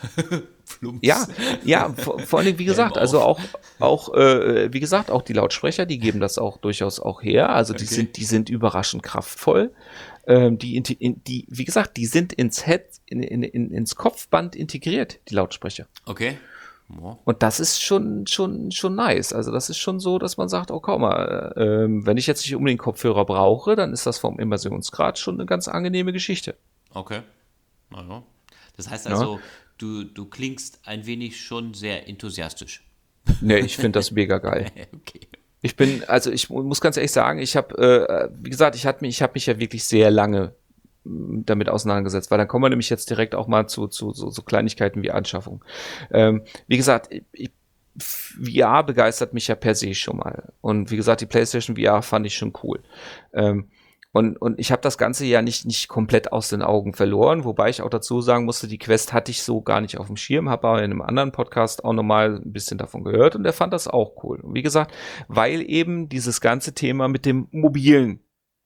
Speaker 1: Plumps.
Speaker 2: Ja, ja, vor, vor allem, wie gesagt,
Speaker 1: auf.
Speaker 2: also auch, auch äh, wie gesagt, auch die Lautsprecher, die geben das auch durchaus auch her. Also die
Speaker 1: Okay.
Speaker 2: sind, die sind überraschend kraftvoll. Ähm, die, in, in, die, wie gesagt, die sind ins Head, in, in, in, ins Kopfband integriert, die Lautsprecher.
Speaker 1: Okay. Ja.
Speaker 2: Und das ist schon, schon, schon nice. Also das ist schon so, dass man sagt, oh komm mal, ähm, wenn ich jetzt nicht unbedingt Kopfhörer brauche, dann ist das vom Immersionsgrad schon eine ganz angenehme Geschichte.
Speaker 1: Okay. Naja. Das heißt also, du, du klingst ein wenig schon sehr enthusiastisch.
Speaker 2: Nee, ich finde das mega geil.
Speaker 1: Okay.
Speaker 2: Ich bin, also ich mu- muss ganz ehrlich sagen, ich habe, äh, wie gesagt, ich hatte mich, ich habe mich ja wirklich sehr lange m, damit auseinandergesetzt, weil dann kommen wir nämlich jetzt direkt auch mal zu, zu so, so Kleinigkeiten wie Anschaffung. Ähm, wie gesagt, ich, V R begeistert mich ja per se schon mal. Und wie gesagt, die PlayStation V R fand ich schon cool. Ähm, und, und ich habe das Ganze ja nicht, nicht komplett aus den Augen verloren, wobei ich auch dazu sagen musste, die Quest hatte ich so gar nicht auf dem Schirm, habe aber in einem anderen Podcast auch nochmal ein bisschen davon gehört und der fand das auch cool. Und wie gesagt, weil eben dieses ganze Thema mit dem mobilen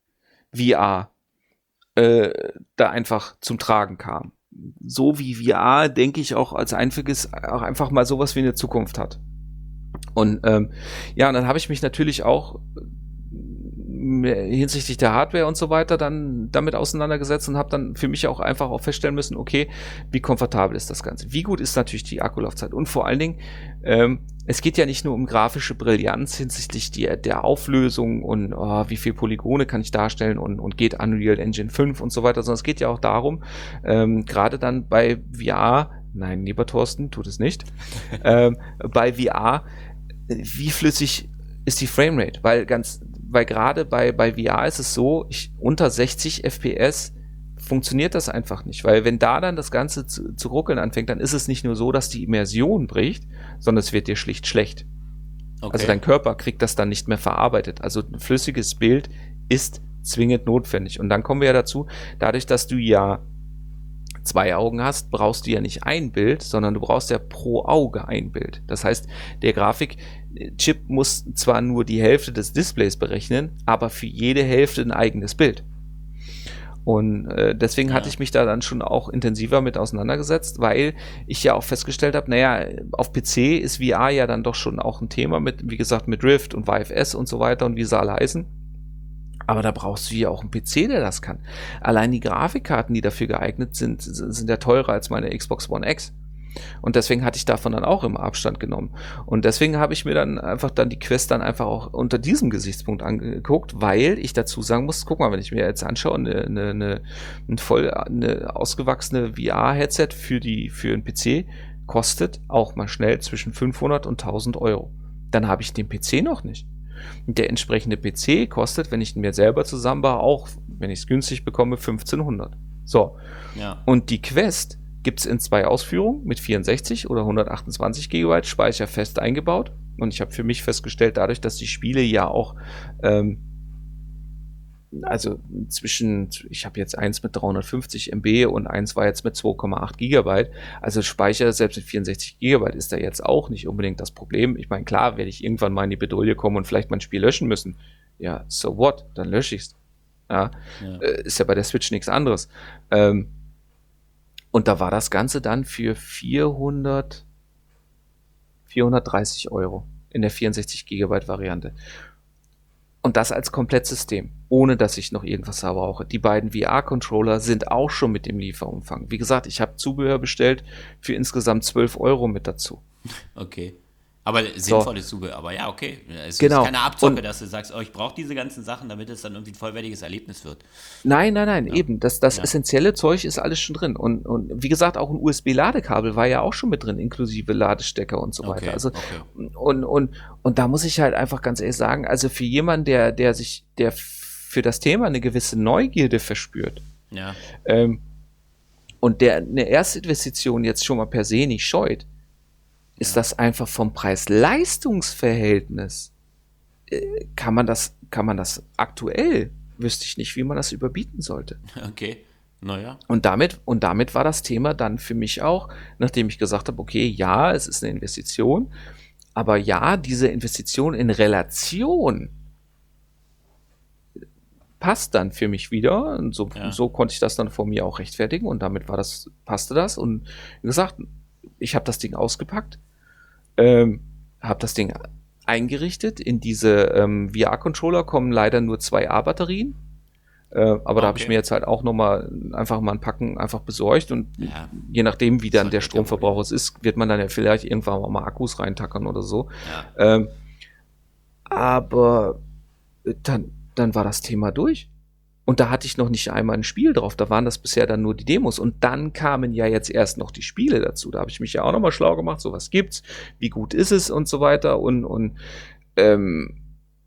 Speaker 2: V R äh, da einfach zum Tragen kam. So wie V R, denke ich, auch als einziges auch einfach mal sowas wie eine Zukunft hat. Und ähm, ja, und dann habe ich mich natürlich auch hinsichtlich der Hardware und so weiter dann damit auseinandergesetzt und habe dann für mich auch einfach auch feststellen müssen, okay, wie komfortabel ist das Ganze? Wie gut ist natürlich die Akkulaufzeit? Und vor allen Dingen, ähm, es geht ja nicht nur um grafische Brillanz hinsichtlich die, der Auflösung und oh, wie viel Polygone kann ich darstellen und, und geht Unreal Engine fünf und so weiter, sondern es geht ja auch darum, ähm, gerade dann bei V R, nein, lieber Thorsten, tut es nicht, ähm, bei V R, wie flüssig ist die Framerate? Weil ganz, weil gerade bei, bei V R ist es so, ich, unter sechzig F P S funktioniert das einfach nicht, weil wenn da dann das Ganze zu, zu ruckeln anfängt, dann ist es nicht nur so, dass die Immersion bricht, sondern es wird dir schlicht schlecht.
Speaker 1: Okay.
Speaker 2: Also dein Körper kriegt das dann nicht mehr verarbeitet. Also ein flüssiges Bild ist zwingend notwendig. Und dann kommen wir ja dazu, dadurch, dass du ja zwei Augen hast, brauchst du ja nicht ein Bild, sondern du brauchst ja pro Auge ein Bild. Das heißt, der Grafikchip muss zwar nur die Hälfte des Displays berechnen, aber für jede Hälfte ein eigenes Bild. Und äh, deswegen
Speaker 1: Ja.
Speaker 2: hatte ich mich da dann schon auch intensiver mit auseinandergesetzt, weil ich ja auch festgestellt habe, naja, auf P C ist V R ja dann doch schon auch ein Thema mit, wie gesagt, mit Rift und Vive S und so weiter und wie sie alle heißen. Aber da brauchst du ja auch einen P C, der das kann. Allein die Grafikkarten, die dafür geeignet sind, sind ja teurer als meine Xbox One X. Und deswegen hatte ich davon dann auch immer Abstand genommen. Und deswegen habe ich mir dann einfach dann die Quest dann einfach auch unter diesem Gesichtspunkt angeguckt, weil ich dazu sagen muss, guck mal, wenn ich mir jetzt anschaue, eine, eine, eine, eine voll eine ausgewachsene V R-Headset für die, für einen P C kostet auch mal schnell zwischen fünfhundert und tausend Euro. Dann habe ich den P C noch nicht. Und der entsprechende P C kostet, wenn ich ihn mir selber zusammenbaue, auch, wenn ich es günstig bekomme, fünfzehnhundert. So.
Speaker 1: Ja.
Speaker 2: Und die Quest gibt es in zwei Ausführungen mit vierundsechzig oder hundertachtundzwanzig Gigabyte Speicher fest eingebaut. Und ich habe für mich festgestellt, dadurch, dass die Spiele ja auch ähm, also zwischen, ich habe jetzt eins mit dreihundertfünfzig Megabyte und eins war jetzt mit zwei Komma acht Gigabyte. Also Speicher, selbst mit vierundsechzig Gigabyte ist da jetzt auch nicht unbedingt das Problem. Ich meine, klar, werde ich irgendwann mal in die Bedrohung kommen und vielleicht mein Spiel löschen müssen. Ja, so what? Dann lösche ich's. Ja, ja. Äh, ist ja bei der Switch nichts anderes. Ähm, und da war das Ganze dann für vierhundert, vierhundertdreißig Euro in der vierundsechzig Gigabyte Variante. Und das als Komplettsystem, ohne dass ich noch irgendwas brauche. Die beiden V R-Controller sind auch schon mit dem Lieferumfang. Wie gesagt, ich habe Zubehör bestellt für insgesamt zwölf Euro mit dazu.
Speaker 1: Okay. Aber sinnvolles so. Zubehör. Aber ja, okay. Es
Speaker 2: genau.
Speaker 1: ist keine Abzocke,
Speaker 2: und,
Speaker 1: dass du sagst, oh, ich brauche diese ganzen Sachen, damit es dann irgendwie ein vollwertiges Erlebnis wird.
Speaker 2: Nein, nein, nein,
Speaker 1: ja.
Speaker 2: eben. Das, das
Speaker 1: ja.
Speaker 2: essentielle Zeug ist alles schon drin. Und, und wie gesagt, auch ein U S B-Ladekabel war ja auch schon mit drin, inklusive Ladestecker und so
Speaker 1: okay.
Speaker 2: weiter. Also,
Speaker 1: okay.
Speaker 2: und, und, und da muss ich halt einfach ganz ehrlich sagen, also für jemanden, der, der sich, der für das Thema eine gewisse Neugierde verspürt,
Speaker 1: ja.
Speaker 2: ähm, und der eine Erstinvestition jetzt schon mal per se nicht scheut, ist ja. das einfach vom Preis-Leistungs-Verhältnis, äh, kann man das, kann man das aktuell, wüsste ich nicht, wie man das überbieten sollte.
Speaker 1: Okay, naja.
Speaker 2: Und damit, und damit war das Thema dann für mich auch, nachdem ich gesagt habe, okay, ja, es ist eine Investition, aber ja, diese Investition in Relation passt dann für mich wieder. Und so,
Speaker 1: ja.
Speaker 2: so konnte ich das dann vor mir auch rechtfertigen und damit war das, passte das. Und wie gesagt, ich habe das Ding ausgepackt, ähm, habe das Ding eingerichtet. In diese ähm, V R-Controller kommen leider nur zwei A-Batterien. Äh, aber okay. da habe ich mir jetzt halt auch nochmal einfach mal ein Packen einfach besorgt und
Speaker 1: ja.
Speaker 2: je nachdem, wie dann der Stromverbrauch es ist, wird man dann ja vielleicht irgendwann auch mal Akkus reintackern oder so.
Speaker 1: Ja.
Speaker 2: Ähm, aber dann, dann war das Thema durch. Und da hatte ich noch nicht einmal ein Spiel drauf. Da waren das bisher dann nur die Demos. Und dann kamen ja jetzt erst noch die Spiele dazu. Da habe ich mich ja auch nochmal schlau gemacht. So, was gibt's? Wie gut ist es? Und so weiter. Und, und ähm,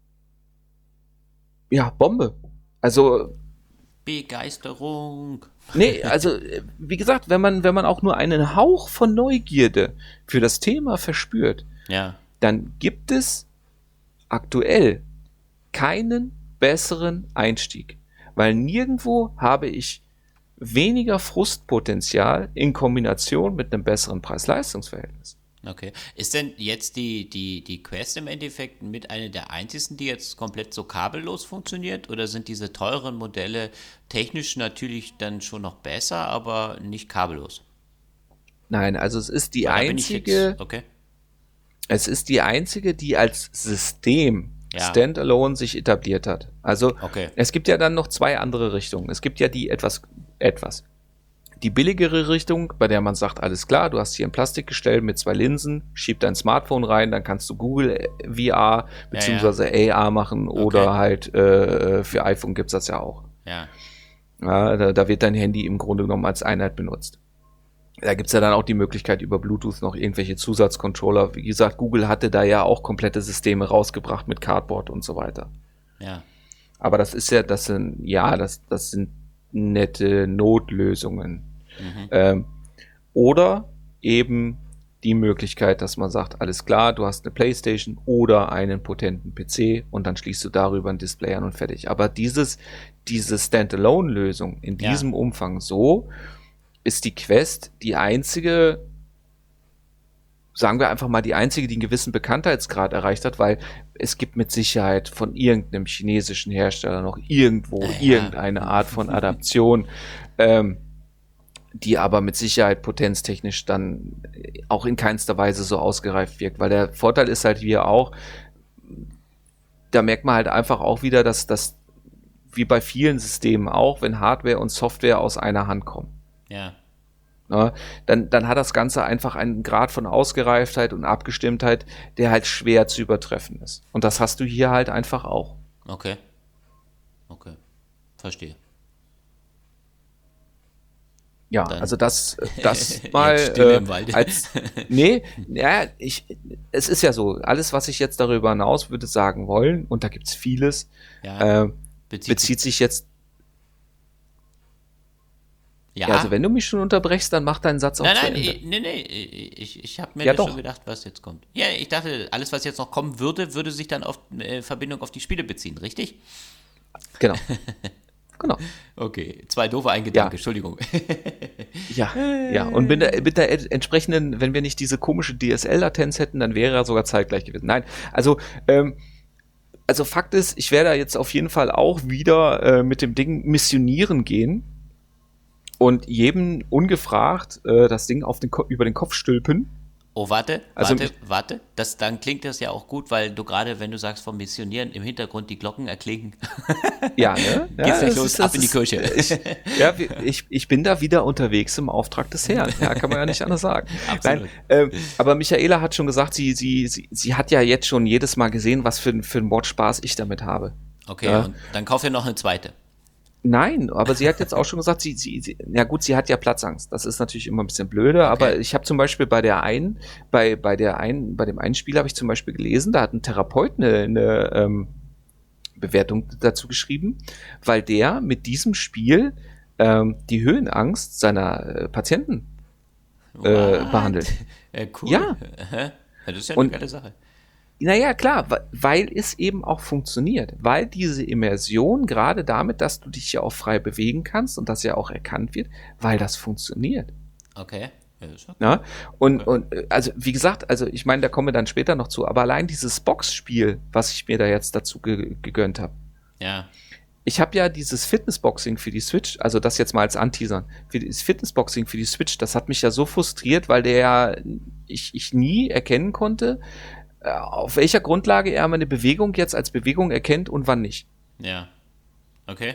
Speaker 2: ja, Bombe. Also
Speaker 1: Begeisterung.
Speaker 2: Nee, also wie gesagt, wenn man, wenn man auch nur einen Hauch von Neugierde für das Thema verspürt,
Speaker 1: ja.
Speaker 2: dann gibt es aktuell keinen besseren Einstieg. Weil nirgendwo habe ich weniger Frustpotenzial in Kombination mit einem besseren Preis-Leistungs-Verhältnis.
Speaker 1: Okay. Ist denn jetzt die, die, die Quest im Endeffekt mit einer der einzigen, die jetzt komplett so kabellos funktioniert? Oder sind diese teuren Modelle technisch natürlich dann schon noch besser, aber nicht kabellos?
Speaker 2: Nein, also es ist die
Speaker 1: Oder
Speaker 2: einzige,
Speaker 1: okay.
Speaker 2: es ist die einzige, die als System ja. Standalone sich etabliert hat. Also
Speaker 1: okay.
Speaker 2: es gibt ja dann noch zwei andere Richtungen. Es gibt ja die etwas, etwas, die billigere Richtung, bei der man sagt, alles klar, du hast hier ein Plastikgestell mit zwei Linsen, schieb dein Smartphone rein, dann kannst du Google V R bzw. Ja, ja. A R machen oder okay. halt äh, für iPhone gibt's das ja auch.
Speaker 1: Ja.
Speaker 2: Ja, da, da wird dein Handy im Grunde genommen als Einheit benutzt. Da gibt's ja dann auch die Möglichkeit, über Bluetooth noch irgendwelche Zusatzcontroller. Wie gesagt, Google hatte da ja auch komplette Systeme rausgebracht mit Cardboard und so weiter.
Speaker 1: Ja.
Speaker 2: Aber das ist ja, das sind, ja, das, das sind nette Notlösungen. Mhm. Ähm, oder eben die Möglichkeit, dass man sagt, alles klar, du hast eine Playstation oder einen potenten P C und dann schließt du darüber ein Display an und fertig. Aber dieses, diese Standalone-Lösung in diesem ja. Umfang so, ist die Quest die einzige, sagen wir einfach mal, die einzige, die einen gewissen Bekanntheitsgrad erreicht hat, weil es gibt mit Sicherheit von irgendeinem chinesischen Hersteller noch irgendwo ja. irgendeine Art von Adaption, ähm, die aber mit Sicherheit potenztechnisch dann auch in keinster Weise so ausgereift wirkt, weil der Vorteil ist halt hier auch, da merkt man halt einfach auch wieder, dass das wie bei vielen Systemen auch, wenn Hardware und Software aus einer Hand kommen.
Speaker 1: Ja.
Speaker 2: Ja, dann, dann hat das Ganze einfach einen Grad von Ausgereiftheit und Abgestimmtheit, der halt schwer zu übertreffen ist. Und das hast du hier halt einfach auch.
Speaker 1: Okay. Okay. Verstehe.
Speaker 2: Ja,
Speaker 1: dann.
Speaker 2: also das, das mal
Speaker 1: Stille im Wald.
Speaker 2: Äh, als nee, ja, ich, es ist ja so, alles, was ich jetzt darüber hinaus würde sagen wollen, und da gibt's vieles,
Speaker 1: ja,
Speaker 2: äh, bezieht, bezieht sich jetzt
Speaker 1: Ja,
Speaker 2: Ja, also wenn du mich schon unterbrechst, dann mach deinen Satz auch
Speaker 1: nein,
Speaker 2: zu
Speaker 1: nein,
Speaker 2: Ende.
Speaker 1: ich, nee, nee, ich, ich habe mir
Speaker 2: Ja,
Speaker 1: das
Speaker 2: doch.
Speaker 1: schon gedacht, was jetzt kommt. Ja, ich dachte, alles, was jetzt noch kommen würde, würde sich dann auf äh, Verbindung auf die Spiele beziehen, richtig?
Speaker 2: Genau. Genau.
Speaker 1: Okay, zwei doofe ein
Speaker 2: Ja.
Speaker 1: Gedanke, Entschuldigung.
Speaker 2: Ja, ja. Und mit der, mit der ent- entsprechenden, wenn wir nicht diese komische D S L-Latenz hätten, dann wäre er sogar zeitgleich gewesen. Nein, also, ähm, also Fakt ist, ich werde da jetzt auf jeden Fall auch wieder äh, mit dem Ding missionieren gehen und jedem ungefragt äh, das Ding auf den Ko- über den Kopf stülpen.
Speaker 1: Oh, warte,
Speaker 2: Also
Speaker 1: warte,
Speaker 2: ich-
Speaker 1: warte. Das, dann klingt das ja auch gut, weil du gerade, wenn du sagst vom Missionieren, im Hintergrund die Glocken erklingen.
Speaker 2: Ja, ne? Ja,
Speaker 1: Geht's gleich
Speaker 2: das
Speaker 1: los,
Speaker 2: ist-
Speaker 1: ab
Speaker 2: das
Speaker 1: in die
Speaker 2: ist-
Speaker 1: Kirche.
Speaker 2: Ich, ja, wir- ich, ich bin da wieder unterwegs im Auftrag des Herrn. Ja, kann man ja nicht anders sagen.
Speaker 1: Absolut.
Speaker 2: Nein, ähm, aber Michaela hat schon gesagt, sie, sie, sie, sie hat ja jetzt schon jedes Mal gesehen, was für, ein- für einen Mordspaß ich damit habe.
Speaker 1: Okay,
Speaker 2: Ja.
Speaker 1: und dann kauf dir noch eine zweite.
Speaker 2: Nein, aber sie hat jetzt auch schon gesagt, sie, sie, sie, ja gut, sie hat ja Platzangst. Das ist natürlich immer ein bisschen blöde, aber ich habe zum Beispiel bei der einen, bei, bei der einen, bei dem einen Spiel habe ich zum Beispiel gelesen, da hat ein Therapeut eine, eine ähm, Bewertung dazu geschrieben, weil der mit diesem Spiel ähm, die Höhenangst seiner äh, Patienten äh,
Speaker 1: What?
Speaker 2: behandelt.
Speaker 1: Äh, cool.
Speaker 2: Ja.
Speaker 1: Ja, das ist ja
Speaker 2: Und-
Speaker 1: eine geile Sache.
Speaker 2: Naja, klar, wa- weil es eben auch funktioniert. Weil diese Immersion, gerade damit, dass du dich ja auch frei bewegen kannst und das ja auch erkannt wird, weil das funktioniert.
Speaker 1: Okay. Ja, das ist ja cool.
Speaker 2: Ja? Und,
Speaker 1: Okay.
Speaker 2: und äh, also wie gesagt, also ich meine, da kommen wir dann später noch zu, aber allein dieses Boxspiel, was ich mir da jetzt dazu ge gegönnt habe.
Speaker 1: Ja.
Speaker 2: Ich habe ja dieses Fitnessboxing für die Switch, also das jetzt mal als Anteasern, für das Fitnessboxing für die Switch, das hat mich ja so frustriert, weil der ja, ich, ich nie erkennen konnte, äh, auf welcher Grundlage er meine Bewegung jetzt als Bewegung erkennt und wann nicht.
Speaker 1: Ja. Okay.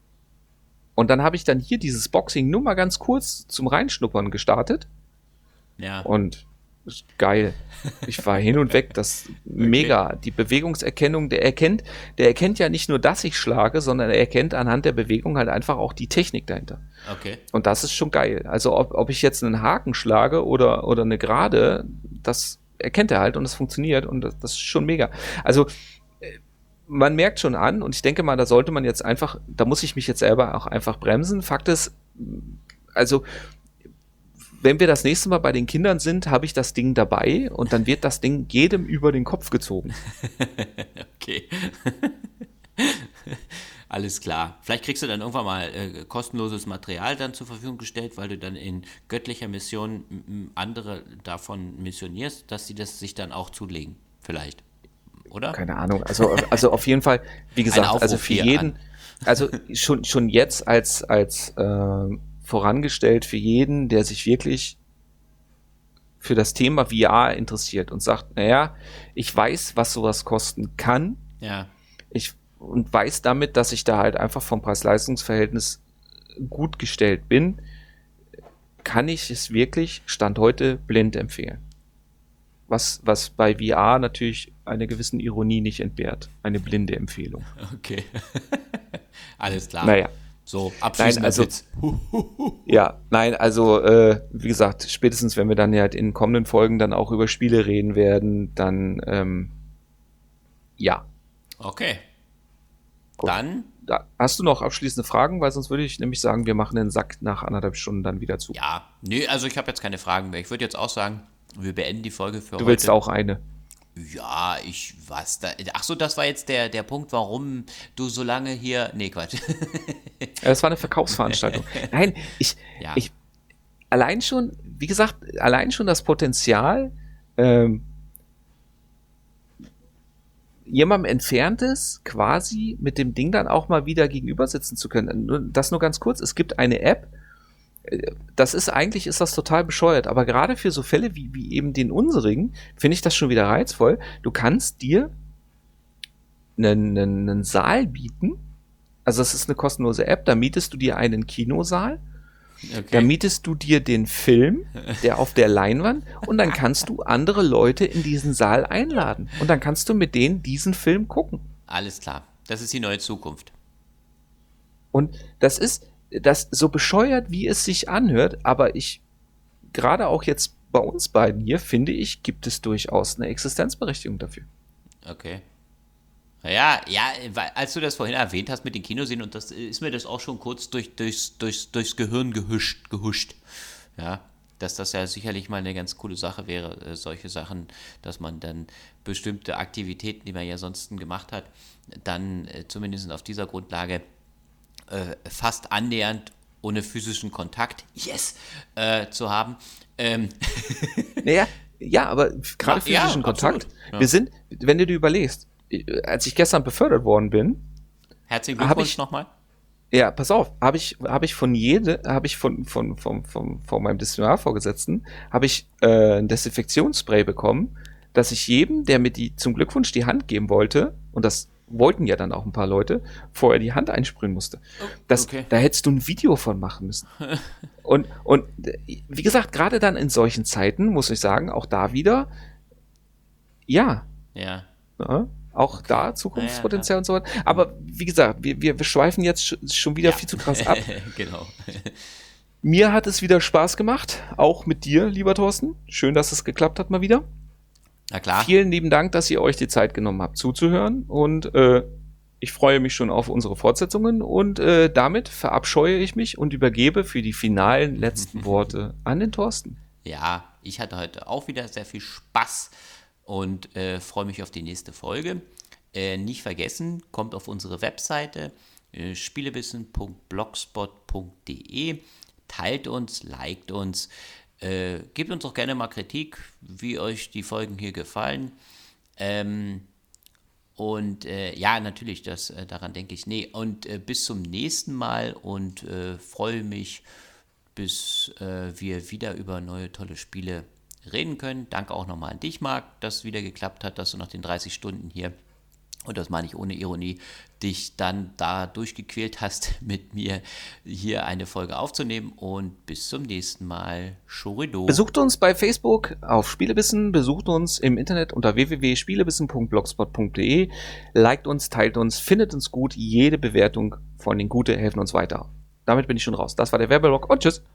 Speaker 2: Und dann habe ich dann hier dieses Boxing nur mal ganz kurz zum Reinschnuppern gestartet
Speaker 1: Ja.
Speaker 2: und ist geil. Ich war hin und weg, das mega. Die Bewegungserkennung, der erkennt, der erkennt ja nicht nur, dass ich schlage, sondern er erkennt anhand der Bewegung halt einfach auch die Technik dahinter.
Speaker 1: Okay.
Speaker 2: Und das ist schon geil. Also ob, ob ich jetzt einen Haken schlage oder, oder eine Gerade, das erkennt er halt und es funktioniert und das, das ist schon mega. Also äh, man merkt schon an und ich denke mal, da sollte man jetzt einfach, da muss ich mich jetzt selber auch einfach bremsen. Fakt ist, also wenn wir das nächste Mal bei den Kindern sind, habe ich das Ding dabei und dann wird das Ding jedem über den Kopf gezogen.
Speaker 1: Okay. Alles klar. Vielleicht kriegst du dann irgendwann mal äh, kostenloses Material dann zur Verfügung gestellt, weil du dann in göttlicher Mission m- m- andere davon missionierst, dass sie das sich dann auch zulegen. Vielleicht. Oder?
Speaker 2: Keine Ahnung. Also, also auf jeden Fall, wie gesagt,
Speaker 1: Aufruf
Speaker 2: also für
Speaker 1: hier
Speaker 2: jeden,
Speaker 1: an.
Speaker 2: also schon, schon jetzt als, als äh, vorangestellt für jeden, der sich wirklich für das Thema V R interessiert und sagt, naja, ich weiß, was sowas kosten kann.
Speaker 1: Ja.
Speaker 2: Ich und weiß damit, dass ich da halt einfach vom Preis-Leistungs-Verhältnis gut gestellt bin, kann ich es wirklich Stand heute blind empfehlen. Was, was bei V R natürlich einer gewissen Ironie nicht entbehrt. Eine blinde Empfehlung.
Speaker 1: Okay. Alles klar.
Speaker 2: Naja.
Speaker 1: So, abschließender
Speaker 2: Nein, also-
Speaker 1: Witz.
Speaker 2: Ja, nein, also äh, wie gesagt, spätestens wenn wir dann ja halt in kommenden Folgen dann auch über Spiele reden werden, dann ähm, ja.
Speaker 1: Okay.
Speaker 2: Gut.
Speaker 1: Dann,
Speaker 2: Da, hast du noch abschließende Fragen? Weil sonst würde ich nämlich sagen, wir machen den Sack nach anderthalb Stunden dann wieder zu.
Speaker 1: ja. Nee, also ich habe jetzt keine Fragen mehr. Ich würde jetzt auch sagen, wir beenden die Folge für
Speaker 2: Du
Speaker 1: heute.
Speaker 2: willst auch eine.
Speaker 1: Ja, ich was da. Ach so, das war jetzt der, der Punkt, warum du so lange hier. Nee, Quatsch.
Speaker 2: Ja, das war eine Verkaufsveranstaltung. Nein, ich,
Speaker 1: Ja.
Speaker 2: ich, allein schon, wie gesagt, allein schon das Potenzial, ähm, jemandem Entferntes quasi mit dem Ding dann auch mal wieder gegenüber sitzen zu können. Nur- Das nur ganz kurz, es gibt eine App, äh, das ist eigentlich, ist das total bescheuert, aber gerade für so Fälle wie, wie eben den unserigen, finde ich das schon wieder reizvoll. Du kannst dir einen, einen, einen Saal bieten, also das ist eine kostenlose App, da mietest du dir einen Kinosaal, da
Speaker 1: Okay.
Speaker 2: mietest du dir den Film, der auf der Leinwand, und dann kannst du andere Leute in diesen Saal einladen. Und dann kannst du mit denen diesen Film gucken.
Speaker 1: Alles klar. Das ist die neue Zukunft.
Speaker 2: Und das ist, das so bescheuert, wie es sich anhört, aber ich, gerade auch jetzt bei uns beiden hier, finde ich, gibt es durchaus eine Existenzberechtigung dafür.
Speaker 1: Okay. Ja, ja, weil, als du das vorhin erwähnt hast mit den Kinoseen, und das ist mir das auch schon kurz durch, durchs, durchs, durchs Gehirn gehuscht, gehuscht. Ja, dass das ja sicherlich mal eine ganz coole Sache wäre, äh, solche Sachen, dass man dann bestimmte Aktivitäten, die man ja sonst gemacht hat, dann äh, zumindest auf dieser Grundlage äh, fast annähernd ohne physischen Kontakt, yes, äh, zu haben. Ähm.
Speaker 2: Naja, ja, aber gerade physischen ja, Kontakt, ja. wir sind, wenn du dir überlegst, als ich gestern befördert worden bin,
Speaker 1: herzlichen Glückwunsch nochmal.
Speaker 2: Ja, pass auf, habe ich, habe ich von jede, habe ich von, von, von, von, von meinem Disziplinarvorgesetzten, habe ich äh, ein Desinfektionsspray bekommen, dass ich jedem, der mir die zum Glückwunsch die Hand geben wollte, und das wollten ja dann auch ein paar Leute, vorher die Hand einsprühen musste. Das, okay. Da hättest du ein Video von machen müssen. und, und wie gesagt, gerade dann in solchen Zeiten, muss ich sagen, auch da wieder, ja.
Speaker 1: Ja.
Speaker 2: ja auch okay. da Zukunftspotenzial ja, ja, und so weiter. Aber wie gesagt, wir, wir, wir schweifen jetzt schon wieder ja. viel zu krass ab.
Speaker 1: Genau.
Speaker 2: Mir hat es wieder Spaß gemacht, auch mit dir, lieber Thorsten. Schön, dass es geklappt hat mal wieder.
Speaker 1: Na klar.
Speaker 2: Vielen lieben Dank, dass ihr euch die Zeit genommen habt, zuzuhören. Und äh, ich freue mich schon auf unsere Fortsetzungen. Und äh, damit verabscheue ich mich und übergebe für die finalen letzten Worte an den Thorsten.
Speaker 1: Ja, ich hatte heute auch wieder sehr viel Spaß und äh, freue mich auf die nächste Folge. Äh, nicht vergessen, kommt auf unsere Webseite äh, spielewissen punkt blogspot punkt de, teilt uns, liked uns, äh, gebt uns auch gerne mal Kritik, wie euch die Folgen hier gefallen. Ähm, und äh, ja, natürlich, das, äh, daran denke ich. Nee, und äh, bis zum nächsten Mal und äh, freue mich, bis äh, wir wieder über neue tolle Spiele reden können. Danke auch nochmal an dich, Marc, dass es wieder geklappt hat, dass du nach den dreißig Stunden hier, und das meine ich ohne Ironie, dich dann da durchgequält hast, mit mir hier eine Folge aufzunehmen. Und bis zum nächsten Mal. Chorido.
Speaker 2: Besucht uns bei Facebook auf Spielebissen, besucht uns im Internet unter w w w punkt spielebissen punkt blogspot punkt de, liked uns, teilt uns, findet uns gut. Jede Bewertung von den Gute helfen uns weiter. Damit bin ich schon raus. Das war der Werbeblock und tschüss.